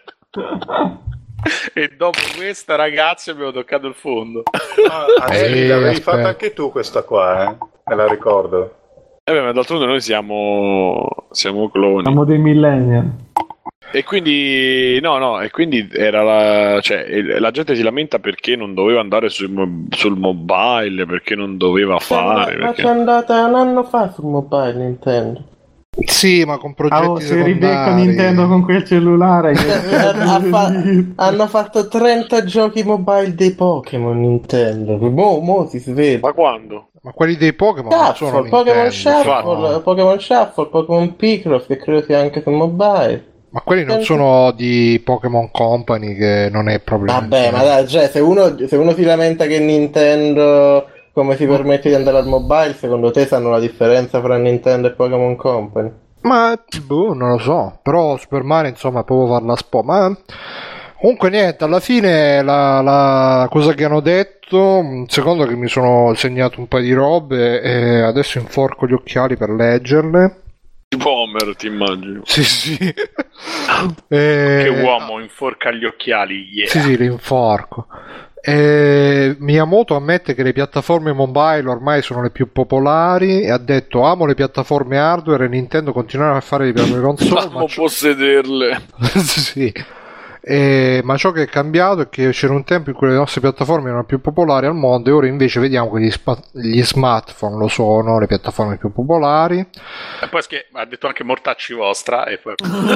E dopo questa, ragazzi, abbiamo toccato il fondo. L'avevi fatta anche tu questa qua, me la ricordo. Ma d'altronde noi siamo cloni. Siamo dei millennial. E quindi e quindi era la gente si lamenta perché non doveva andare sul mobile, perché non doveva fare. Ma c'è andata un anno fa sul mobile Nintendo. Sì, ma con progetti se ribecca Nintendo con quel cellulare hanno fatto 30 giochi mobile dei Pokémon Nintendo. Mo si svede. Ma quando? Ma quelli dei Pokémon non sono Pokémon Shuffle, Pokémon Picross, che credo sia anche su mobile. Ma quelli non sono di Pokémon Company, che non è proprio. Vabbè, ma dai, se uno si lamenta che Nintendo come si permette di andare al mobile, secondo te sanno la differenza fra Nintendo e Pokémon Company? Ma non lo so, però Super Mario insomma è proprio farla ma comunque niente, alla fine la cosa che hanno detto, secondo che mi sono segnato un paio di robe e adesso inforco gli occhiali per leggerle. Tipo Homer, ti immagino. Sì. Che uomo inforca gli occhiali, yeah. Sì, l'inforco. Miyamoto ammette che le piattaforme mobile ormai sono le più popolari e ha detto: amo le piattaforme hardware e Nintendo continuerà a fare le piattaforme console. Amo possederle. Sì. Ma ciò che è cambiato è che c'era un tempo in cui le nostre piattaforme erano più popolari al mondo e ora invece vediamo che gli smartphone lo sono le piattaforme più popolari. E poi ha detto anche mortacci vostra e poi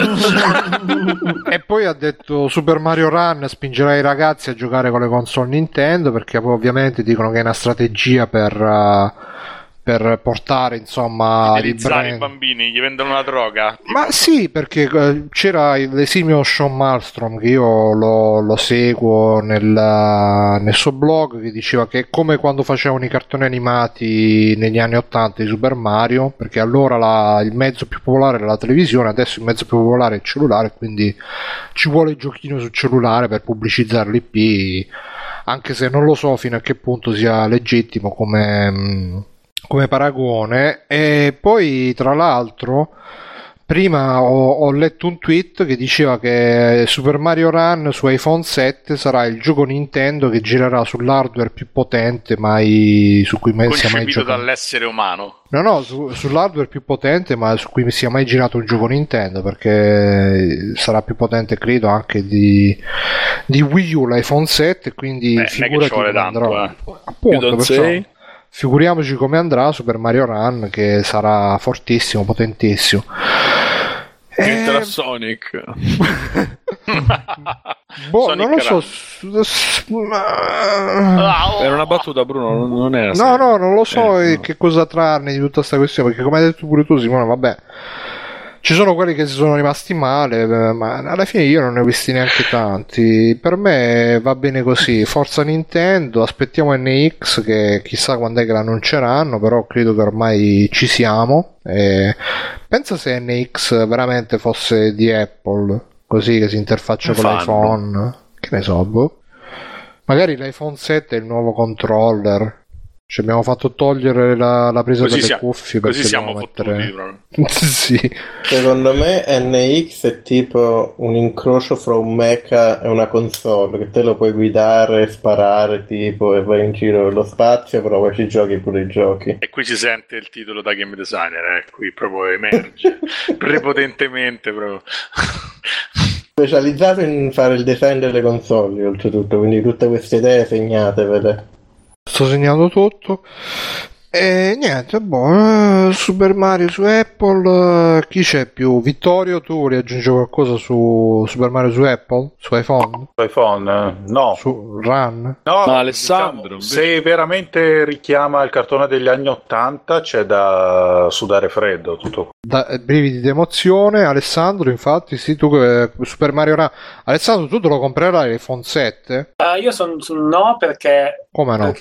e poi ha detto Super Mario Run spingerà i ragazzi a giocare con le console Nintendo, perché poi ovviamente dicono che è una strategia per portare insomma i bambini, gli vendono una droga tipo. Ma sì, perché c'era l'esimio Sean Malmstrom che io lo seguo nel suo blog, che diceva che è come quando facevano i cartoni animati negli anni 80 di Super Mario, perché allora il mezzo più popolare era la televisione, adesso il mezzo più popolare è il cellulare, quindi ci vuole il giochino sul cellulare per pubblicizzare l'IP, anche se non lo so fino a che punto sia legittimo come paragone. E poi tra l'altro prima ho letto un tweet che diceva che Super Mario Run su iPhone 7 sarà il gioco Nintendo che girerà sull'hardware più potente mai sia mai giocato dall'essere umano. No, sull'hardware più potente ma su cui sia mai girato un gioco Nintendo, perché sarà più potente credo anche di Wii U l'iPhone 7, quindi figurati come andrà. Appunto, perciò figuriamoci come andrà Super Mario Run, che sarà fortissimo, potentissimo. Diventerà Sonic. non lo so. Era una battuta, Bruno, non era. No, non lo so che cosa trarne di tutta questa questione, perché come hai detto pure tu, Simone, vabbè, ci sono quelli che si sono rimasti male, ma alla fine io non ne ho visti neanche tanti. Per me va bene così. Forza Nintendo, aspettiamo NX, che chissà quando è che l'annunceranno, però credo che ormai ci siamo. Pensa se NX veramente fosse di Apple, così che si interfaccia con l'iPhone, che ne so, boh. Magari l'iPhone 7 è il nuovo controller. Ci abbiamo fatto togliere la presa per le cuffie, così siamo mettere... Sì. Secondo me NX è tipo un incrocio fra un mecha e una console, che te lo puoi guidare, sparare tipo e vai in giro nello spazio, però poi ci giochi pure i giochi. E qui si sente il titolo da game designer, qui proprio emerge prepotentemente proprio. Specializzato in fare il design delle console, oltretutto, quindi tutte queste idee segnatevele. Sto segnando tutto e niente, Super Mario su Apple. Chi c'è più? Vittorio, tu vuoi aggiungere qualcosa su Super Mario su Apple? Su iPhone? Su iPhone? No. Su Run? No, Alessandro, se veramente richiama il cartone degli anni 80 c'è da sudare freddo tutto. Brividi d'emozione. Alessandro, infatti, sì, tu Super Mario Run. Alessandro, tu te lo comprerai l'iPhone 7? Io sono no, perché come no?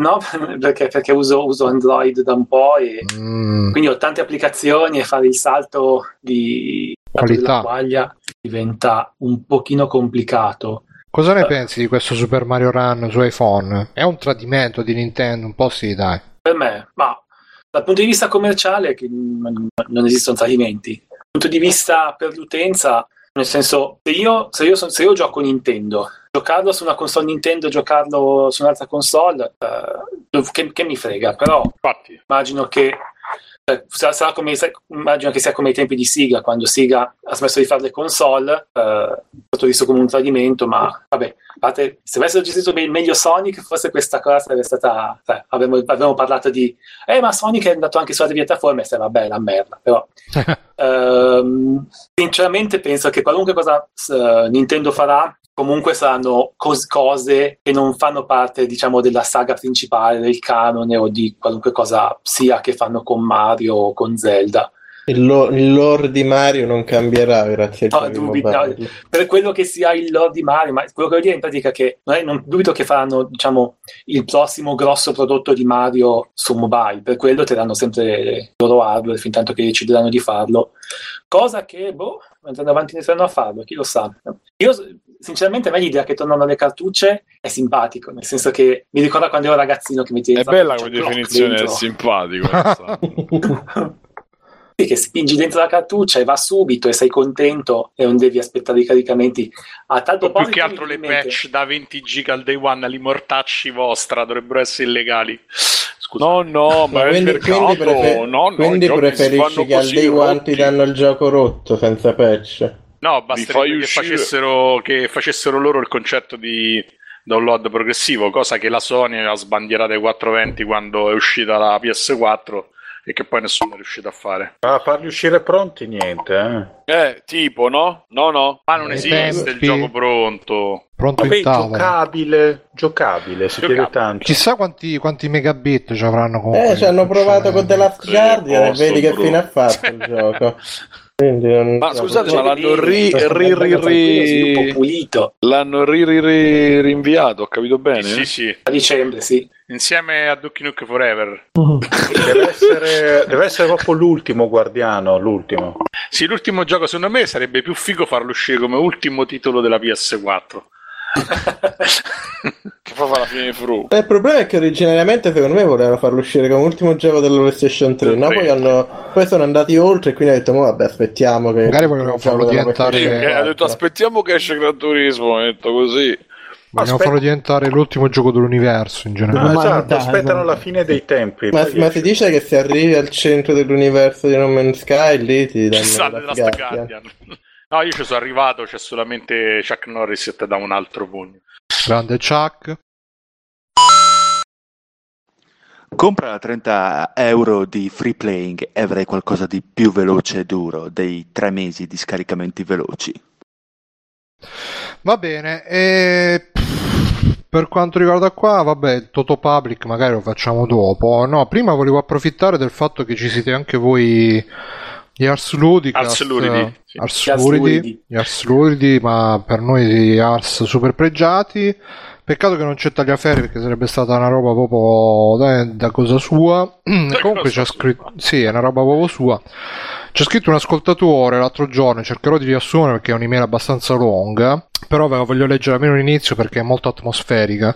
Perché uso Android da un po' e quindi ho tante applicazioni e fare il salto di qualità quaglia diventa un pochino complicato. Cosa ne pensi di questo Super Mario Run su iPhone? È un tradimento di Nintendo? Un po' sì, dai. Per me, ma dal punto di vista commerciale non esistono tradimenti. Dal punto di vista per l'utenza, nel senso, se io gioco Nintendo, giocarlo su una console Nintendo, giocarlo su un'altra console, che mi frega, però infatti immagino che immagino che sia come ai tempi di Sega, quando Sega ha smesso di fare le console, è stato visto come un tradimento, ma vabbè, se avessero gestito meglio Sonic, forse questa cosa sarebbe stata, avremmo parlato di ma Sonic è andato anche sulle piattaforme, e vabbè, la merda, però sinceramente penso che qualunque cosa Nintendo farà, comunque saranno cose che non fanno parte, diciamo, della saga principale, del canone o di qualunque cosa sia che fanno con Mario o con Zelda. Il lore di Mario non cambierà grazie a per quello che sia il lore di Mario, ma quello che voglio dire in pratica è che non dubito che faranno, diciamo, il prossimo grosso prodotto di Mario su mobile, per quello terranno sempre il loro hardware fin tanto che decideranno di farlo, cosa che andando avanti iniziano a farlo, chi lo sa. Io sinceramente a me l'idea che tornano le cartucce è simpatico, nel senso che mi ricorda quando ero ragazzino che metti è bella come definizione del simpatico. Che spingi dentro la cartuccia e va subito e sei contento e non devi aspettare i caricamenti a tanto più che altro le patch da 20 giga al day one, li mortacci vostra dovrebbero essere illegali. Scusa. No, ma quindi preferisci che al day one ti danno il gioco rotto senza patch? No, basterebbe che facessero loro il concetto di download progressivo, cosa che la Sony ha sbandierato ai 420 quando è uscita la PS4 e che poi nessuno è riuscito a fare. A farli uscire pronti niente, tipo, no? No, ma non esiste il gioco pronto in tavola. Giocabile, si chiede tanto. Chissà quanti megabit ci avranno comunque. Ci hanno provato con The Last Guardian e vedi che fine ha fatto il gioco. Ma scusate, ma l'hanno l'hanno rinviato, ho capito bene? Sì. A dicembre, sì. Insieme a Duke Nukem Forever. Deve essere proprio l'ultimo Guardiano, l'ultimo. Sì, l'ultimo gioco secondo me sarebbe più figo farlo uscire come ultimo titolo della PS4. Che poi fa la fine fru. Il problema è che originariamente secondo me volevano farlo uscire come ultimo gioco della PlayStation 3, no? Poi sono andati oltre e quindi ha detto vabbè, aspettiamo che magari volevano farlo diventare ha detto aspettiamo che esce Gran Turismo, ha detto così. Vogliamo farlo diventare l'ultimo gioco dell'universo in generale. Esatto, aspettano la fine dei tempi. Ma si dice che se arrivi al centro dell'universo di No Man's Sky lì ti danno la Guardian. No, io ci sono arrivato, c'è solamente Chuck Norris e te da un altro pugno. Grande Chuck. Compra a 30 euro di free playing e avrai qualcosa di più veloce e duro dei 3 mesi di scaricamenti veloci. Va bene, per quanto riguarda qua, vabbè, il Toto Public magari lo facciamo dopo. No, prima volevo approfittare del fatto che ci siete anche voi gli Ars Luridi, ma per noi Ars super pregiati. Peccato che non c'è Tagliaferri, perché sarebbe stata una roba proprio da cosa sua. Comunque c'è scritto, sì, è una roba proprio sua. C'è scritto un ascoltatore l'altro giorno, cercherò di riassumere perché è un'email abbastanza lunga, però ve la voglio leggere almeno all'inizio perché è molto atmosferica,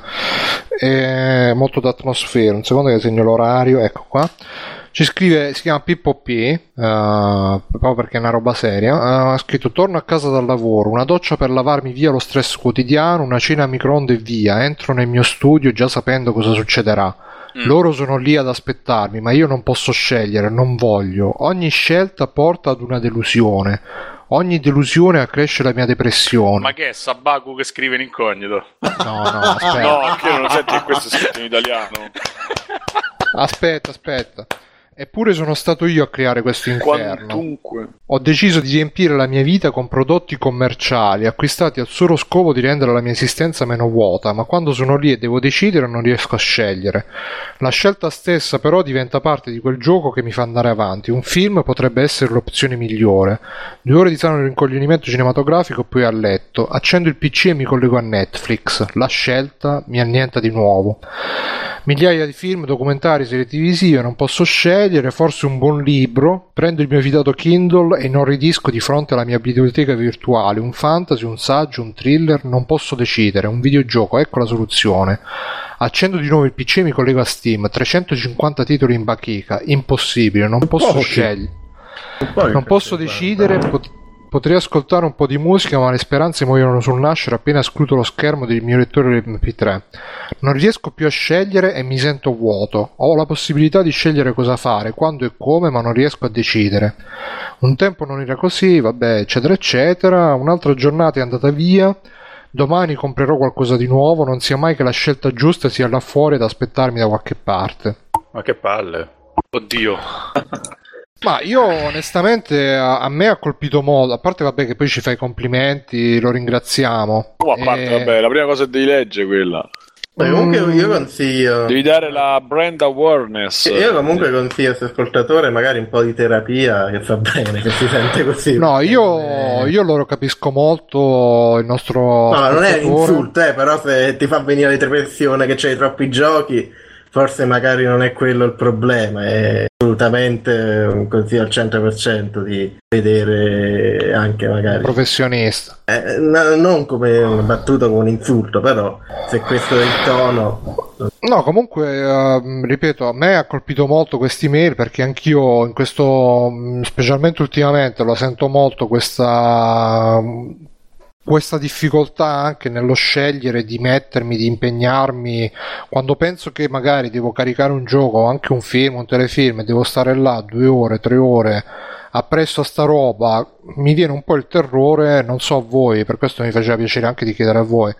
è molto d'atmosfera. Un secondo che segno l'orario, ecco qua. Ci scrive, si chiama Pippo P, proprio perché è una roba seria. Ha scritto: torno a casa dal lavoro, una doccia per lavarmi via lo stress quotidiano, una cena a microonde e via. Entro nel mio studio già sapendo cosa succederà. Loro sono lì ad aspettarmi, ma io non posso scegliere, non voglio. Ogni scelta porta ad una delusione. Ogni delusione accresce la mia depressione. Ma che è Sabaku che scrive in incognito? No, aspetta. No, che non senti che questo è scritto in italiano. Aspetta. Eppure sono stato io a creare questo inferno. Quantunque. Ho deciso di riempire la mia vita con prodotti commerciali, acquistati al solo scopo di rendere la mia esistenza meno vuota, ma quando sono lì e devo decidere non riesco a scegliere. La scelta stessa però diventa parte di quel gioco che mi fa andare avanti. Un film potrebbe essere l'opzione migliore. 2 ore di sano rincoglionimento cinematografico, poi a letto. Accendo il PC e mi collego a Netflix. La scelta mi annienta di nuovo. Migliaia di film, documentari, serie televisive, non posso scegliere, forse un buon libro. Prendo il mio fidato Kindle e inorridisco di fronte alla mia biblioteca virtuale. Un fantasy, un saggio, un thriller, non posso decidere. Un videogioco, ecco la soluzione. Accendo di nuovo il PC e mi collego a Steam. 350 titoli in bacheca, impossibile, non posso scegliere. Non posso decidere. Potrei ascoltare un po' di musica, ma le speranze muoiono sul nascere appena scruto lo schermo del mio lettore MP3. Non riesco più a scegliere e mi sento vuoto. Ho la possibilità di scegliere cosa fare, quando e come, ma non riesco a decidere. Un tempo non era così, vabbè, eccetera, eccetera. Un'altra giornata è andata via. Domani comprerò qualcosa di nuovo. Non sia mai che la scelta giusta sia là fuori ad aspettarmi da qualche parte. Ma che palle. Oddio. Ma io onestamente a me ha colpito molto, a parte vabbè che poi ci fai i complimenti, lo ringraziamo. A parte vabbè, la prima cosa è di legge quella. Comunque io consiglio, devi dare la brand awareness. Io comunque consiglio a questo ascoltatore magari un po' di terapia, che fa bene, che si sente così. No, io loro capisco molto il nostro no, non è un insulto, però se ti fa venire la depressione che c'hai troppi giochi, forse magari non è quello il problema, è assolutamente un consiglio al 100% di vedere anche magari professionista, non come una battuta, come un insulto, però se questo è il tono. No, comunque ripeto, a me ha colpito molto quest'email perché anch'io in questo, specialmente ultimamente, lo sento molto questa difficoltà anche nello scegliere, di mettermi, di impegnarmi. Quando penso che magari devo caricare un gioco o anche un film, un telefilm, e devo stare là 2 ore, 3 ore appresso a sta roba, mi viene un po' il terrore, non so a voi, per questo mi faceva piacere anche di chiedere a voi,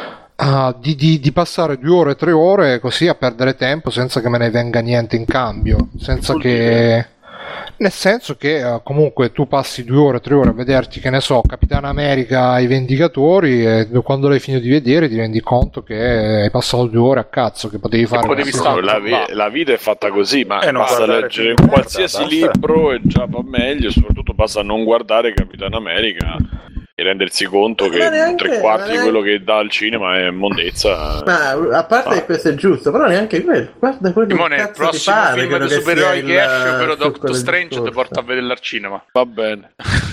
di passare 2 ore, 3 ore così a perdere tempo senza che me ne venga niente in cambio, senza che... Nel senso che comunque tu passi 2 ore, 3 ore a vederti, che ne so, Capitano America, i Vendicatori, e quando l'hai finito di vedere ti rendi conto che hai passato 2 ore a cazzo, che potevi fare. La vita è fatta così, ma basta leggere qualsiasi libro e già va meglio, soprattutto basta non guardare Capitano America e rendersi conto che 3/4 di quello che dà al cinema è mondezza. Ma a parte che questo è giusto, però neanche quello. Guarda quello che il prossimo film di supereroi che esce, ovvero Doctor Strange, ti porta a vederlo al cinema. Va bene.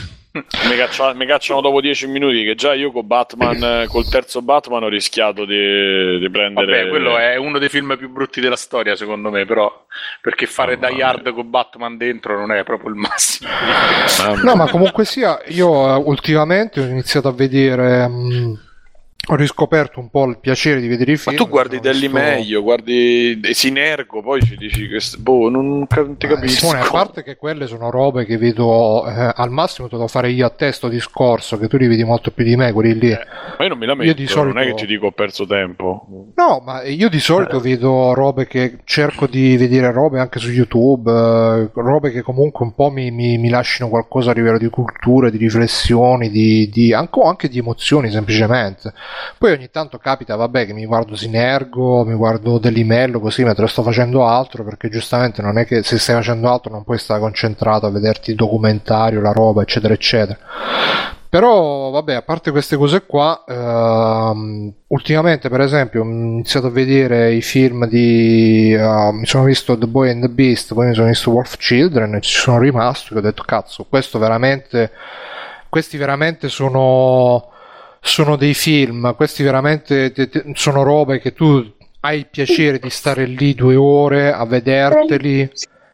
mi cacciano dopo 10 minuti, che già io con Batman, col terzo Batman ho rischiato di prendere. Vabbè, quello è uno dei film più brutti della storia secondo me, però perché fare Die Hard con Batman dentro non è proprio il massimo. No, ma comunque sia, io ultimamente ho iniziato a vedere, ho riscoperto un po' il piacere di vedere i film. Ma tu guardi Delli meglio, guardi Sinergo, poi ci dici che non ti capisco. Simone, a parte che quelle sono robe che vedo al massimo te lo fare io a testo discorso, che tu li vedi molto più di me, quelli lì. Ma io non mi lamento, solito... non è che ti dico ho perso tempo. No, ma io di solito vedo robe che cerco di vedere robe anche su YouTube, robe che comunque un po' mi lasciano qualcosa a livello di cultura, di riflessioni, anche di emozioni semplicemente. Poi ogni tanto capita, vabbè, che mi guardo Sinergo, mi guardo Delimello così mentre sto facendo altro, perché giustamente non è che se stai facendo altro non puoi stare concentrato a vederti il documentario, la roba, eccetera, eccetera. Però vabbè, a parte queste cose qua, ultimamente per esempio ho iniziato a vedere i film mi sono visto The Boy and the Beast, poi mi sono visto Wolf Children e ci sono rimasto, che ho detto cazzo, questi veramente sono dei film, questi veramente sono robe che tu hai il piacere di stare lì 2 ore a vederteli.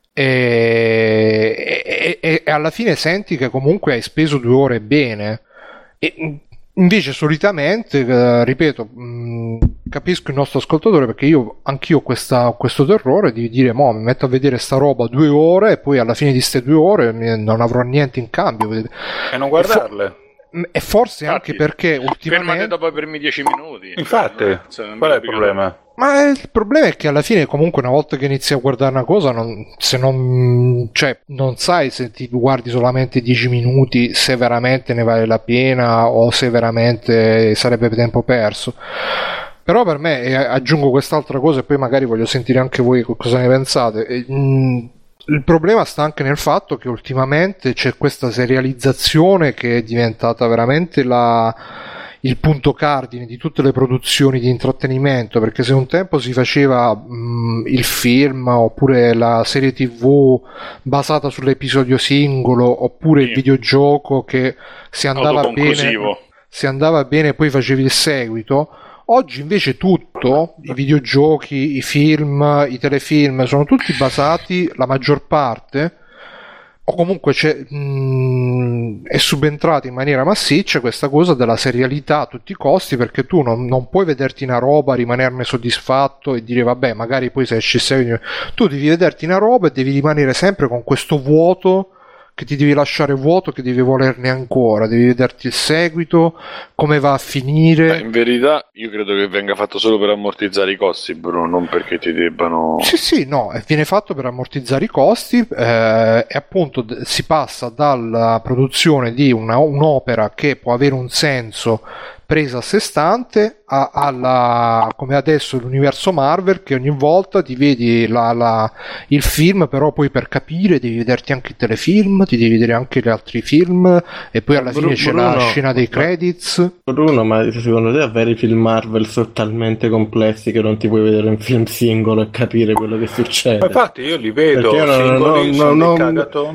E alla fine senti che comunque hai speso 2 ore bene, e invece solitamente ripeto, capisco il nostro ascoltatore, perché anch'io ho questo terrore di dire mi metto a vedere sta roba 2 ore e poi alla fine di ste 2 ore non avrò niente in cambio e non guardarle. E forse anche perché ultimamente fermate dopo per 10 minuti. Infatti, qual è il problema? Ma il problema è che alla fine comunque una volta che inizi a guardare una cosa non sai se ti guardi solamente 10 minuti se veramente ne vale la pena o se veramente sarebbe tempo perso. Però per me, e aggiungo quest'altra cosa e poi magari voglio sentire anche voi cosa ne pensate, il problema sta anche nel fatto che ultimamente c'è questa serializzazione che è diventata veramente il punto cardine di tutte le produzioni di intrattenimento, perché se un tempo si faceva il film oppure la serie TV basata sull'episodio singolo oppure il videogioco che se andava bene poi facevi il seguito. Oggi invece tutto, i videogiochi, i film, i telefilm, sono tutti basati, la maggior parte, o comunque è subentrata in maniera massiccia questa cosa della serialità a tutti i costi, perché tu non puoi vederti una roba, rimanerne soddisfatto e dire vabbè, magari poi se esce il seguito, tu devi vederti una roba e devi rimanere sempre con questo vuoto, che ti devi lasciare vuoto, che devi volerne ancora, devi vederti il seguito, come va a finire. In verità io credo che venga fatto solo per ammortizzare i costi, Bruno, non perché ti debbano... Sì, no, viene fatto per ammortizzare i costi, e appunto si passa dalla produzione di un'opera che può avere un senso presa a sé stante alla, come adesso l'universo Marvel, che ogni volta ti vedi il film, però poi per capire devi vederti anche il telefilm, ti devi vedere anche gli altri film e poi alla fine c'è la scena dei credits. Bruno, ma secondo te davvero i film Marvel sono talmente complessi che non ti puoi vedere un film singolo e capire quello che succede? Ma infatti io li vedo singoli, sono dei cagatoni.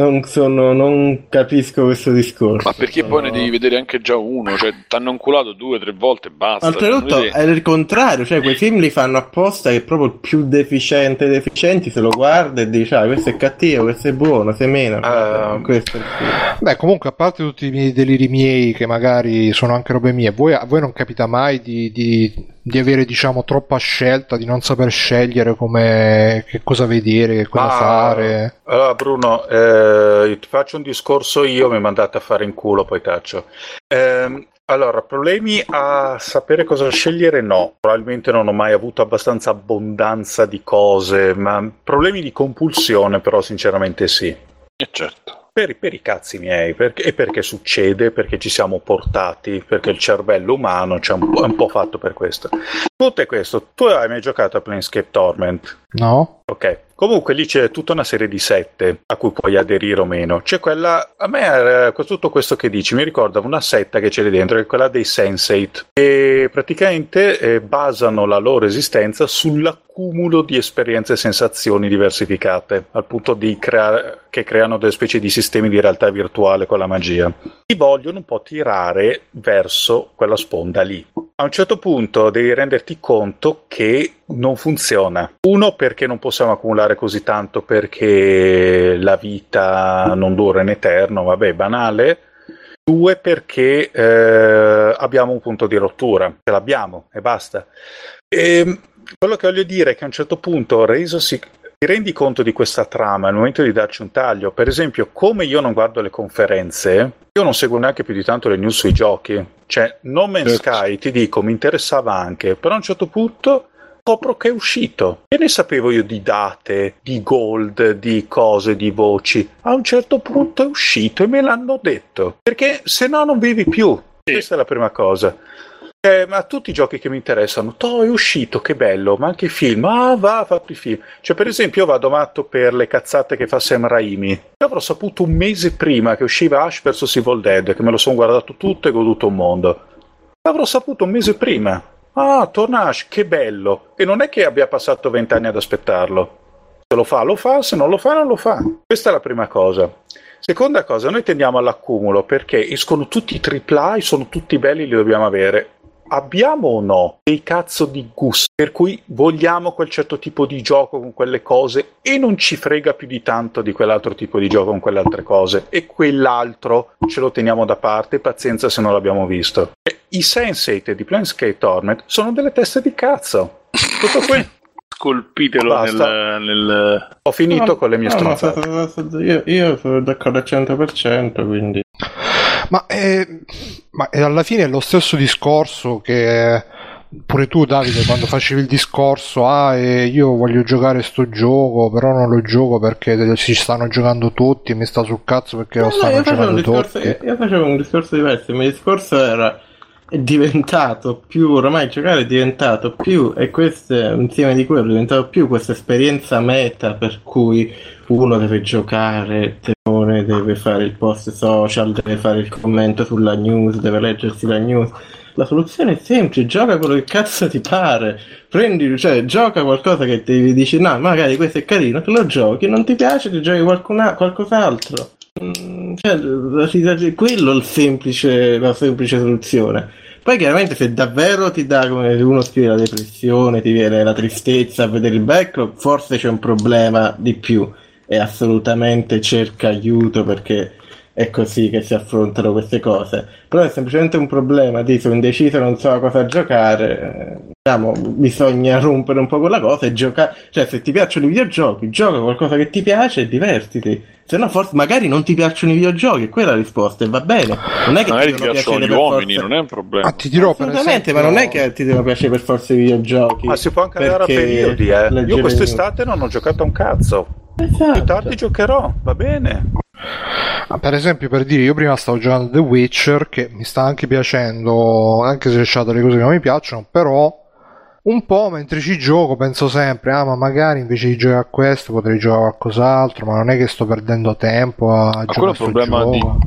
Non capisco questo discorso. Ma perché poi ne devi vedere anche già uno? Cioè t'hanno inculato 2 o 3 volte e basta. Oltretutto è il contrario, cioè quei film li fanno apposta che proprio il più deficienti se lo guarda e dice questo è cattivo, questo è buono, se meno. Questo beh, comunque a parte tutti i deliri miei che magari sono anche robe mie, a voi non capita mai di avere diciamo troppa scelta, di non saper scegliere che cosa vedere, che cosa fare? Allora Bruno, ti faccio un discorso io, mi mandate a fare in culo, poi taccio. Allora, problemi a sapere cosa scegliere no, probabilmente non ho mai avuto abbastanza abbondanza di cose, ma problemi di compulsione però sinceramente sì. Certo. Per i cazzi miei, perché succede, perché ci siamo portati, perché il cervello umano è un po' fatto per questo. Tutto è questo. Tu hai mai giocato a Planescape Torment? No. Ok. Comunque lì c'è tutta una serie di sette a cui puoi aderire o meno. C'è quella, a me tutto questo che dici mi ricorda una setta che c'è lì dentro, che è quella dei Sensate, e praticamente basano la loro esistenza sull'accumulo di esperienze e sensazioni diversificate, al punto di che creano delle specie di sistemi di realtà virtuale con la magia. Ti vogliono un po' tirare verso quella sponda lì. A un certo punto devi renderti conto che non funziona. Uno, perché non possiamo accumulare così tanto, perché la vita non dura in eterno, vabbè, banale. 2, perché abbiamo un punto di rottura, ce l'abbiamo e basta. Quello che voglio dire è che a un certo punto, resosi ti rendi conto di questa trama al momento di darci un taglio. Per esempio, come io non guardo le conferenze, io non seguo neanche più di tanto le news sui giochi. Cioè, No Man's Sky, ti dico, mi interessava anche, però a un certo punto scopro che è uscito. Che ne sapevo io di date, di gold, di cose, di voci? A un certo punto è uscito e me l'hanno detto. Perché se no non vivi più. Questa è la prima cosa. Ma tutti i giochi che mi interessano, è uscito, che bello, ma anche i film, ha fatto i film. Cioè, per esempio, io vado matto per le cazzate che fa Sam Raimi. Io avrò saputo un mese prima che usciva Ash vs Evil Dead, che me lo sono guardato tutto e goduto un mondo. L'avrò saputo un mese prima. Torna Ash, che bello. E non è che abbia passato 20 anni ad aspettarlo. Se lo fa, se non lo fa, non lo fa. Questa è la prima cosa. Seconda cosa, noi tendiamo all'accumulo perché escono tutti i AAA, sono tutti belli, li dobbiamo avere. Abbiamo o no dei cazzo di gusti per cui vogliamo quel certo tipo di gioco con quelle cose e non ci frega più di tanto di quell'altro tipo di gioco con quelle altre cose, e quell'altro ce lo teniamo da parte, pazienza se non l'abbiamo visto. I Sense8 di Planescape Torment sono delle teste di cazzo, tutto qui. Colpitelo nel... Ho finito con le mie stronzate. Io sono d'accordo al 100%, quindi... Ma alla fine è lo stesso discorso che pure tu, Davide, quando facevi il discorso io voglio giocare sto gioco però non lo gioco perché si stanno giocando tutti e mi sta sul cazzo perché lo stanno giocando tutti. Io facevo un discorso diverso. Il mio discorso era: è diventato più, ormai giocare è diventato più, e questo è insieme di quello, è diventato più questa esperienza meta per cui uno deve giocare, deve fare il post social, deve fare il commento sulla news, deve leggersi la news. La soluzione è semplice: gioca quello che cazzo ti pare, gioca qualcosa che ti dici no, magari questo è carino, te lo giochi, non ti piace ti giochi qualcos'altro. Quello è la semplice soluzione. Poi chiaramente se davvero ti dà, come uno scrive, la depressione, ti viene la tristezza a vedere il backlog, forse c'è un problema di più e assolutamente cerca aiuto, perché è così che si affrontano queste cose. Però è semplicemente un problema di sono indeciso, non so a cosa giocare, bisogna rompere un po' quella cosa e giocare. Cioè, se ti piacciono i videogiochi, gioca qualcosa che ti piace e divertiti. Se no, forse magari non ti piacciono i videogiochi, è quella la risposta, e va bene. Non è che magari ti piacciono gli uomini, non è un problema. Ti dirò, assolutamente, ma non è che ti devono piacere per forza i videogiochi. Ma si può anche andare a periodi, Io quest'estate non ho giocato a un cazzo. Esatto. Più tardi giocherò, va bene. Per esempio, per dire, io prima stavo giocando The Witcher, che mi sta anche piacendo, anche se c'è delle cose che non mi piacciono, però un po' mentre ci gioco penso sempre ma magari invece di giocare a questo potrei giocare a qualcos'altro, ma non è che sto perdendo tempo a giocare a questo gioco. Quello è un problema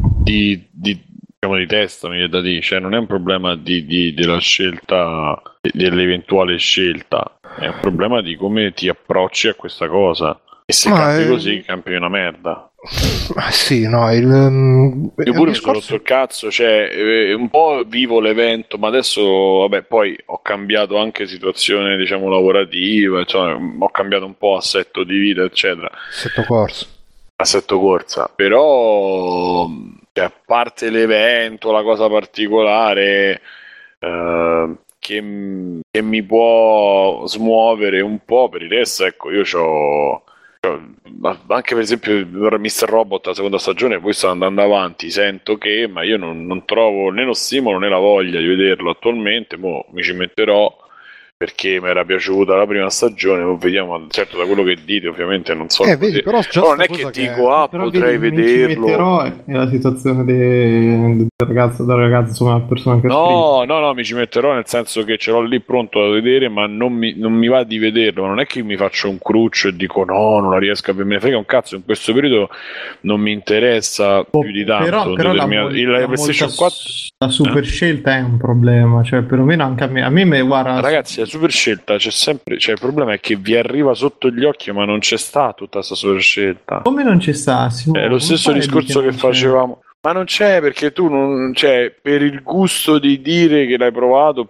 di testa, mi viene da dire, cioè non è un problema della scelta, dell'eventuale scelta, è un problema di come ti approcci a questa cosa. E se campi così, campi una merda. Sì, no, io pure mi sono rotto il cazzo, cioè un po' vivo l'evento, ma adesso vabbè, poi ho cambiato anche situazione, diciamo, lavorativa, cioè, ho cambiato un po' assetto di vita, eccetera. Assetto corsa, però a parte l'evento, la cosa particolare che mi può smuovere un po', per il resto, ecco, io c'ho anche per esempio Mr. Robot la seconda stagione, poi sta andando avanti, sento che, ma io non trovo né lo stimolo né la voglia di vederlo attualmente. Mo mi ci metterò perché mi era piaciuta la prima stagione, poi vediamo, certo da quello che dite ovviamente non so vedi, però non è che dico potrei vederlo. Però è la situazione del ragazzo, insomma, una persona che no, mi ci metterò, nel senso che ce l'ho lì pronto da vedere, ma non mi va di vederlo. Ma non è che mi faccio un cruccio e dico no, non la riesco a vedere, me ne frega un cazzo, in questo periodo non mi interessa più di tanto. Però la PlayStation 4, la super scelta è un problema, cioè perlomeno anche a me guarda, ragazzi, la super scelta c'è sempre, cioè il problema è che vi arriva sotto gli occhi, ma non c'è sta tutta questa super scelta. Come non c'è sta? È lo stesso discorso che facevamo. Ma non c'è, perché tu non c'è, per il gusto di dire che l'hai provato,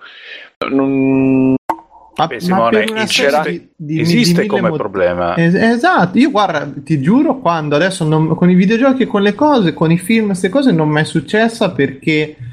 Simone, esiste come problema. Esatto, io guarda, ti giuro, quando adesso con i videogiochi e con le cose, con i film, queste cose non mi è successa, perché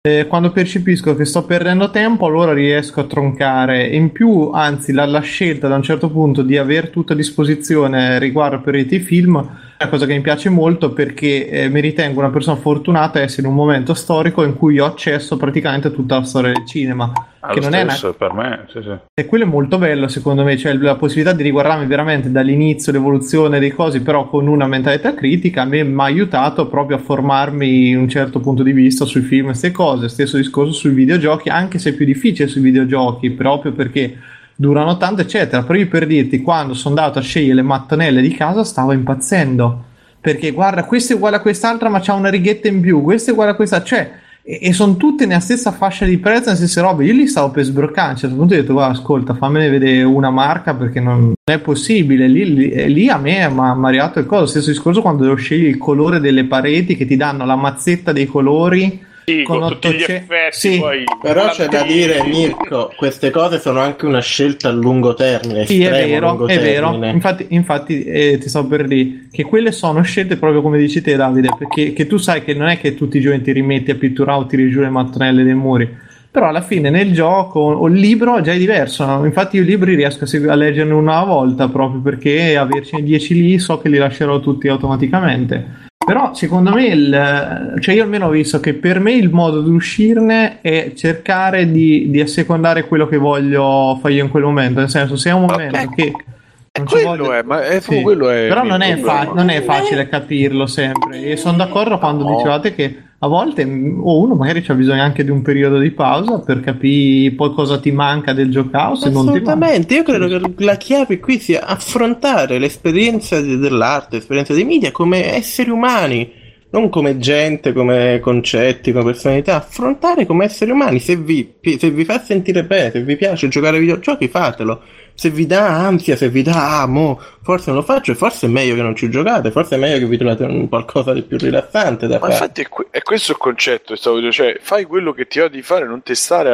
quando percepisco che sto perdendo tempo, allora riesco a troncare. In più, anzi, la scelta da un certo punto di avere tutto a disposizione riguardo per i film è una cosa che mi piace molto, perché mi ritengo una persona fortunata a essere in un momento storico in cui ho accesso praticamente a tutta la storia del cinema. Che non stesso, per me, sì. E quello è molto bello, secondo me, cioè la possibilità di riguardarmi veramente dall'inizio, l'evoluzione dei cosi, però con una mentalità critica, a me mi ha aiutato proprio a formarmi un certo punto di vista sui film e queste cose. Stesso discorso sui videogiochi, anche se è più difficile sui videogiochi, proprio perché durano tanto, eccetera. Però io, per dirti, quando sono andato a scegliere le mattonelle di casa stavo impazzendo, perché guarda, questa è uguale a quest'altra ma c'ha una righetta in più, questa è uguale a questa, cioè, e sono tutte nella stessa fascia di prezzo, nelle stesse robe. Io lì stavo per sbroccare. A un certo punto ho detto: guarda, ascolta, fammene vedere una marca, perché non è possibile. Lì a me mi ha arrivato il coso. Stesso discorso quando devo scegliere il colore delle pareti, che ti danno la mazzetta dei colori. Sì, con tutti gli effetti, sì. Poi però c'è da dire, Mirko, queste cose sono anche una scelta a lungo termine. Sì, è vero. Infatti ti sto per dire che quelle sono scelte proprio come dici te, Davide, perché che tu sai che non è che tutti i giorni ti rimetti a pitturare o tiri giù le mattonelle dei muri, però alla fine nel gioco o il libro già è diverso, no? Infatti io i libri riesco a leggerne una volta, proprio perché avercene 10 lì so che li lascerò tutti automaticamente. Però secondo me, cioè io almeno ho visto che per me il modo di uscirne è cercare di assecondare quello che voglio fare io in quel momento. Nel senso, se è un momento che non ci voglio... sì. Quello è. Però non è facile capirlo sempre. E sono d'accordo quando dicevate che a volte uno magari c'ha bisogno anche di un periodo di pausa per capire poi cosa ti manca del giocare. Assolutamente, io credo che la chiave qui sia affrontare l'esperienza dell'arte, l'esperienza dei media come esseri umani, non come gente, come concetti, come personalità. Affrontare come esseri umani. Se vi fa sentire bene, se vi piace giocare ai videogiochi, fatelo. Se vi dà ansia, se vi dà forse non lo faccio, e forse è meglio che non ci giocate, forse è meglio che vi trovate qualcosa di più rilassante da fare. Infatti è questo il concetto, cioè fai quello che ti va di fare, non testare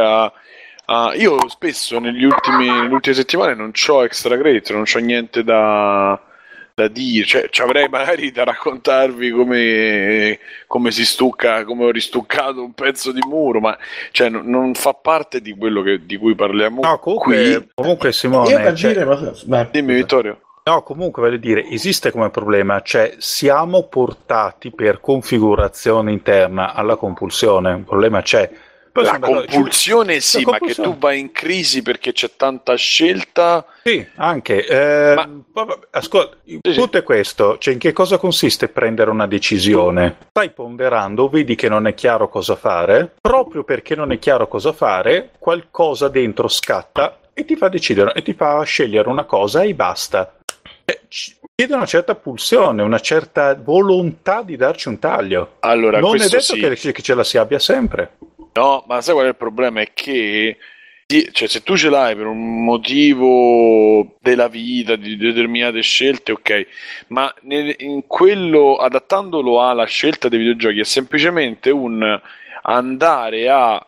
io spesso nelle ultime settimane non c'ho extra credit, non c'ho niente da dire, cioè avrei magari da raccontarvi come si stucca, come ho ristuccato un pezzo di muro, ma cioè non fa parte di quello di cui parliamo. No, comunque Simone, io per dire, dimmi Vittorio. No, comunque voglio dire, esiste come problema, cioè siamo portati per configurazione interna alla compulsione, un problema c'è. La compulsione sì, ma che tu vai in crisi perché c'è tanta scelta. Sì, anche. Ascolta, tutto è questo. Cioè, in che cosa consiste prendere una decisione? Stai ponderando, vedi che non è chiaro cosa fare, proprio perché non è chiaro cosa fare, qualcosa dentro scatta e ti fa decidere, e ti fa scegliere una cosa e basta. Chiede una certa pulsione, una certa volontà di darci un taglio. Allora, non è detto sì, che ce la si abbia sempre. No, ma sai qual è il problema? È che cioè, se tu ce l'hai per un motivo della vita, di determinate scelte, ok, ma in quello, adattandolo alla scelta dei videogiochi, è semplicemente un andare a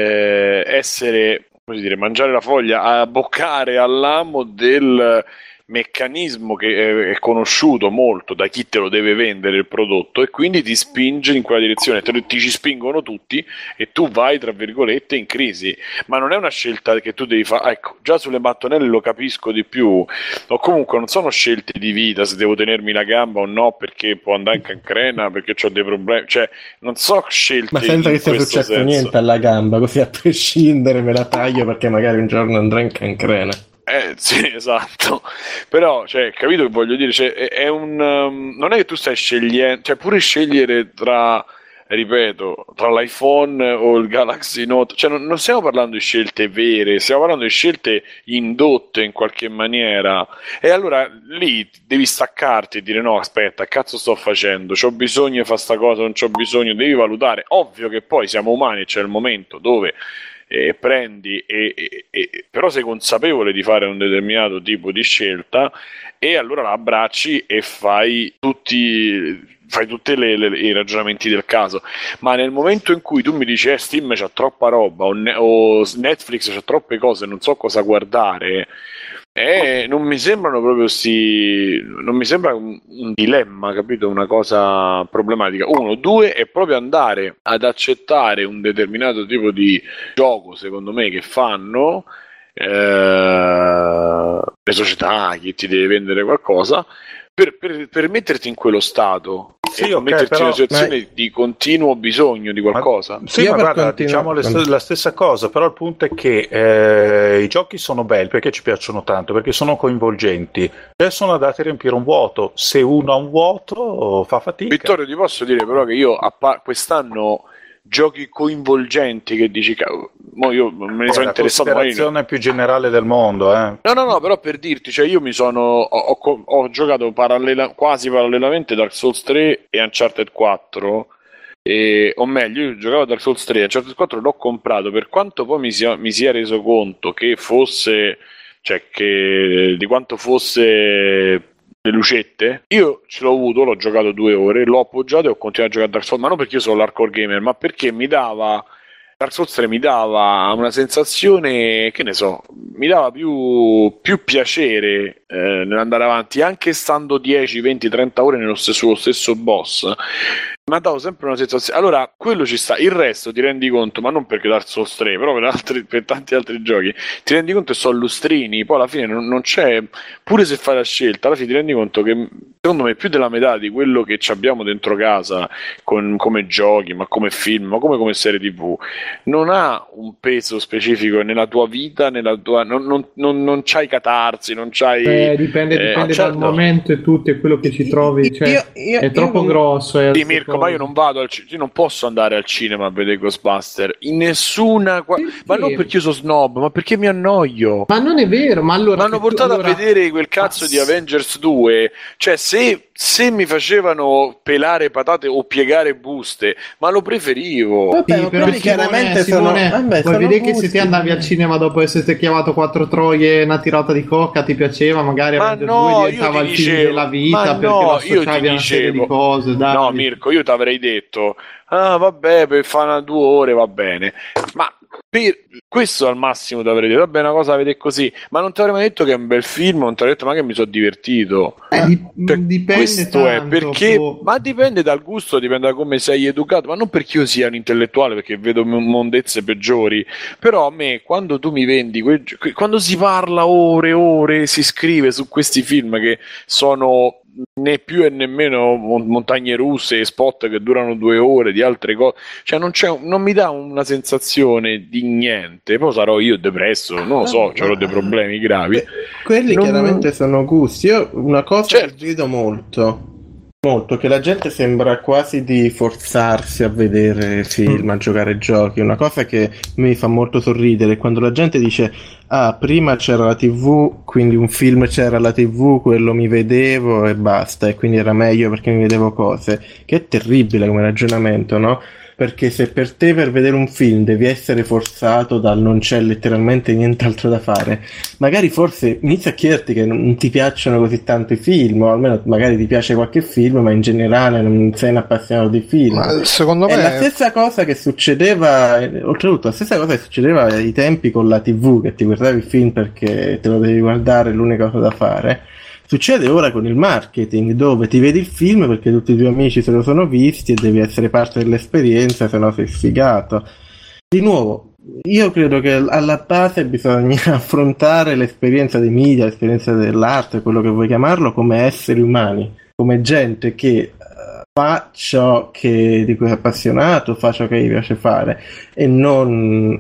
essere, come dire, mangiare la foglia, a boccare all'amo del meccanismo che è conosciuto molto da chi te lo deve vendere il prodotto, e quindi ti spinge in quella direzione, ti ci spingono tutti e tu vai tra virgolette in crisi, ma non è una scelta che tu devi fare. Ecco, già sulle mattonelle lo capisco di più, o comunque non sono scelte di vita, se devo tenermi la gamba o no perché può andare in cancrena, perché ho dei problemi, cioè non so scelte, ma senza che sia successo niente alla gamba, così a prescindere me la taglio perché magari un giorno andrà in cancrena. Sì, esatto. Però, cioè, capito che voglio dire? Cioè, è non è che tu stai scegliendo, cioè, pure scegliere tra, ripeto, tra l'iPhone o il Galaxy Note, cioè, non stiamo parlando di scelte vere, stiamo parlando di scelte indotte in qualche maniera. E allora lì devi staccarti e dire: no, aspetta, cazzo sto facendo? C'ho bisogno di fare sta cosa, non c'ho bisogno, devi valutare. Ovvio che poi siamo umani e c'è il momento dove prendi però sei consapevole di fare un determinato tipo di scelta, e allora la abbracci e fai tutti i ragionamenti del caso. Ma nel momento in cui tu mi dici Steam c'ha troppa roba o Netflix c'ha troppe cose, non so cosa guardare, Non mi sembrano proprio non mi sembra un dilemma, capito? Una cosa problematica. 1, 2 è proprio andare ad accettare un determinato tipo di gioco, secondo me, che fanno le società, chi ti deve vendere qualcosa, per metterti in quello stato. Sì, e metterti in una situazione di continuo bisogno di qualcosa. Sì, ma guarda, diciamo la stessa cosa, però il punto è che i giochi sono belli perché ci piacciono tanto, perché sono coinvolgenti, e sono adatti a riempire un vuoto. Se uno ha un vuoto fa fatica. Vittorio, ti posso dire però che io quest'anno giochi coinvolgenti che dici io me ne sono interessato, la considerazione più generale del mondo, no, però per dirti, cioè io mi sono ho giocato quasi parallelamente Dark Souls 3 e Uncharted 4, o meglio, io giocavo a Dark Souls 3 e Uncharted 4 l'ho comprato, per quanto poi mi sia reso conto che fosse, cioè che di quanto fosse le lucette, io ce l'ho avuto, l'ho giocato 2 ore, l'ho appoggiato e ho continuato a giocare a Dark Souls, ma non perché io sono l'hardcore gamer, ma perché Dark Souls 3 mi dava una sensazione, che ne so, mi dava più piacere nell'andare avanti, anche stando 10, 20, 30 ore sullo stesso boss. Mi ha dato sempre una sensazione. Allora, quello ci sta. Il resto ti rendi conto, ma non perché Dark Souls 3, però per tanti altri giochi, ti rendi conto che sono lustrini. Poi alla fine non c'è, pure se fai la scelta, alla fine ti rendi conto che secondo me più della metà di quello che ci abbiamo dentro casa come giochi, ma come film, ma come serie TV, non ha un peso specifico nella tua vita, nella tua non c'hai catarsi, non c'hai dipende dal momento e tutto, e quello che ci trovi, cioè, è troppo grosso. Sì, Mirko, ma io non vado io non posso andare al cinema a vedere Ghostbuster in nessuna ma non perché io sono snob, ma perché mi annoio. Ma non è vero, ma allora mi hanno portato a vedere quel cazzo di Avengers 2, cioè se mi facevano pelare patate o piegare buste, ma lo preferivo. Vabbè, però chiaramente Simone, vuoi vedere che se ti andavi al cinema dopo essere chiamato 4 troie e una tirata di coca ti piaceva, magari Avengers 2 diventava il film della vita, perché lo associavi a una serie di cose. Dai. No, Mirko, io ti avrei detto vabbè, per fare 2 ore va bene, ma per questo al massimo ti avrei detto vabbè, una cosa la vedete così, ma non ti avrei mai detto che è un bel film, non ti avrei detto ma che mi sono divertito. Dipende questo tanto, è perché ma dipende dal gusto, dipende da come sei educato, ma non perché io sia un intellettuale, perché vedo mondezze peggiori, però a me quando tu mi vendi quando si parla ore e ore, si scrive su questi film che sono né più e nemmeno montagne russe e spot che durano 2 ore di altre cose, cioè non mi dà una sensazione di niente. Poi sarò io depresso, non lo so, avrò dei problemi gravi. Quelli chiaramente sono gusti. Io una cosa che vedo molto che la gente sembra quasi di forzarsi a vedere film, a giocare giochi. Una cosa che mi fa molto sorridere è quando la gente dice prima c'era la TV, quindi un film c'era la TV, quello mi vedevo e basta, e quindi era meglio perché mi vedevo cose, che è terribile come ragionamento, no? Perché se per te per vedere un film devi essere forzato dal non c'è letteralmente nient'altro da fare, magari forse inizia a chiederti che non ti piacciono così tanto i film, o almeno magari ti piace qualche film, ma in generale non sei un appassionato di film. Ma secondo me è la stessa cosa che succedeva, oltretutto la stessa cosa che succedeva ai tempi con la TV, che ti guardavi il film perché te lo devi guardare, l'unica cosa da fare. Succede ora con il marketing, dove ti vedi il film perché tutti i tuoi amici se lo sono visti e devi essere parte dell'esperienza, se no sei sfigato. Di nuovo, io credo che alla base bisogna affrontare l'esperienza dei media, l'esperienza dell'arte, quello che vuoi chiamarlo, come esseri umani, come gente che fa ciò di cui è appassionato, fa ciò che gli piace fare, e non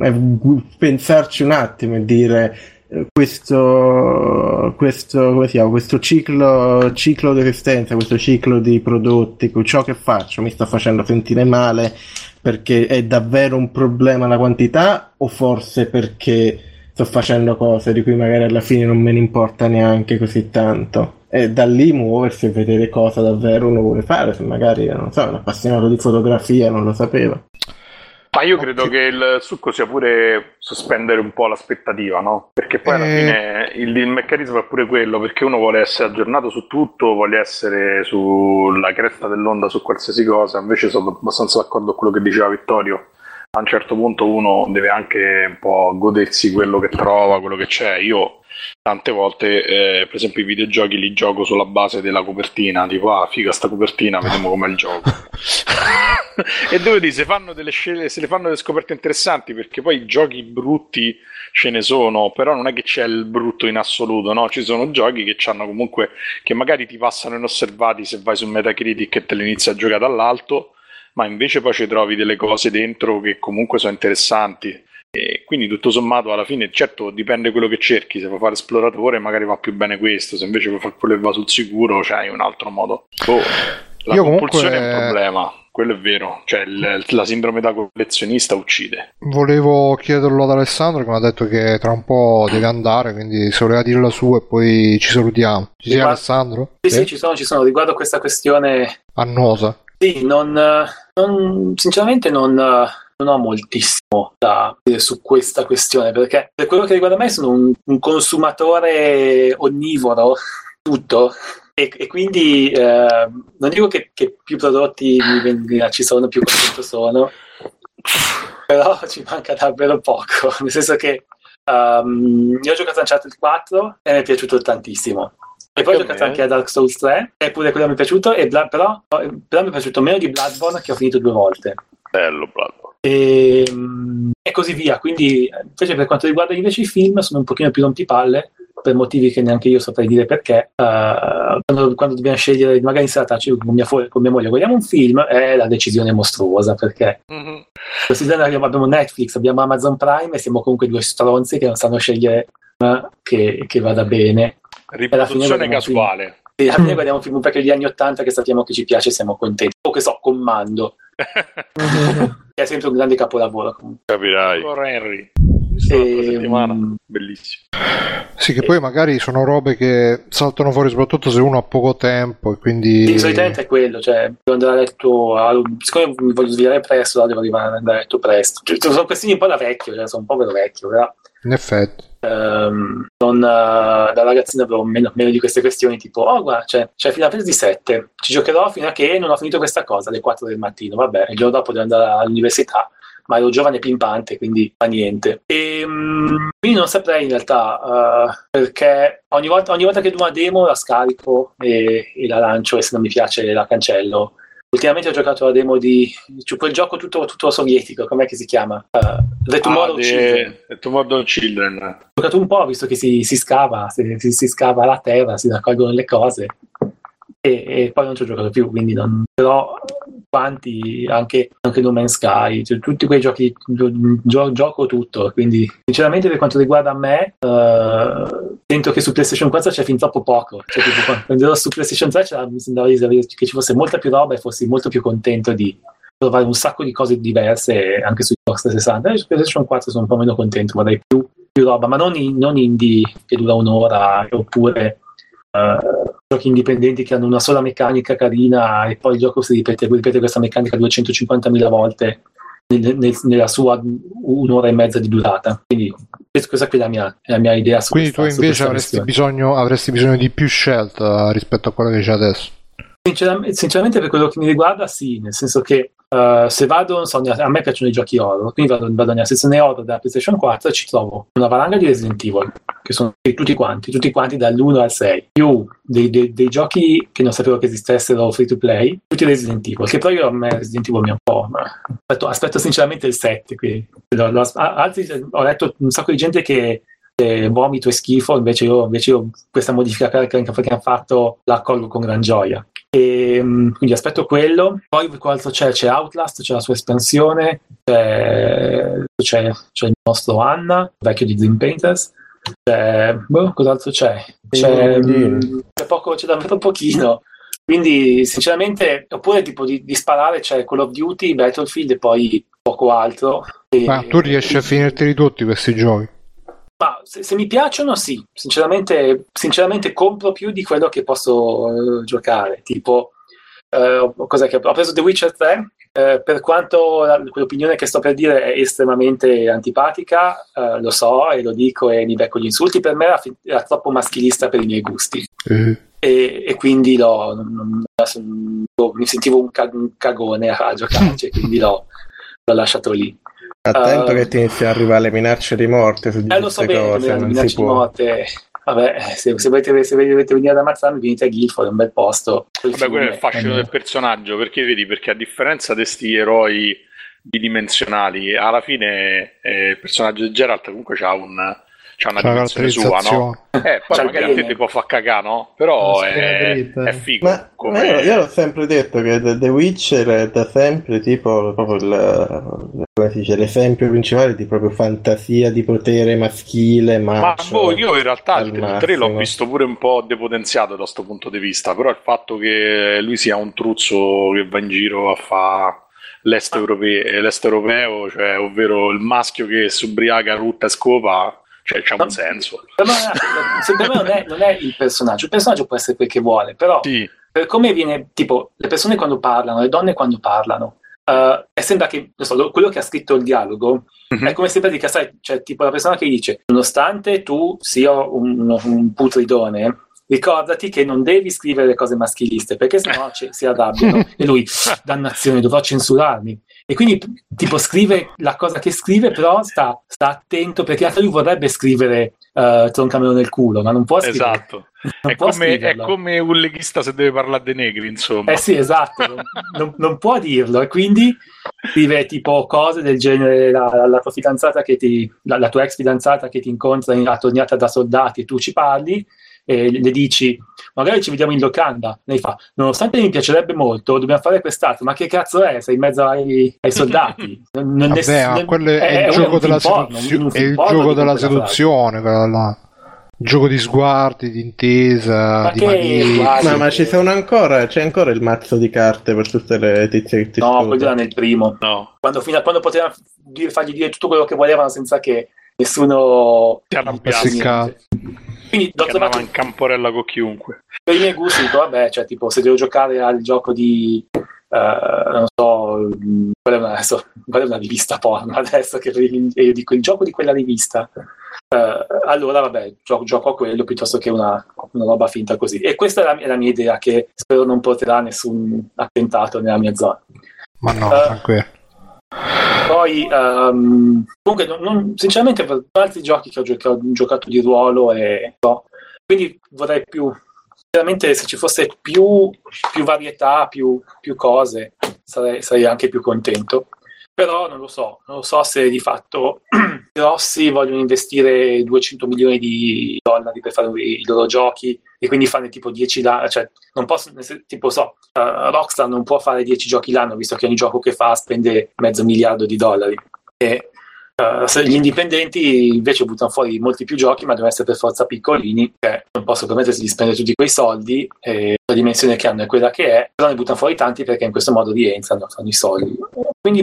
pensarci un attimo e dire questo ciclo di esistenza, questo ciclo di prodotti, ciò che faccio mi sta facendo sentire male perché è davvero un problema la quantità, o forse perché sto facendo cose di cui magari alla fine non me ne importa neanche così tanto, e da lì muoversi e vedere cosa davvero uno vuole fare, se magari non so, è un appassionato di fotografia, non lo sapeva. Ma io credo che il succo sia pure sospendere un po' l'aspettativa, no? Perché poi alla fine il meccanismo è pure quello, perché uno vuole essere aggiornato su tutto, vuole essere sulla cresta dell'onda su qualsiasi cosa. Invece sono abbastanza d'accordo con quello che diceva Vittorio. a un certo punto uno deve anche un po' godersi quello che trova, quello che c'è. Io tante volte, per esempio, i videogiochi li gioco sulla base della copertina, tipo, figa sta copertina, vediamo com'è il gioco. E devo dire, se fanno delle scoperte interessanti, perché poi giochi brutti ce ne sono, però non è che c'è il brutto in assoluto, no? Ci sono giochi che c'hanno comunque, che magari ti passano inosservati se vai su Metacritic e te li inizi a giocare dall'alto, ma invece poi ci trovi delle cose dentro che comunque sono interessanti. E quindi tutto sommato alla fine, certo, dipende quello che cerchi. Se vuoi fare esploratore magari va più bene questo, se invece vuoi fare quello che va sul sicuro c'hai un altro modo. La compulsione è un problema, quello è vero, cioè la sindrome da collezionista uccide. Volevo chiederlo ad Alessandro, che mi ha detto che tra un po' deve andare, quindi se voleva dire la sua e poi ci salutiamo. Ci sei, Alessandro? Sì, ci sono. Riguardo questa questione annosa. Sì, sinceramente non ho moltissimo da dire su questa questione, perché per quello che riguarda me sono un consumatore onnivoro, tutto, e quindi non dico che più prodotti ci sono, più contento sono, però ci manca davvero poco, nel senso che io ho giocato a Uncharted 4 e mi è piaciuto tantissimo. E poi ho giocato anche a Dark Souls 3, eppure quello mi è piaciuto, però mi è piaciuto meno di Bloodborne, che ho finito 2 volte. Bello Bloodborne. E così via. Quindi, invece, per quanto riguarda invece i film, sono un pochino più rompipalle, per motivi che neanche io saprei dire perché. Quando dobbiamo scegliere, magari in serata con mia moglie, guardiamo un film, è la decisione mostruosa, perché abbiamo Netflix, abbiamo Amazon Prime e siamo comunque 2 stronzi che non sanno scegliere che vada bene. Riproduzione casuale. E alla fine guardiamo un film perché gli anni 80 che sappiamo che ci piace, siamo contenti. O che so, Commando. È sempre un grande capolavoro comunque. Capirai. Henry. Settimana. Bellissimo. Sì, che poi magari sono robe che saltano fuori soprattutto se uno ha poco tempo e quindi... Sì, solitamente è quello, cioè devo andare a letto, siccome mi voglio svegliare presto, devo andare a letto presto. Sono questioni un po' da vecchio, cioè sono un po' vecchio, però... In effetti. Da ragazzino avevo meno di queste questioni, tipo guarda, c'è Final Fantasy 7, ci giocherò fino a che non ho finito questa cosa alle 4 del mattino, vabbè, il giorno dopo devo andare all'università, ma ero giovane e pimpante, quindi fa niente. E quindi non saprei in realtà, perché ogni volta che do una demo la scarico e la lancio, e se non mi piace la cancello. Ultimamente ho giocato la demo di quel gioco tutto sovietico, com'è che si chiama? The Tomorrow Children. Ho giocato un po', visto che si scava, si scava la terra, si raccolgono le cose, e poi non ci ho giocato più, quindi non... Però quanti, anche No Man's Sky, cioè, tutti quei giochi gioco tutto, quindi sinceramente per quanto riguarda me sento che su PlayStation 4 c'è fin troppo poco, cioè, tipo, quando ero su PlayStation 3 mi sembrava che ci fosse molta più roba e fossi molto più contento di trovare un sacco di cose diverse anche su Xbox 360. Su PlayStation 4 sono un po' meno contento, vorrei più roba, ma non indie che dura un'ora, oppure giochi indipendenti che hanno una sola meccanica carina e poi il gioco si ripete questa meccanica 250.000 volte nella sua 1 ora e mezza di durata. Quindi questa qui è la mia idea su quindi questa, tu invece avresti bisogno di più scelta rispetto a quello che c'è adesso. Sinceramente per quello che mi riguarda sì, nel senso che se vado, non so, a me piacciono i giochi horror, quindi vado nella sezione horror della PlayStation 4 e ci trovo una valanga di Resident Evil, che sono tutti quanti dall'1 al 6, più dei giochi che non sapevo che esistessero free to play, tutti Resident Evil, che però a me Resident Evil mi è un po'... aspetto sinceramente il 7, quindi ho letto un sacco di gente che vomito e schifo, invece io questa modifica che hanno fatto la accolgo con gran gioia. E quindi aspetto quello. Poi cosa c'è Outlast, c'è la sua espansione, c'è il nostro Anna, vecchio di Dream Painters, cos'altro c'è davvero pochino, quindi sinceramente, oppure tipo di sparare c'è Call of Duty, Battlefield e poi poco altro. Ma tu riesci a finirteli tutti questi giochi? Ma se mi piacciono sì, sinceramente compro più di quello che posso giocare, tipo cos'è che ho preso The Witcher 3, per quanto quell'opinione che sto per dire è estremamente antipatica, lo so e lo dico e mi becco gli insulti, per me era troppo maschilista per i miei gusti. E quindi mi sentivo un cagone a giocarci, quindi l'ho lasciato lì. Attento che ti iniziano ad arrivare le minacce di morte su lo so bene, cose, non minacce di morte. Vabbè, se volete venire ad ammazzarmi, venite a Guildford, è un bel posto. Vabbè, quello è il fascino del personaggio, perché vedi, perché a differenza di questi eroi bidimensionali, alla fine il personaggio di Geralt comunque c'ha una dimensione sua, no? Poi magari a te ti può far cagare, no? Però è figo. Ma io l'ho sempre detto che The Witcher è da sempre tipo proprio come si dice, l'esempio principale di proprio fantasia di potere maschile, macho. Ma io in realtà il 3 l'ho visto pure un po' depotenziato da sto punto di vista, però il fatto che lui sia un truzzo che va in giro a fare l'est europeo, cioè ovvero il maschio che si ubriaca, rutta e scopa, cioè c'ha un senso. Secondo me non è il personaggio può essere quel che vuole, però sì. Per come viene, tipo, le persone quando parlano, le donne quando parlano, sembra che, non so, quello che ha scritto il dialogo è come se pratica, sai, cioè tipo la persona che dice, nonostante tu sia un putridone, ricordati che non devi scrivere le cose maschiliste, perché sennò si arrabbiano. E lui, dannazione, dovrò censurarmi. E quindi tipo scrive la cosa che scrive, però sta attento, perché anche lui vorrebbe scrivere troncamelo nel culo, ma non può scrivere. Esatto. È come un leghista se deve parlare dei negri, insomma. Sì, esatto, non può dirlo, e quindi scrive tipo cose del genere, la tua fidanzata la tua ex fidanzata che ti incontra in attorniata da soldati e tu ci parli, e le dici magari ci vediamo in locanda, lei fa, nonostante mi piacerebbe molto, dobbiamo fare quest'altro, ma che cazzo è? Sei in mezzo ai soldati. Quello è il gioco della seduzione, è il gioco della seduzione, il gioco di sguardi, di intesa, ma ci sono ancora, c'è ancora il mazzo di carte per tutte le tizie che ti no, quello era nel primo, no. Quando potevano fargli dire tutto quello che volevano senza che nessuno ti arrabbiasse. Quindi l'ho trovato in camporella con chiunque. Per i miei gusti dico, vabbè, cioè tipo se devo giocare al gioco di non so, qual è una rivista porno adesso che dico il gioco di quella rivista, allora vabbè, gioco a quello piuttosto che una roba finta così, e questa è la mia idea, che spero non porterà nessun attentato nella mia zona. Ma no, tranquillo. Poi comunque sinceramente per altri giochi che ho giocato di ruolo quindi vorrei più, veramente, se ci fosse più varietà, più cose, sarei anche più contento. Però non lo so se di fatto i grossi vogliono investire $200 milioni per fare i loro giochi e quindi farne tipo 10 l'anno, cioè non posso, tipo Rockstar non può fare 10 giochi l'anno, visto che ogni gioco che fa spende $500 miliardi, e se gli indipendenti invece buttano fuori molti più giochi, ma devono essere per forza piccolini, che non posso permettersi di spendere tutti quei soldi, e la dimensione che hanno è quella che è, però ne buttano fuori tanti perché in questo modo rientrano, fanno i soldi. Quindi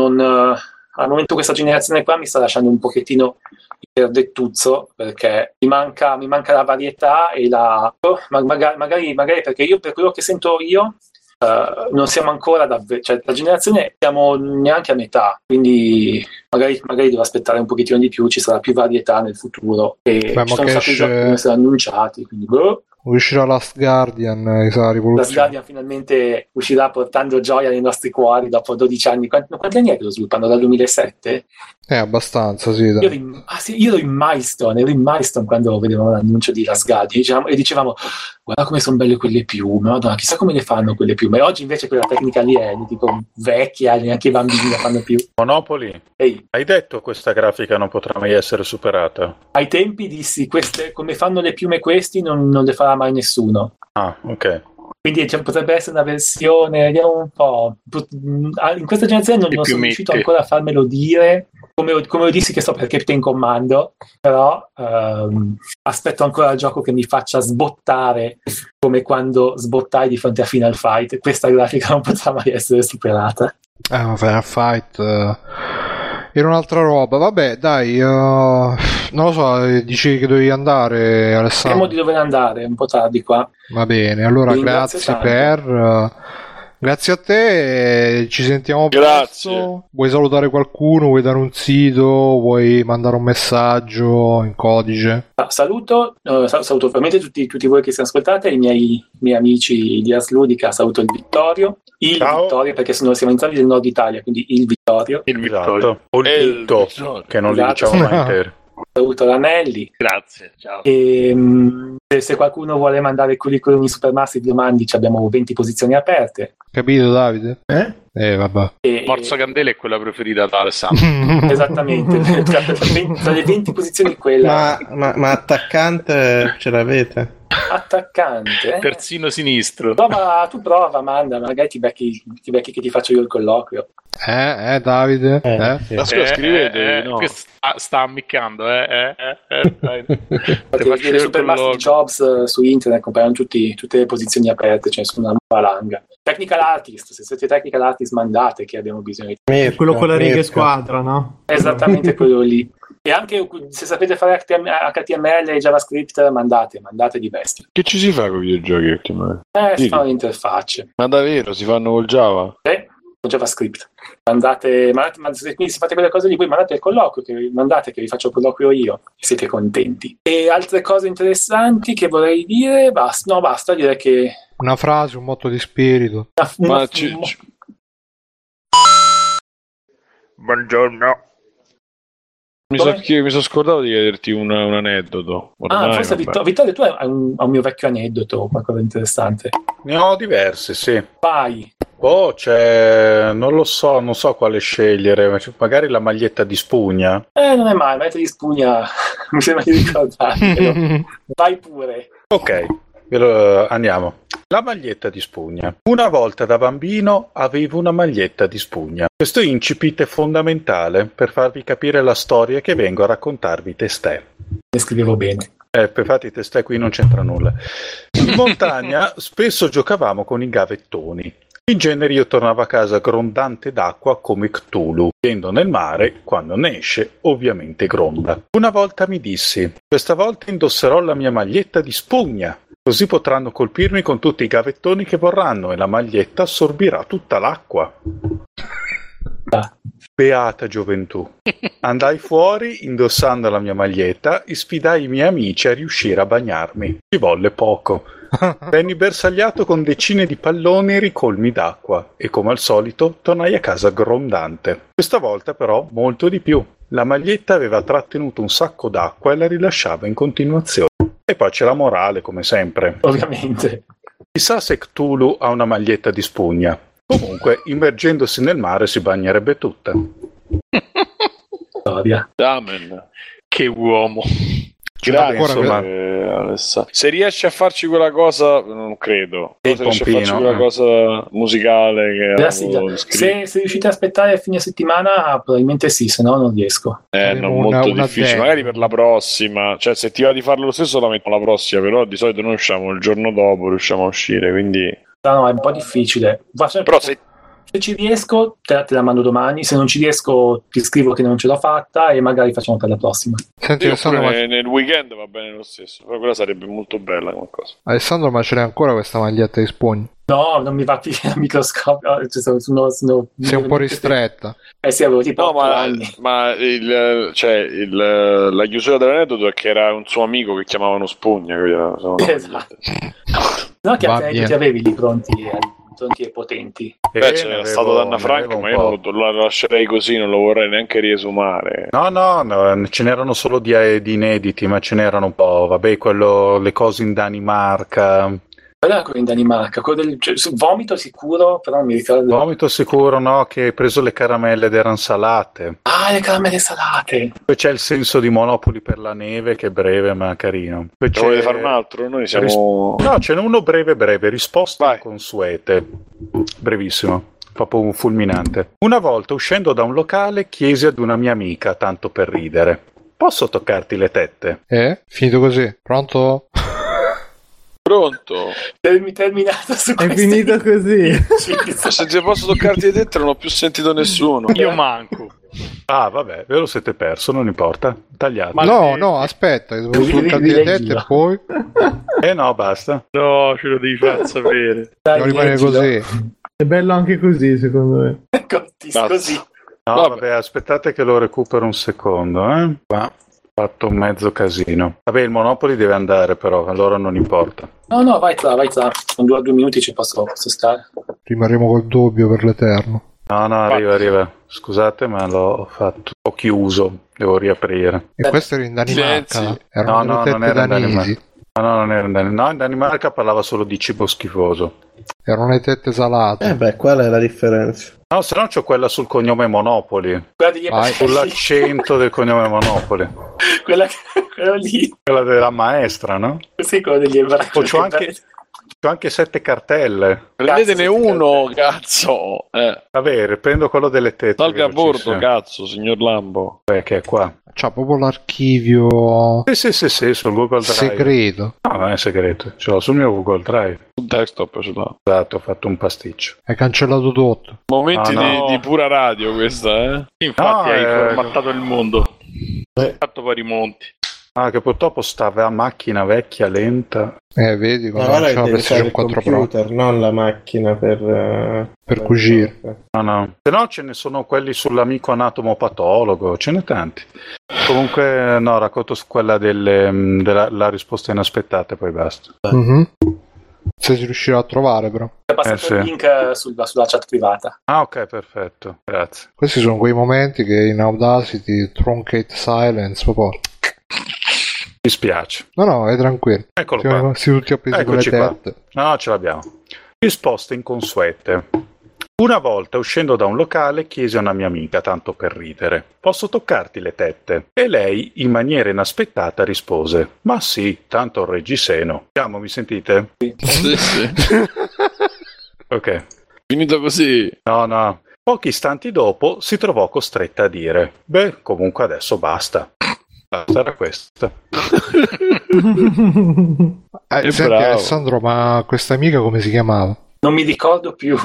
al momento questa generazione qua mi sta lasciando un pochettino perdettuzzo, perché mi manca la varietà e magari perché io, per quello che sento io, non siamo ancora cioè la generazione siamo neanche a metà, quindi magari devo aspettare un pochettino di più, ci sarà più varietà nel futuro, e ci sono un sacco di giochi che sono annunciati, quindi uscirà Last Guardian, Last Guardian finalmente uscirà portando gioia nei nostri cuori dopo 12 anni. Quanti anni è che lo sviluppano? Dal 2007? Abbastanza, sì. Io ero in Milestone quando vedevamo l'annuncio di Last Guardian, e dicevamo guarda come sono belle quelle piume, Madonna, chissà come le fanno quelle piume. E oggi invece quella tecnica lì è tipo vecchia, neanche i bambini la fanno più. Monopoly, hai detto questa grafica non potrà mai essere superata? Ai tempi dissi, queste come fanno le piume questi non le farà mai nessuno. Ah, ok. Quindi potrebbe essere una versione, vediamo un po'. In questa generazione non sono riuscito ancora a farmelo dire, come lo dissi che sto per Captain Commando, però aspetto ancora il gioco che mi faccia sbottare come quando sbottai di fronte a Final Fight. Questa grafica non potrà mai essere superata. Final Fight era un'altra roba. Vabbè, dai, non lo so, dici che dovevi andare, Alessandro? Temo di dover andare, un po' tardi qua. Va bene, allora grazie per Grazie a te, ci sentiamo Grazie. presto. Vuoi salutare qualcuno? Vuoi dare un sito? Vuoi mandare un messaggio in codice? Saluto ovviamente tutti voi che siamo ascoltate, i miei amici di Ars Ludica, saluto il Vittorio, Vittorio perché siamo entrambi del nord Italia, quindi il Vittorio. O il Vitto, che non li diciamo mai interi. Saluto l'Anelli. Grazie, ciao. E, se qualcuno vuole mandare il curriculum in Supermassive, domandi, abbiamo 20 posizioni aperte. Capito, Davide? Vabbè. Morso Candela è quella preferita da Alessandro. Esattamente, tra le 20 posizioni quella. Ma attaccante ce l'avete? Attaccante? Terzino sinistro. Tu prova, manda, magari ti becchi che ti faccio io il colloquio. Davide? Scrivete, no. Sta ammiccando, Potete dire Supermassive Jobs su internet, compaiono tutte le posizioni aperte, ce ne sono una valanga. Technical Artist, se siete Technical Artist mandate, che abbiamo bisogno di quello con la riga e squadra, no? Esattamente quello lì. E anche se sapete fare HTML e JavaScript, mandate di bestia. Che ci si fa con i videogiochi HTML? Si fanno le interfacce. Ma davvero, si fanno col Java? Con JavaScript. Mandate, quindi se fate quelle cose lì, poi mandate il colloquio, che vi faccio il colloquio io, e siete contenti. E altre cose interessanti che vorrei dire, basta dire che... Una frase, un motto di spirito. Buongiorno. Mi sono scordato di chiederti un aneddoto. Forse Vittorio, tu hai un mio vecchio aneddoto, qualcosa di interessante. Ne ho diversi, sì. Vai. Non so quale scegliere, magari la maglietta di spugna. Non è mai, la maglietta di spugna, mi sembra di ricordarmelo. Vai pure. Ok, andiamo. La maglietta di spugna. Una volta da bambino avevo una maglietta di spugna. Questo incipit è fondamentale per farvi capire la storia che vengo a raccontarvi testè. Ne scrivevo bene. Infatti testè qui non c'entra nulla. In montagna spesso giocavamo con i gavettoni. In genere io tornavo a casa grondante d'acqua come Cthulhu. Scendo nel mare, quando ne esce, ovviamente gronda. Una volta mi dissi, questa volta indosserò la mia maglietta di spugna. Così potranno colpirmi con tutti i gavettoni che vorranno e la maglietta assorbirà tutta l'acqua. Beata gioventù. Andai fuori indossando la mia maglietta e sfidai i miei amici a riuscire a bagnarmi. Ci volle poco. Venni bersagliato con decine di palloni ricolmi d'acqua e come al solito tornai a casa grondante. Questa volta però molto di più. La maglietta aveva trattenuto un sacco d'acqua e la rilasciava in continuazione. E poi c'è la morale, come sempre. Ovviamente. Chissà se Cthulhu ha una maglietta di spugna. Comunque, immergendosi nel mare si bagnerebbe tutta. Storia. Amen. Che uomo. Grazie, se riesci a farci quella cosa, non credo. Se riesci a farci quella cosa musicale che se riuscite a aspettare il fine settimana, probabilmente sì, se no non riesco. Molto difficile. Magari per la prossima, cioè se ti va di farlo lo stesso la metto la prossima, però di solito noi usciamo il giorno dopo, riusciamo a uscire, quindi no, è un po' difficile. Però se ci riesco te la mando domani, se non ci riesco ti scrivo che non ce l'ho fatta e magari facciamo per la prossima. Senti, nel weekend va bene lo stesso, però quella sarebbe molto bella come cosa. Alessandro, ma ce l'hai ancora questa maglietta di spugna? No, non mi va più al microscopio, sei un po' ristretta. Sì, avevo tipo 8 anni. Ma la chiusura dell'aneddoto è che era un suo amico che chiamavano Spugna. Esatto. No, che ti avevi lì pronti e potenti. C'era stato da Anna Franca, ma io non lo lascerei così, non lo vorrei neanche riesumare. No, ce n'erano solo di inediti, ma ce n'erano un po'. Vabbè, le cose in Danimarca. Quello in Danimarca, vomito sicuro, però non mi ricordo. Vomito sicuro, no, che hai preso le caramelle ed erano salate. Ah, le caramelle salate. Poi c'è il senso di Monopoli per la neve, che è breve ma carino. Poi volete fare un altro? Noi siamo... No, ce n'è uno breve, risposta consuete. Brevissimo. Proprio un fulminante. Una volta uscendo da un locale chiesi ad una mia amica, tanto per ridere, posso toccarti le tette? Finito così. Pronto? Pronto? Terminato su questo. È finito così. Se posso toccarti le tette non ho più sentito nessuno. Io manco. Ah, vabbè, ve lo siete perso, non importa. Tagliate. Ma no, aspetta, devo toccarti le tette e poi... no, basta. No, ce lo devi far sapere. Non rimane così. È bello anche così, secondo me. Così. No, vabbè, aspettate che lo recupero un secondo, Qua. Fatto un mezzo casino. Vabbè, il Monopoly deve andare, però allora non importa. No, vai tra. Con 2 minuti ci posso stare. Rimarremo col doppio per l'eterno. No, arriva. Scusate, ma l'ho fatto. Ho chiuso, devo riaprire. E questo era in Danimarca? No, non era in Danimarca. No, non era in Danimarca. No, in Danimarca parlava solo di cibo schifoso. Erano le tette salate. Qual è la differenza? No, se no c'ho quella sul cognome Monopoli. Sull'accento del cognome Monopoli. Quella lì. Quella della maestra, no? Sì, quello degli ebrei. C'ho anche 7 cartelle. Prendetene uno, cazzo. Vabbè, prendo quello delle tette. Salga a bordo, cazzo, signor Lambo. Che è qua. C'ha proprio l'archivio. Sì, sul Google Drive. Segreto. No, non è segreto. Ce l'ho sul mio Google Drive. Sul desktop ce l'ho. Esatto, ho fatto un pasticcio. Hai cancellato tutto. Momenti di pura radio questa, Infatti hai formattato il mondo. Fatto poi rimonti. Che purtroppo stava a macchina vecchia, lenta. Vedi come non c'è la PlayStation 4 computer, non la macchina per cucire. No. Se no ce ne sono quelli sull'amico anatomopatologo, ce ne tanti. Comunque no, racconto su quella della risposta inaspettata, poi basta. Mm-hmm. Se si riuscirà a trovare, però. Passato il link sulla chat privata. Ok, perfetto, grazie. Questi sono quei momenti che in Audacity truncate silence proprio. Mi spiace. No, è tranquillo. Eccolo qua. Si tutti appesi con le tette. No, ce l'abbiamo. Risposte inconsuete. Una volta, uscendo da un locale, chiesi a una mia amica, tanto per ridere: posso toccarti le tette? E lei, in maniera inaspettata, rispose: ma sì, tanto il reggiseno. Mi sentite? Sì. Ok. Finito così? No. Pochi istanti dopo si trovò costretta a dire: beh, comunque adesso basta. Era questa. Senti Alessandro, ma questa amica come si chiamava? Non mi ricordo più.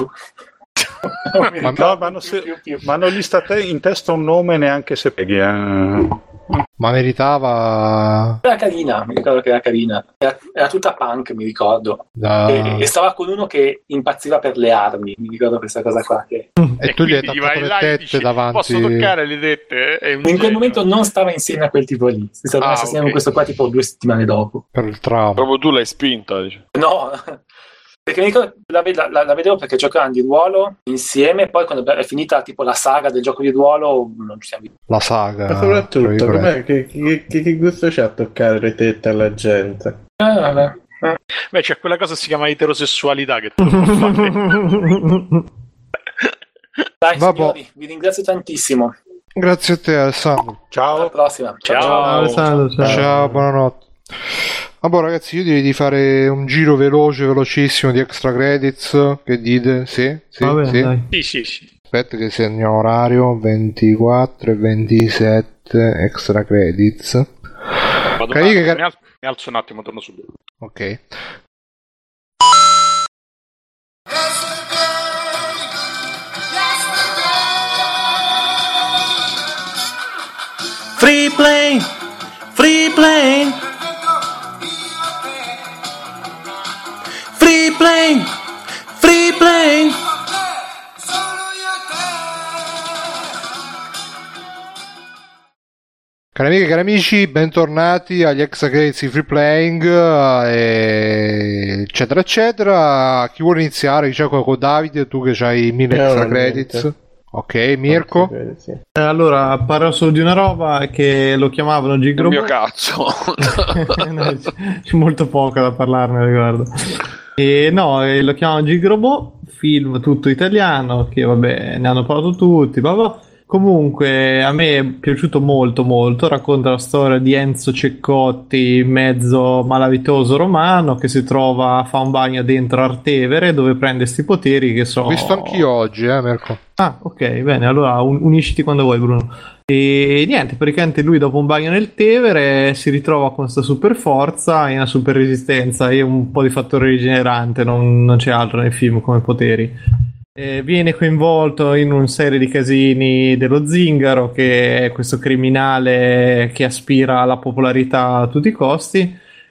Ma non gli sta in testa un nome neanche se peghi. Ma meritava. Era carina, mi ricordo che era carina. Era tutta punk, mi ricordo. E stava con uno che impazziva per le armi. Mi ricordo questa cosa qua. E tu gli hai tappato le tette davanti. Posso toccare le tette? In quel momento non stava insieme a quel tipo lì. Si stava messo insieme con questo qua tipo 2 settimane dopo. Per il trauma. Proprio tu l'hai spinta, dice. No. Perché mi ricordo, la vedevo perché giocavano di ruolo insieme, poi quando è finita tipo la saga del gioco di ruolo non ci siamo visti. La saga. Ma soprattutto, che gusto c'ha a toccare le tette alla gente? Beh, c'è quella cosa che si chiama eterosessualità che tu non puoi fare. Dai, signori, vi ringrazio tantissimo. Grazie a te, Alessandro. Ciao. Alla prossima. Ciao Alessandro. Ciao, buonanotte. Ragazzi, io direi di fare un giro velocissimo di extra credits. Che dite? Sì? Vabbè, sì. Aspetta che segno orario 24 e 27 extra credits. Mi alzo un attimo, torno subito. Ok. Free play. Free play. Cari amiche e cari amici, bentornati agli Extra Credits di Free Playing, eccetera eccetera. Chi vuole iniziare? C'è con Davide, tu che hai 1000 Extra Credits. Ok, Mirko? Allora, parlo solo di una roba che lo chiamavano Gigrobot. Il mio cazzo. C'è molto poco da parlarne riguardo. Lo chiamavano Gigrobot, film tutto italiano, che vabbè, ne hanno parlato tutti, Comunque a me è piaciuto molto, racconta la storia di Enzo Ceccotti, mezzo malavitoso romano, che si trova, fa un bagno dentro Artevere, dove prende sti poteri che sono... L'ho visto anch'io oggi, Mirko. Ah, ok, bene, allora unisciti quando vuoi, Bruno. E niente, praticamente lui dopo un bagno nel Tevere si ritrova con questa super forza e una super resistenza e un po' di fattore rigenerante, non c'è altro nel film come poteri. Viene coinvolto in una serie di casini dello Zingaro, che è questo criminale che aspira alla popolarità a tutti i costi,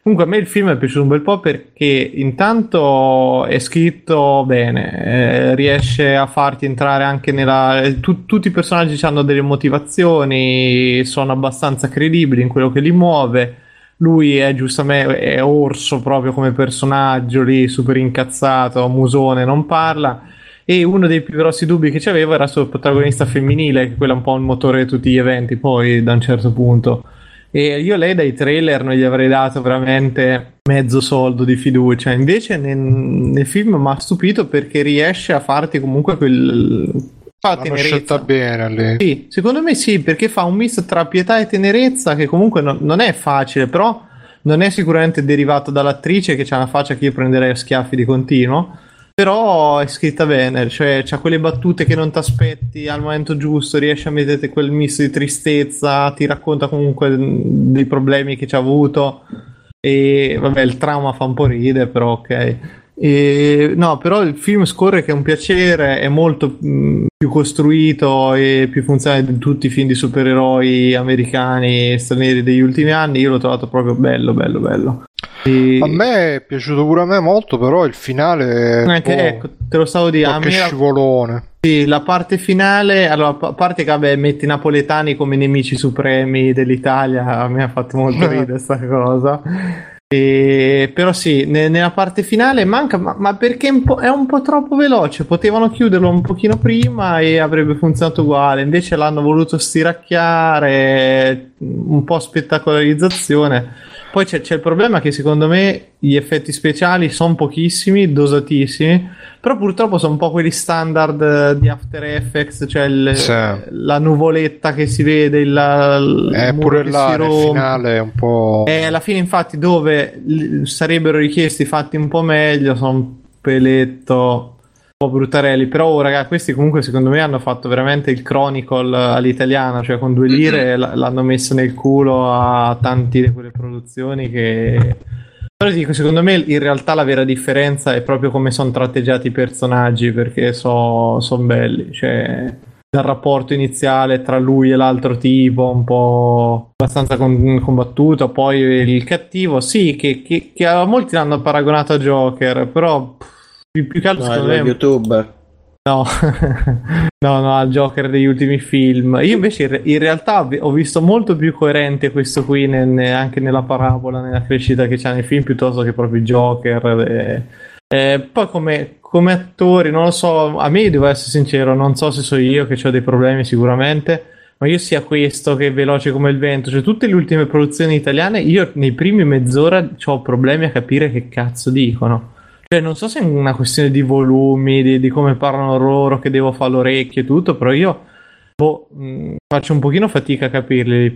Comunque a me il film è piaciuto un bel po' perché intanto è scritto bene, riesce a farti entrare anche nella... tutti i personaggi hanno delle motivazioni, sono abbastanza credibili in quello che li muove. Lui è giustamente è orso proprio come personaggio lì, super incazzato, musone, non parla. E uno dei più grossi dubbi che c'avevo era sul protagonista femminile, che quello è un po' il motore di tutti gli eventi poi da un certo punto. E io lei dai trailer non gli avrei dato veramente mezzo soldo di fiducia, invece nel film mi ha stupito perché riesce a farti comunque l'hanno scelta bene lì. Sì, secondo me sì, perché fa un mix tra pietà e tenerezza che comunque non è facile, però non è sicuramente derivato dall'attrice che c'ha una faccia che io prenderei a schiaffi di continuo, però è scritta bene, cioè c'ha quelle battute che non ti aspetti al momento giusto, riesce a mettere quel mix di tristezza, ti racconta comunque dei problemi che ci ha avuto e vabbè il trauma fa un po' ridere, però ok. No, però il film scorre che è un piacere, è molto più costruito e più funzionale di tutti i film di supereroi americani e stranieri degli ultimi anni. Io l'ho trovato proprio bello. A me è piaciuto pure a me molto, però il finale ecco, te lo stavo dicendo, che scivolone. Sì, la parte finale, allora a parte che vabbè, metti i napoletani come nemici supremi dell'Italia, a me ha fatto molto ridere sta cosa. Però sì, nella parte finale manca, ma perché è un po' troppo veloce, potevano chiuderlo un pochino prima e avrebbe funzionato uguale, invece l'hanno voluto stiracchiare, un po' spettacolarizzazione. Poi c'è il problema che secondo me gli effetti speciali sono pochissimi, dosatissimi, però purtroppo sono un po' quelli standard di After Effects, cioè la nuvoletta che si vede, il pure là nel finale è un po'... alla fine infatti dove sarebbero richiesti fatti un po' meglio, sono un peletto... un po' bruttarelli, però ragazzi, questi comunque secondo me hanno fatto veramente il Chronicle all'italiana, cioè con 2 lire l'hanno messo nel culo a tanti di quelle produzioni che... Però dico, secondo me in realtà la vera differenza è proprio come sono tratteggiati i personaggi, perché sono belli, cioè dal rapporto iniziale tra lui e l'altro tipo un po' abbastanza combattuto, poi il cattivo sì, che a molti l'hanno paragonato a Joker, però più che altro secondo me YouTuber. no al Joker degli ultimi film. Io invece in realtà ho visto molto più coerente questo qui anche nella parabola, nella crescita che c'ha nei film, piuttosto che proprio Joker. Poi come attori non lo so, a me devo essere sincero, non so se so io che ho dei problemi sicuramente, ma io sia questo che Veloce come il vento, cioè tutte le ultime produzioni italiane, io nei primi mezz'ora ho problemi a capire che cazzo dicono. Cioè, non so se è una questione di volumi, di come parlano loro, che devo fare l'orecchio e tutto, però io faccio un pochino fatica a capirli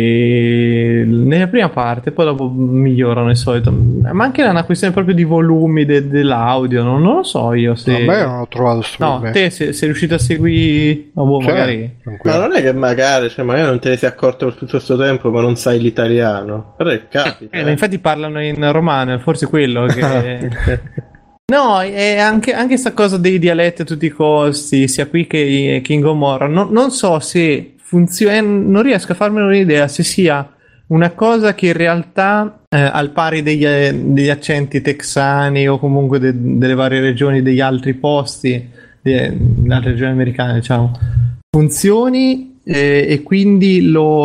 nella prima parte, poi dopo migliorano di solito. Ma anche è una questione proprio di volumi dell'audio, non lo so io se... A me non ho trovato sto problema. Te sei riuscito a seguire... magari... Ma non è che magari non te ne sei accorto per tutto questo tempo, ma non sai l'italiano. Però capita. Infatti parlano in romano, forse quello che... No, è anche sta cosa dei dialetti a tutti i costi, sia qui che in Gomorra. Non so se funziona, non riesco a farmene un'idea se sia una cosa che in realtà, al pari degli accenti texani o comunque delle varie regioni degli altri posti, delle altre regioni americane, diciamo, funzioni e quindi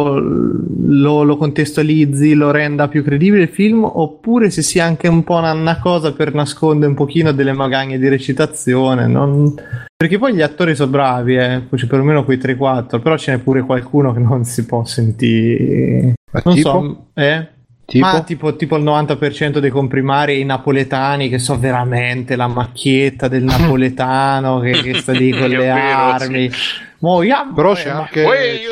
lo contestualizzi, lo renda più credibile il film, oppure se sia anche un po' una cosa per nascondere un pochino delle magagne di recitazione, perché poi gli attori sono bravi, cioè perlomeno quei 3-4, però ce n'è pure qualcuno che non si può sentire, non so, ma tipo il 90% dei comprimari i napoletani, che so veramente la macchietta del napoletano che sta lì con le armi, sì. Però c'è anche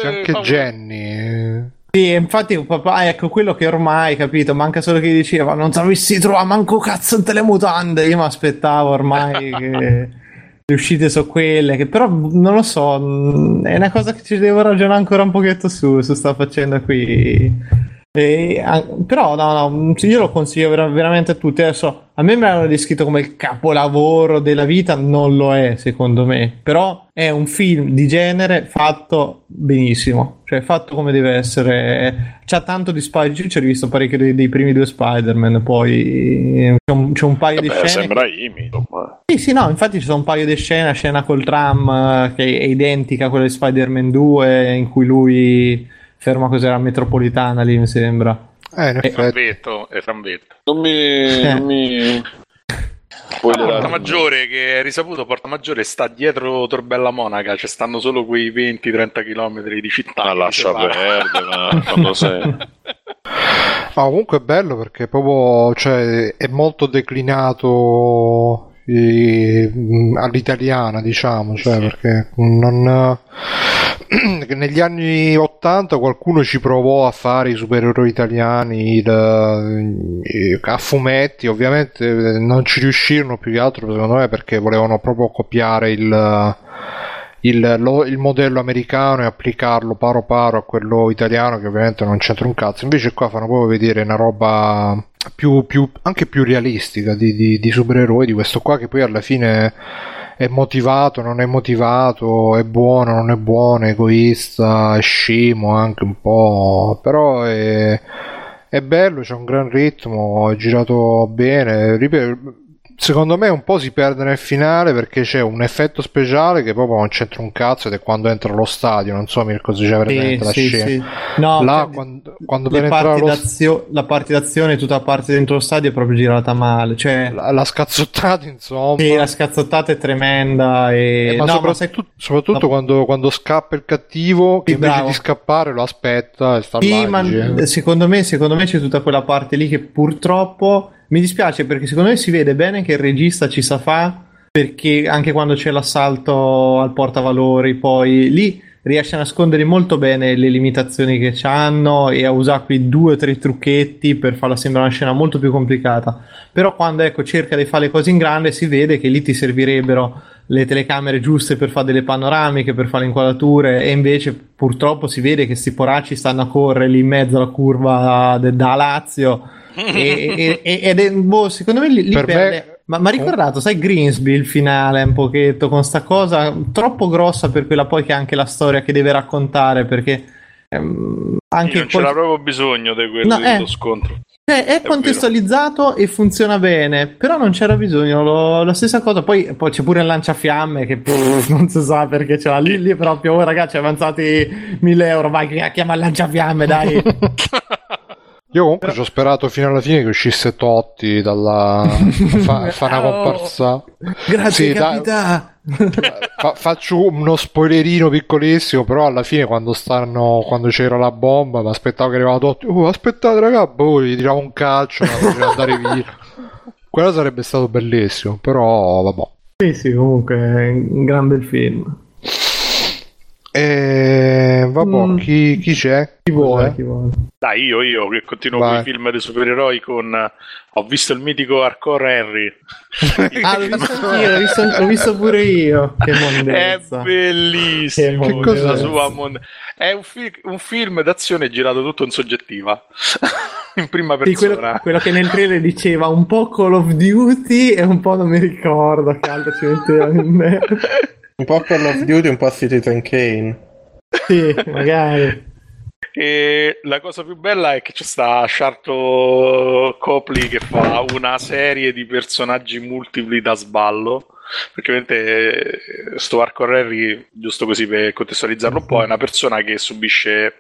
Jenny. Sì, infatti papà, ecco quello che ormai, capito, manca solo che diceva non sapessi trovare manco cazzo in telemutande. Io mi aspettavo ormai che le uscite su quelle, che però non lo so, è una cosa che ci devo ragionare ancora un pochetto su sta faccenda qui. Però no, io lo consiglio veramente a tutti. Adesso a me l'hanno descritto come il capolavoro della vita, non lo è secondo me, però è un film di genere fatto benissimo, cioè fatto come deve essere. C'ha tanto di Spider-Man, ci ho rivisto parecchio dei primi 2 Spider-Man, poi c'è un paio di scene sembra imido. Sì, no, infatti ci sono un paio di scena col tram che è identica a quella di Spider-Man 2, in cui lui ferma cos'era metropolitana lì, mi sembra. È Frambetto. Non mi... Porta Maggiore, che è risaputo, Porta Maggiore sta dietro Torbella Monaca, cioè stanno solo quei 20-30 km di città. Ma lascia perdere, ma quando sei... Ma comunque è bello perché proprio, cioè, è molto declinato all'italiana, diciamo, cioè, perché non... negli anni 80 qualcuno ci provò a fare i supereroi italiani a fumetti, ovviamente non ci riuscirono, più che altro secondo me perché volevano proprio copiare il modello americano e applicarlo paro paro a quello italiano, che ovviamente non c'entra un cazzo. Invece qua fanno proprio vedere una roba anche più realistica di supereroi, di questo qua che poi alla fine è motivato, non è motivato, è buono, non è buono, è egoista, è scemo anche un po', però è bello, c'è un gran ritmo, è girato bene. Secondo me un po' si perde nel finale perché c'è un effetto speciale che proprio non c'entra un cazzo, ed è quando entra allo stadio, non so Mirko se c'è presente la scena. Sì. No, là, quando per entrare la parte d'azione, tutta la parte dentro lo stadio è proprio girata male, cioè la scazzottata, insomma. Sì, la scazzottata è tremenda ma soprattutto quando scappa il cattivo, che invece di scappare lo aspetta e sta là. Ma secondo me c'è tutta quella parte lì che purtroppo mi dispiace, perché secondo me si vede bene che il regista ci sa fa, perché anche quando c'è l'assalto al portavalori, poi lì riesce a nascondere molto bene le limitazioni che c'hanno e a usare quei 2 o 3 trucchetti per farla sembrare una scena molto più complicata. Però quando cerca di fare le cose in grande, si vede che lì ti servirebbero le telecamere giuste per fare delle panoramiche, per fare le inquadrature, e invece purtroppo si vede che sti poracci stanno a correre lì in mezzo alla curva da Lazio. Ed è secondo me lì per perde. Ma ricordato, sai, Greensby il finale un pochetto con sta cosa troppo grossa per quella poi che è anche la storia che deve raccontare, perché anche non c'era proprio bisogno di quello scontro. È contestualizzato e funziona bene, però non c'era bisogno. La stessa cosa, poi c'è pure il lanciafiamme che non si sa perché ce l'ha lì proprio. Oh, ragazzi, avanzati 1.000 euro, vai, chiama il lanciafiamme, dai. Io comunque ci ho sperato fino alla fine che uscisse Totti dalla fa una comparsa. Grazie, capità. Faccio uno spoilerino piccolissimo, però alla fine quando c'era la bomba mi aspettavo che arrivava Totti. Aspettate raga, poi gli tiravo un calcio per andare via. Quello sarebbe stato bellissimo, però vabbè. Sì, comunque è un gran bel film. Vabbè, chi c'è? Chi vuole? Dai, io che continuo con i film dei supereroi ho visto il mitico Hardcore Henry. L'ho visto pure io. Che mondezza. È bellissimo. Che cos'è? È un film d'azione girato tutto in soggettiva. In prima persona. Quello che nel trailer diceva un po' Call of Duty e un po' non mi ricordo che altro ci metteva in me. Un po' Call of Duty, un po' Citizen Kane. Sì, magari. E la cosa più bella è che c'è sta Sharto Copley che fa una serie di personaggi multipli da sballo, perché ovviamente sto Hardcore Henry, giusto così per contestualizzarlo un po', è una persona che subisce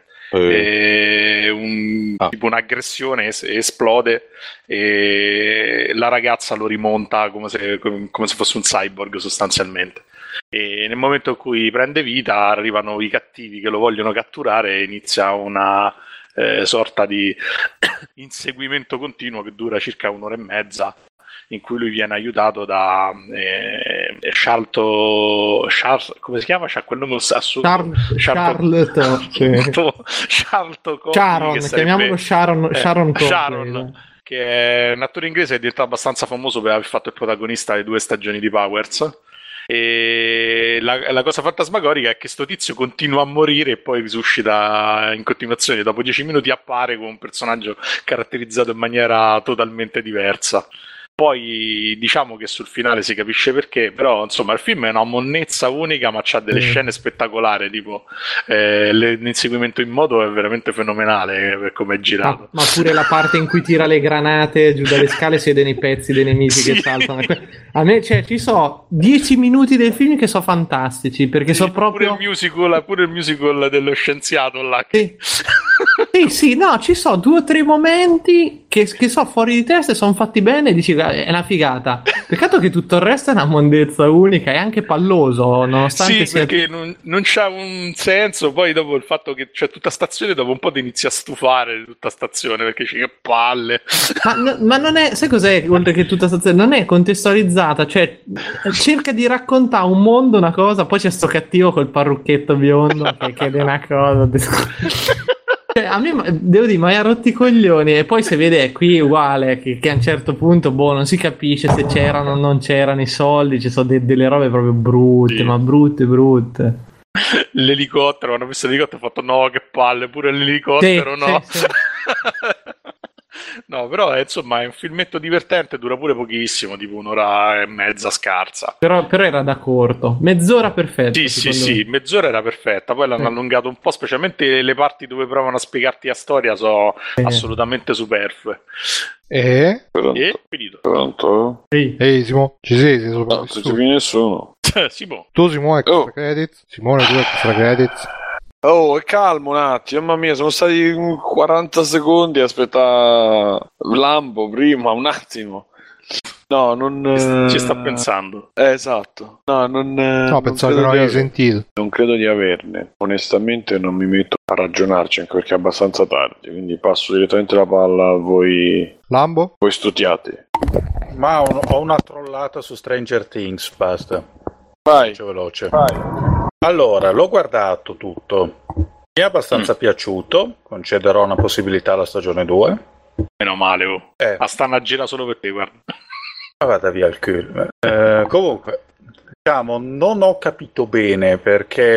tipo un'aggressione, esplode e la ragazza lo rimonta come se fosse un cyborg sostanzialmente. E nel momento in cui prende vita arrivano i cattivi che lo vogliono catturare e inizia una sorta di inseguimento continuo che dura circa 1 ora e mezza, in cui lui viene aiutato da come si chiama? C'ha quel nome assurdo. Sharon, chiamiamolo Sharon Sharon, che è un attore inglese che è diventato abbastanza famoso per aver fatto il protagonista di 2 stagioni di Powers. E la cosa fantasmagorica è che sto tizio continua a morire e poi risuscita in continuazione. Dopo 10 minuti appare con un personaggio caratterizzato in maniera totalmente diversa. Poi diciamo che sul finale si capisce perché, però insomma il film è una monnezza unica, ma c'ha delle scene spettacolari, tipo l'inseguimento in moto è veramente fenomenale per come è girato. Ma pure la parte in cui tira le granate giù dalle scale si vede nei pezzi dei nemici che saltano. A me, cioè, ci so 10 minuti del film che sono fantastici, perché sono proprio pure il musical dello scienziato là. Sì, no, ci sono 2 o 3 momenti che sono fuori di testa e sono fatti bene e dici è una figata. Peccato che tutto il resto è una mondezza unica e anche palloso, nonostante sia... perché non c'ha un senso. Poi dopo il fatto che c'è tutta stazione, dopo un po' ti inizi a stufare di tutta stazione, perché c'è che palle. Ma non è, sai cos'è, oltre che tutta stazione, non è contestualizzata, cioè cerca di raccontare un mondo, una cosa, poi c'è sto cattivo col parrucchetto biondo che è una cosa... Cioè, a me devo dire, ma ha rotti i coglioni. E poi se vede qui uguale che a un certo punto non si capisce se c'erano o non c'erano i soldi, ci sono delle robe proprio brutte, sì. Ma brutte. L'elicottero, quando ho visto l'elicottero ho fatto no, che palle, pure l'elicottero, sì, no. Sì. No, però insomma è un filmetto divertente, dura pure pochissimo, tipo 1 ora e mezza scarsa. Però era da corto, mezz'ora perfetta. Sì, mezz'ora era perfetta, poi l'hanno allungato un po', specialmente le parti dove provano a spiegarti la storia sono assolutamente superflue. E finito. Pronto? Ehi Simo, ci sei no, non c'è più nessuno. Simone. Tu Simone extra credits? Simone tu extra credits? Oh, è calmo un attimo, mamma mia, sono stati 40 secondi a aspettare Lambo prima, un attimo. No, non... Ci sta pensando. Esatto. No, pensavo che non avevi sentito. Non credo di averne. Onestamente non mi metto a ragionarci, anche perché è abbastanza tardi, quindi passo direttamente la palla a voi... Lambo? Voi studiate. Ma ho una trollata su Stranger Things, basta. Vai. Veloce. Allora, l'ho guardato tutto. Mi è abbastanza piaciuto. Concederò una possibilità alla stagione 2. Meno male, La stanno a girare solo per te, guarda. Vada via il culo. Comunque, diciamo, non ho capito bene perché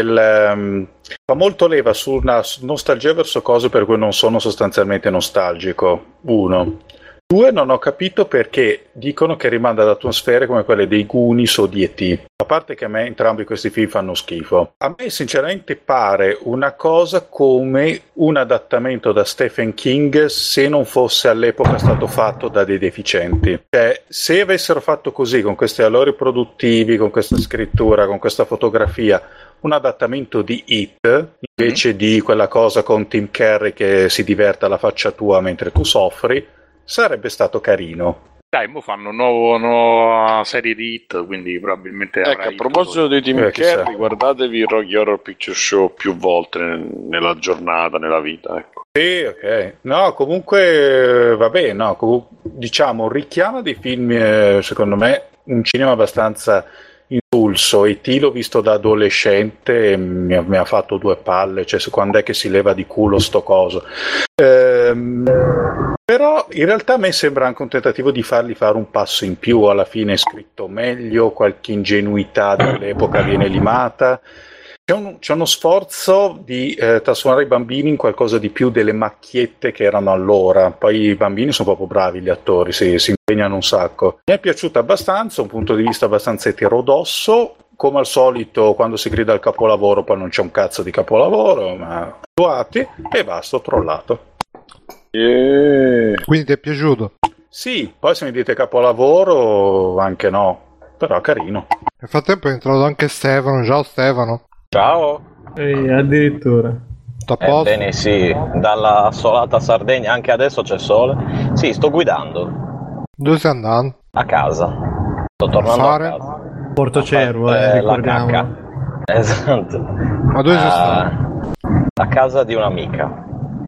fa molto leva su una nostalgia verso cose per cui non sono sostanzialmente nostalgico. 1. 2, non ho capito perché dicono che rimanda ad atmosfere come quelle dei Goonies o di E.T. A parte che a me entrambi questi film fanno schifo. A me sinceramente pare una cosa come un adattamento da Stephen King se non fosse all'epoca stato fatto da dei deficienti. Cioè, se avessero fatto così, con questi valori produttivi, con questa scrittura, con questa fotografia, un adattamento di It, invece di quella cosa con Tim Curry che si diverte alla faccia tua mentre tu soffri, sarebbe stato carino. Dai, mo fanno nuova serie di Hit, quindi probabilmente a proposito di Tim Curry, guardatevi il Rocky Horror Picture Show più volte nella giornata, nella vita, ecco. Sì, ok. No, comunque vabbè, no, diciamo richiama dei film, secondo me, un cinema abbastanza impulso. E l'ho visto da adolescente e mi ha fatto 2 palle, cioè quando è che si leva di culo sto coso. Però in realtà a me sembra anche un tentativo di fargli fare un passo in più. Alla fine è scritto meglio, qualche ingenuità dell'epoca viene limata. C'è uno sforzo di trasformare i bambini in qualcosa di più delle macchiette che erano allora. Poi i bambini sono proprio bravi, gli attori, si impegnano un sacco. Mi è piaciuto abbastanza, un punto di vista abbastanza eterodosso. Come al solito, quando si grida al capolavoro poi non c'è un cazzo di capolavoro, ma attuati, e basta, ho trollato. Quindi ti è piaciuto? Sì, poi se mi dite capolavoro anche no, però carino. Nel frattempo è entrato anche Stefano. Ciao Stefano. Ciao. Addirittura. Bene, sì, dalla assolata Sardegna anche adesso c'è sole. Sì, sto guidando. Dove stai andando? A casa. Sto tornando a casa. Porto Cervo, ricordiamo. Esatto. Ma dove sei stato? A casa di un'amica.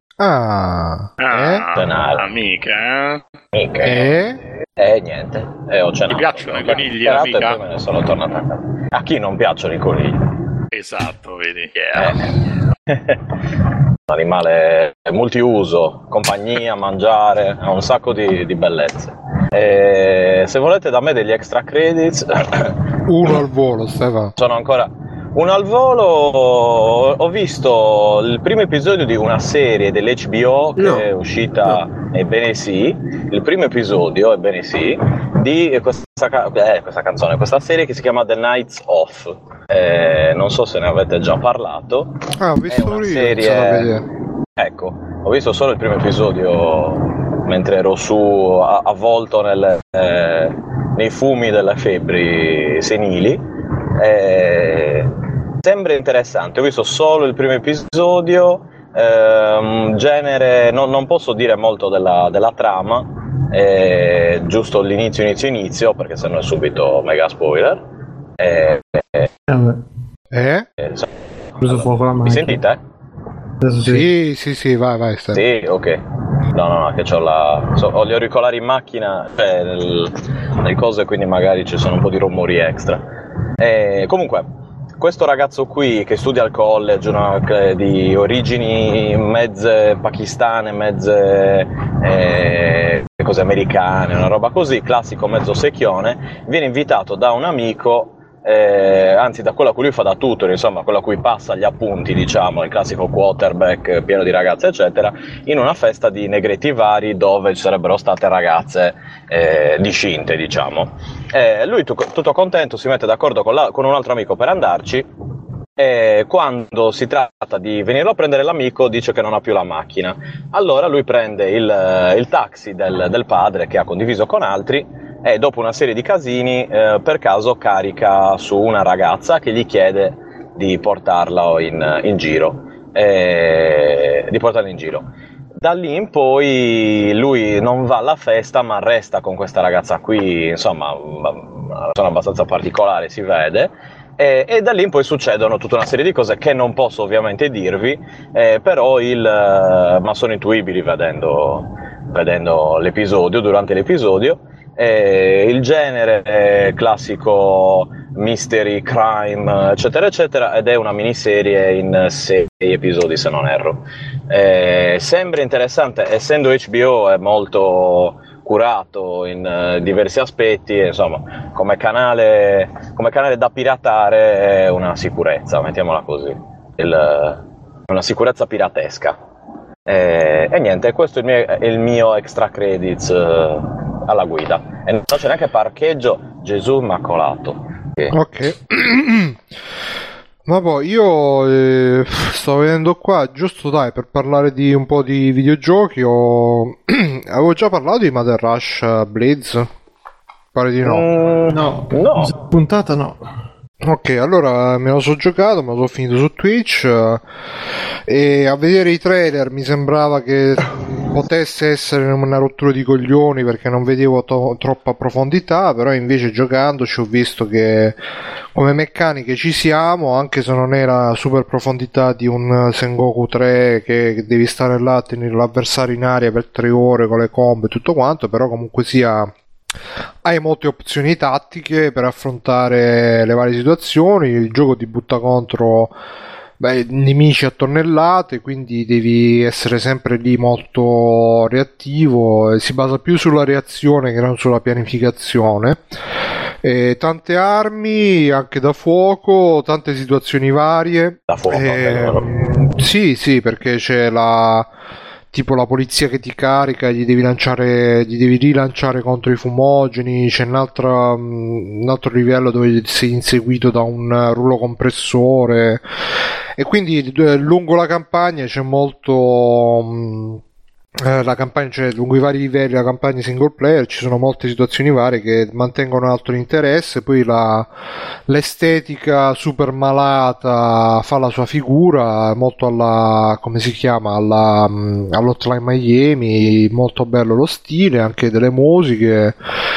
Amica, E niente. Ho cenato. Ti piacciono i conigli, amica? E poi me ne sono tornato a casa. A chi non piacciono i conigli? Esatto, vedi. Un animale multiuso, compagnia, mangiare, ha un sacco di bellezze. Se volete da me degli extra credits, uno al volo, Stefano. Sono ancora uno al volo. Ho visto il primo episodio di una serie dell'HBO che è uscita, ebbene sì, il primo episodio, ebbene sì, di questa canzone, questa serie che si chiama The Nights Off. Non so se ne avete già parlato. Ho visto una serie. Ecco, ho visto solo il primo episodio mentre ero su avvolto nei fumi delle febbri senili. Sembra interessante, ho visto solo il primo episodio. Genere, non posso dire molto della trama, giusto l'inizio perché sennò è subito mega spoiler. Preso fuoco la macchina. Mi sentite? Sì, vai. Sì, ok. No, che ho gli auricolari in macchina, nel cose, quindi magari ci sono un po' di rumori extra. Comunque, questo ragazzo qui che studia al college, di origini mezze pakistane, mezze cose americane, una roba così, classico mezzo secchione, viene invitato da un amico, anzi da quello a cui lui fa da tutor, insomma quello a cui passa gli appunti, diciamo, il classico quarterback pieno di ragazze eccetera, in una festa di negretti vari dove ci sarebbero state ragazze discinte, diciamo. Lui tutto contento si mette d'accordo con un altro amico per andarci, e quando si tratta di venirlo a prendere l'amico dice che non ha più la macchina. Allora lui prende il taxi del padre che ha condiviso con altri, e dopo una serie di casini per caso carica su una ragazza che gli chiede di portarla in giro, di portarla in giro. Da lì in poi lui non va alla festa ma resta con questa ragazza qui, insomma una persona abbastanza particolare, si vede, e da lì in poi succedono tutta una serie di cose che non posso ovviamente dirvi, però ma sono intuibili vedendo l'episodio, durante l'episodio. Il genere è classico mystery, crime, eccetera eccetera, ed è una miniserie in 6 episodi se non erro. Sembra interessante, essendo HBO è molto curato in diversi aspetti, insomma come canale da piratare è una sicurezza, mettiamola così, una sicurezza piratesca. E niente, questo è il mio extra credits alla guida, e non c'è neanche parcheggio, Gesù immacolato. Ok. Ma poi io sto vedendo qua, giusto per parlare di un po' di videogiochi, avevo già parlato di Mother Rush Blades? Pare di no. No. Puntata no. Ok, allora me lo so giocato, me lo so finito su Twitch, e a vedere i trailer mi sembrava che potesse essere una rottura di coglioni perché non vedevo troppa profondità, però invece giocandoci ho visto che come meccaniche ci siamo, anche se non era super profondità di un Sengoku 3 che devi stare là a tenere l'avversario in aria per 3 ore con le combo e tutto quanto, però comunque sia hai molte opzioni tattiche per affrontare le varie situazioni. Il gioco ti butta contro nemici a tonnellate, quindi devi essere sempre lì molto reattivo, si basa più sulla reazione che non sulla pianificazione. Tante armi anche da fuoco, tante situazioni varie da fuoco, sì, perché c'è tipo la polizia che ti carica, gli devi rilanciare contro i fumogeni, c'è un altro livello dove sei inseguito da un rullo compressore, e quindi lungo la campagna c'è molto la campagna, cioè lungo i vari livelli la campagna single player ci sono molte situazioni varie che mantengono alto l'interesse. Poi l'estetica super malata fa la sua figura, molto come si chiama, all'Hotline Miami, molto bello lo stile anche delle musiche,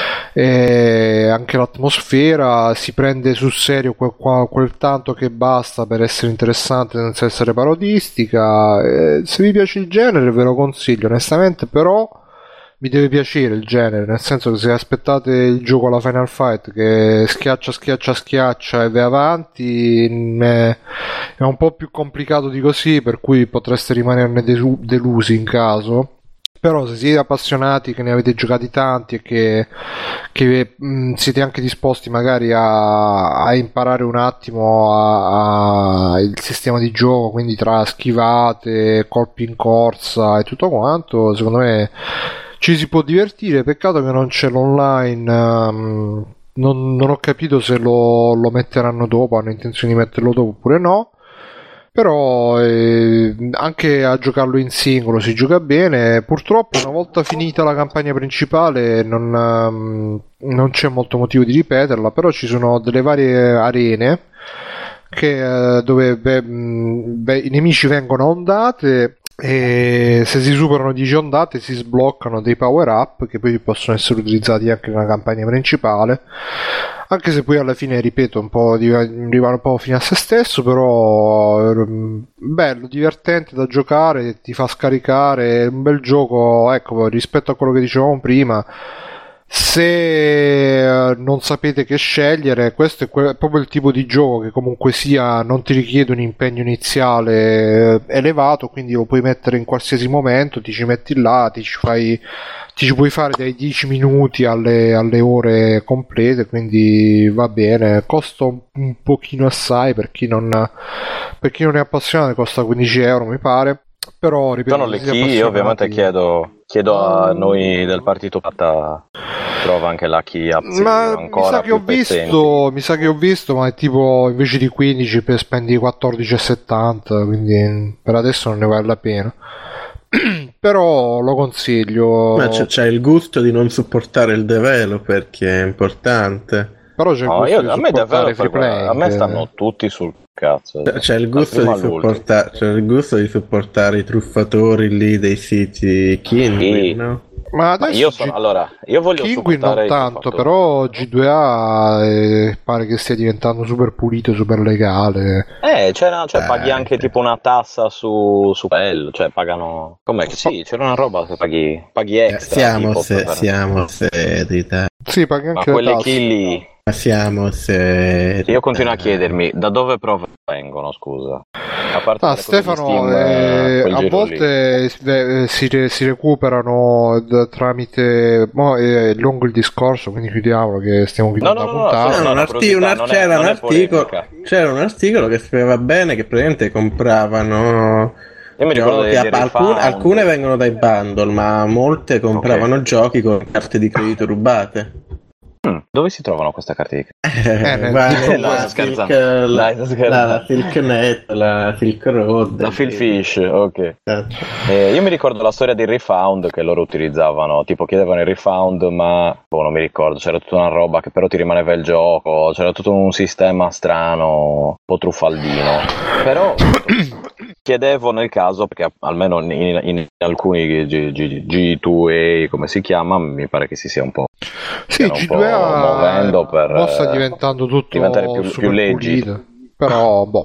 e anche l'atmosfera, si prende sul serio quel tanto che basta per essere interessante senza essere parodistica. Se vi piace il genere ve lo consiglio onestamente, però vi deve piacere il genere, nel senso che se aspettate il gioco alla Final Fight che schiaccia e va avanti, è un po' più complicato di così, per cui potreste rimanerne delusi in caso. Però se siete appassionati, che ne avete giocati tanti e che siete anche disposti magari a imparare un attimo il sistema di gioco, quindi tra schivate, colpi in corsa e tutto quanto, secondo me ci si può divertire. Peccato che non c'è l'online, non ho capito se lo metteranno dopo, hanno intenzione di metterlo dopo oppure no. Però anche a giocarlo in singolo si gioca bene. Purtroppo una volta finita la campagna principale non c'è molto motivo di ripeterla, però ci sono delle varie arene dove i nemici vengono a ondate, e se si superano 10 ondate si sbloccano dei power up che poi possono essere utilizzati anche nella campagna principale, anche se poi alla fine, ripeto, un po' arrivare un po' fino a se stesso, però bello, divertente da giocare, ti fa scaricare, è un bel gioco. Ecco, rispetto a quello che dicevamo prima, se non sapete che scegliere, questo è proprio il tipo di gioco che comunque sia non ti richiede un impegno iniziale elevato, quindi lo puoi mettere in qualsiasi momento, ti ci metti là, ti ci puoi fare dai 10 minuti alle ore complete, quindi va bene. Costa un pochino assai per chi non è appassionato, costa 15 euro mi pare. Però ripeto, sono le key, io ovviamente chiedo a noi del partito Patta, trova anche la key ma ancora mi sa che ho visto, ma è tipo invece di 15 per spendi 14,70, quindi per adesso non ne vale la pena. Però lo consiglio. Ma c'è il gusto di non supportare il developer, che è importante. Però c'è il gusto di supportare free play. A me stanno tutti sul cazzo. C'è il gusto di supportare i truffatori lì dei siti Kinwin, no? Ma adesso io voglio Kinwin non tanto, però G2A pare che stia diventando super pulito, super legale. Paghi anche tipo una tassa su quello, cioè pagano. Com'è che sì, c'era una roba che paghi extra. Siamo seri, dai. Sì, paghi anche quelle kill lì. Siamo seri. Io continuo a chiedermi da dove provengono, scusa. A parte Stefano, Steam, a volte si recuperano tramite è lungo il discorso, quindi chiudiamolo che stiamo chiudendo la puntata. C'era un articolo che spiegava bene che praticamente compravano. Io mi ricordo alcune vengono dai bundle, ma molte compravano giochi con carte di credito rubate. Dove si trovano queste carte di la Silknet, la Silk Road, la Philfish, ok. Io mi ricordo la storia del refund che loro utilizzavano, tipo chiedevano il refund, ma non mi ricordo, c'era tutta una roba che però ti rimaneva il gioco, c'era tutto un sistema strano, un po' truffaldino, però chiedevo nel caso, perché almeno in alcuni G2A, come si chiama, mi pare che si sia un po'. Sì, G2A muovendo per sta diventando tutto diventare più leggi, però boh.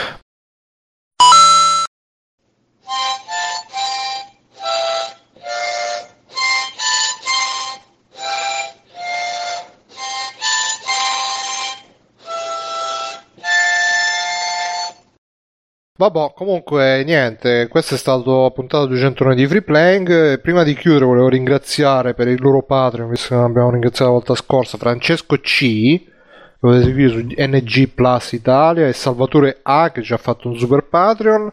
Vabbè, comunque niente, questo è stato la puntata 201 di Free Playing. Prima di chiudere volevo ringraziare per il loro Patreon, visto che non abbiamo ringraziato la volta scorsa, Francesco C, che potete seguire su NG Plus Italia, e Salvatore A, che ci ha fatto un super Patreon.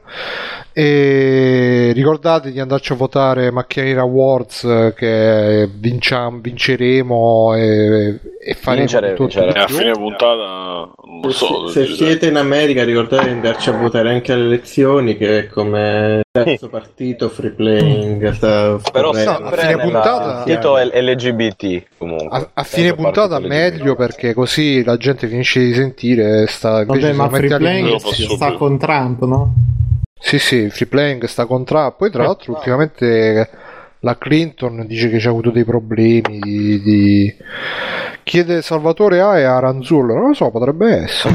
E ricordate di andarci a votare Macchianera Awards, che vinceremo e faremo tutto. A fine puntata non so, se siete in America ricordate di andarci a votare anche alle elezioni, che come terzo partito Free Playing però a fine puntata LGBT comunque a fine puntata meglio, perché così la gente finisce di sentire vabbè, ma Free Playing sta con Trump, no? Sì, Free Playing sta con Trump. Poi tra l'altro ultimamente la Clinton dice che c'ha avuto dei problemi di... Chiede Salvatore A e Aranzulla, non lo so, potrebbe essere.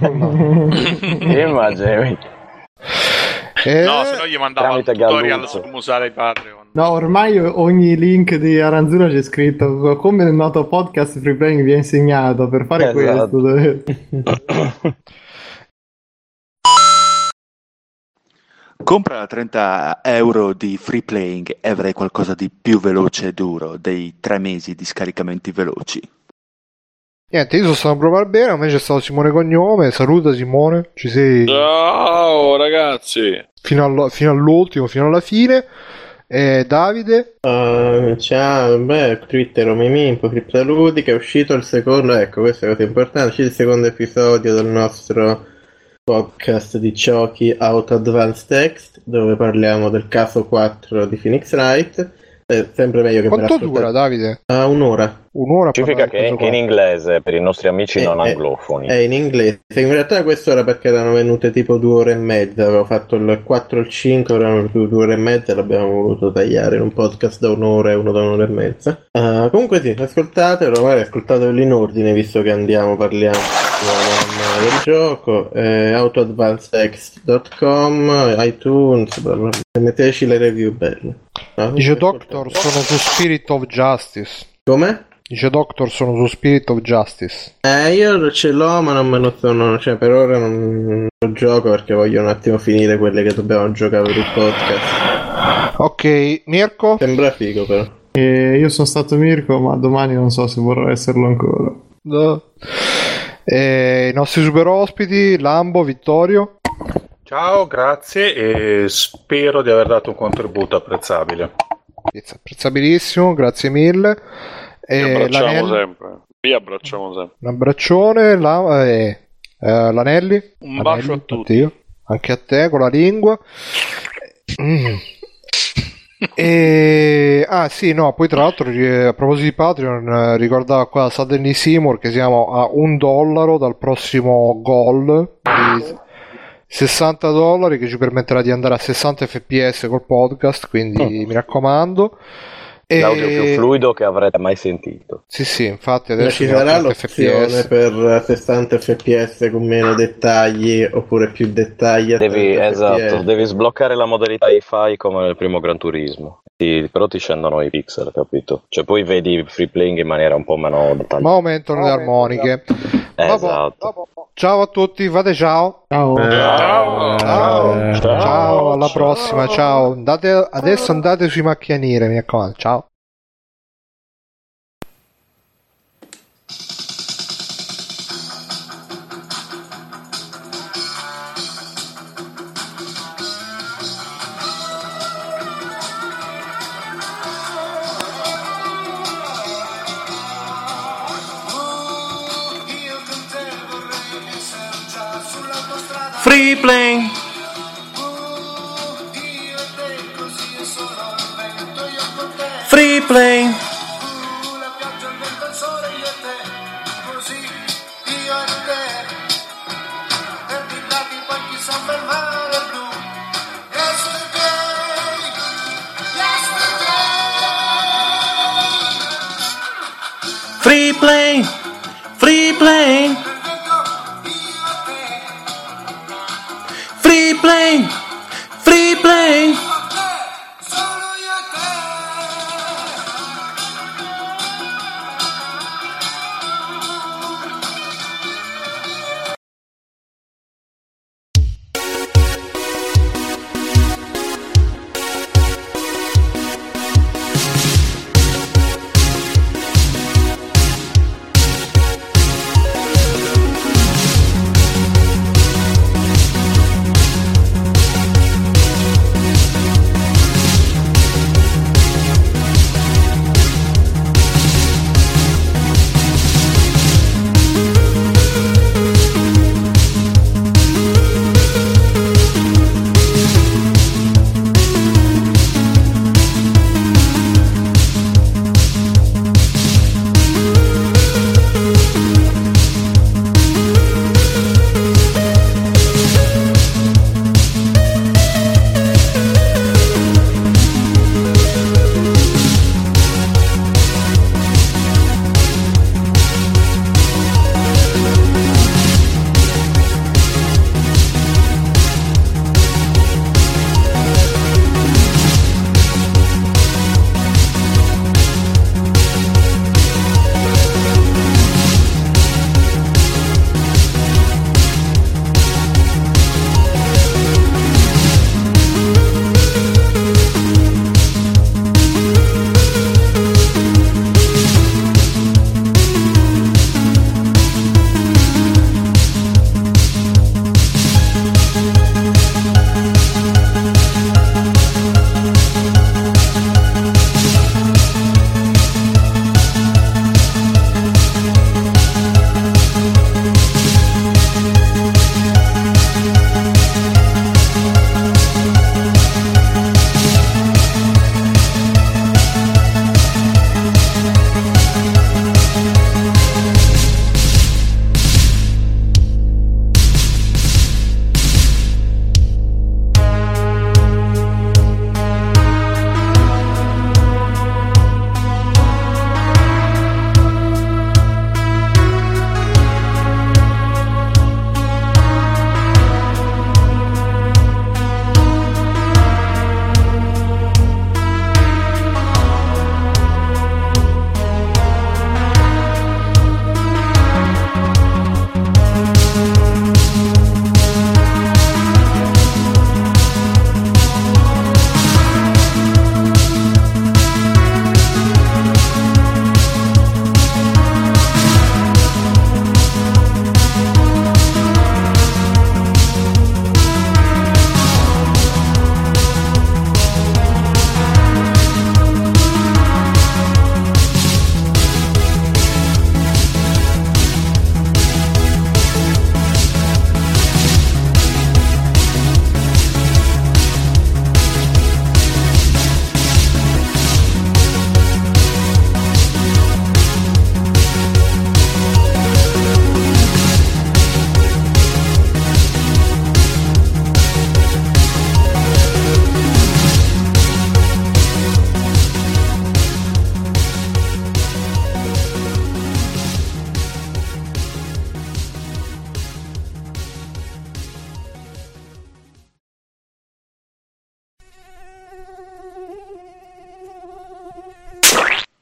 Immagini. No, se no gli mandava un tutorial su come usare i Patreon. No, ormai ogni link di Aranzulla c'è scritto come nel noto podcast Free Playing vi ha insegnato per fare questo. Compra 30 euro di free playing e avrai qualcosa di più veloce e duro dei 3 mesi di scaricamenti veloci. Niente, io sono stato a provare bene, a me c'è stato Simone Cognome, saluta Simone, ci sei? Ciao ragazzi! Fino all'ultimo, fino alla fine. Davide? Ciao, Twitter Omimimpo, Criptaludica, è uscito il secondo, ecco, questa è cosa importante, è uscito il secondo episodio del nostro podcast di Choki Auto Advanced Text, dove parliamo del caso 4 di Phoenix Wright. È sempre meglio che quanto dura, Davide? Un'ora. Significa che è in inglese per i nostri amici non anglofoni. È in inglese. In realtà quest'ora perché erano venute tipo 2 ore e mezza. Avevo fatto il 4 e il 5, erano 2 ore e mezza. L'abbiamo voluto tagliare in un podcast da un'ora e uno da un'ora e mezza. Comunque sì, ascoltatelo, magari ascoltatelo in ordine visto che parliamo del gioco. autoadvancedtext.com, iTunes, metteteci le review belle. Dice Doctor, sono su Spirit of Justice. Come? Dice Doctor, sono su Spirit of Justice. Io ce l'ho, ma non me lo sono. Cioè, per ora non lo gioco perché voglio un attimo finire quelle che dobbiamo giocare per il podcast. Ok, Mirko? Sembra figo, però. Io sono stato Mirko, ma domani non so se vorrò esserlo ancora. No. I nostri super ospiti, Lambo, Vittorio. Ciao, grazie e spero di aver dato un contributo apprezzabile. Apprezzabilissimo, grazie mille. Vi abbracciamo sempre. Un abbraccione, Lanelli. Un bacio a tutti. Anche a te con la lingua. Sì, no, poi tra l'altro a proposito di Patreon, ricordava qua Suddenly Seymour che siamo a $1 dal prossimo goal di $60 che ci permetterà di andare a 60 fps col podcast, quindi mi raccomando. L'audio più fluido che avrete mai sentito. Sì, infatti adesso ci sarà l'opzione per 60 fps con meno dettagli oppure più dettagli. Devi sbloccare la modalità hi-fi come nel primo Gran Turismo. Però ti scendono i pixel, capito? Cioè poi vedi free playing in maniera un po' meno dettagliata. Ma aumentano le armoniche. Esatto. Ciao a tutti, fate ciao. Ciao, alla prossima, ciao. Adesso andate sui macchianiere, mi raccomando. Ciao. Free playing. Free playing. Free playing. Free playing. Free playing, free playing.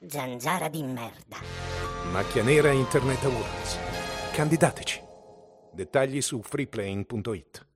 Zanzara di merda. Macchia Nera Internet Awards. Candidateci. Dettagli su freeplaying.it.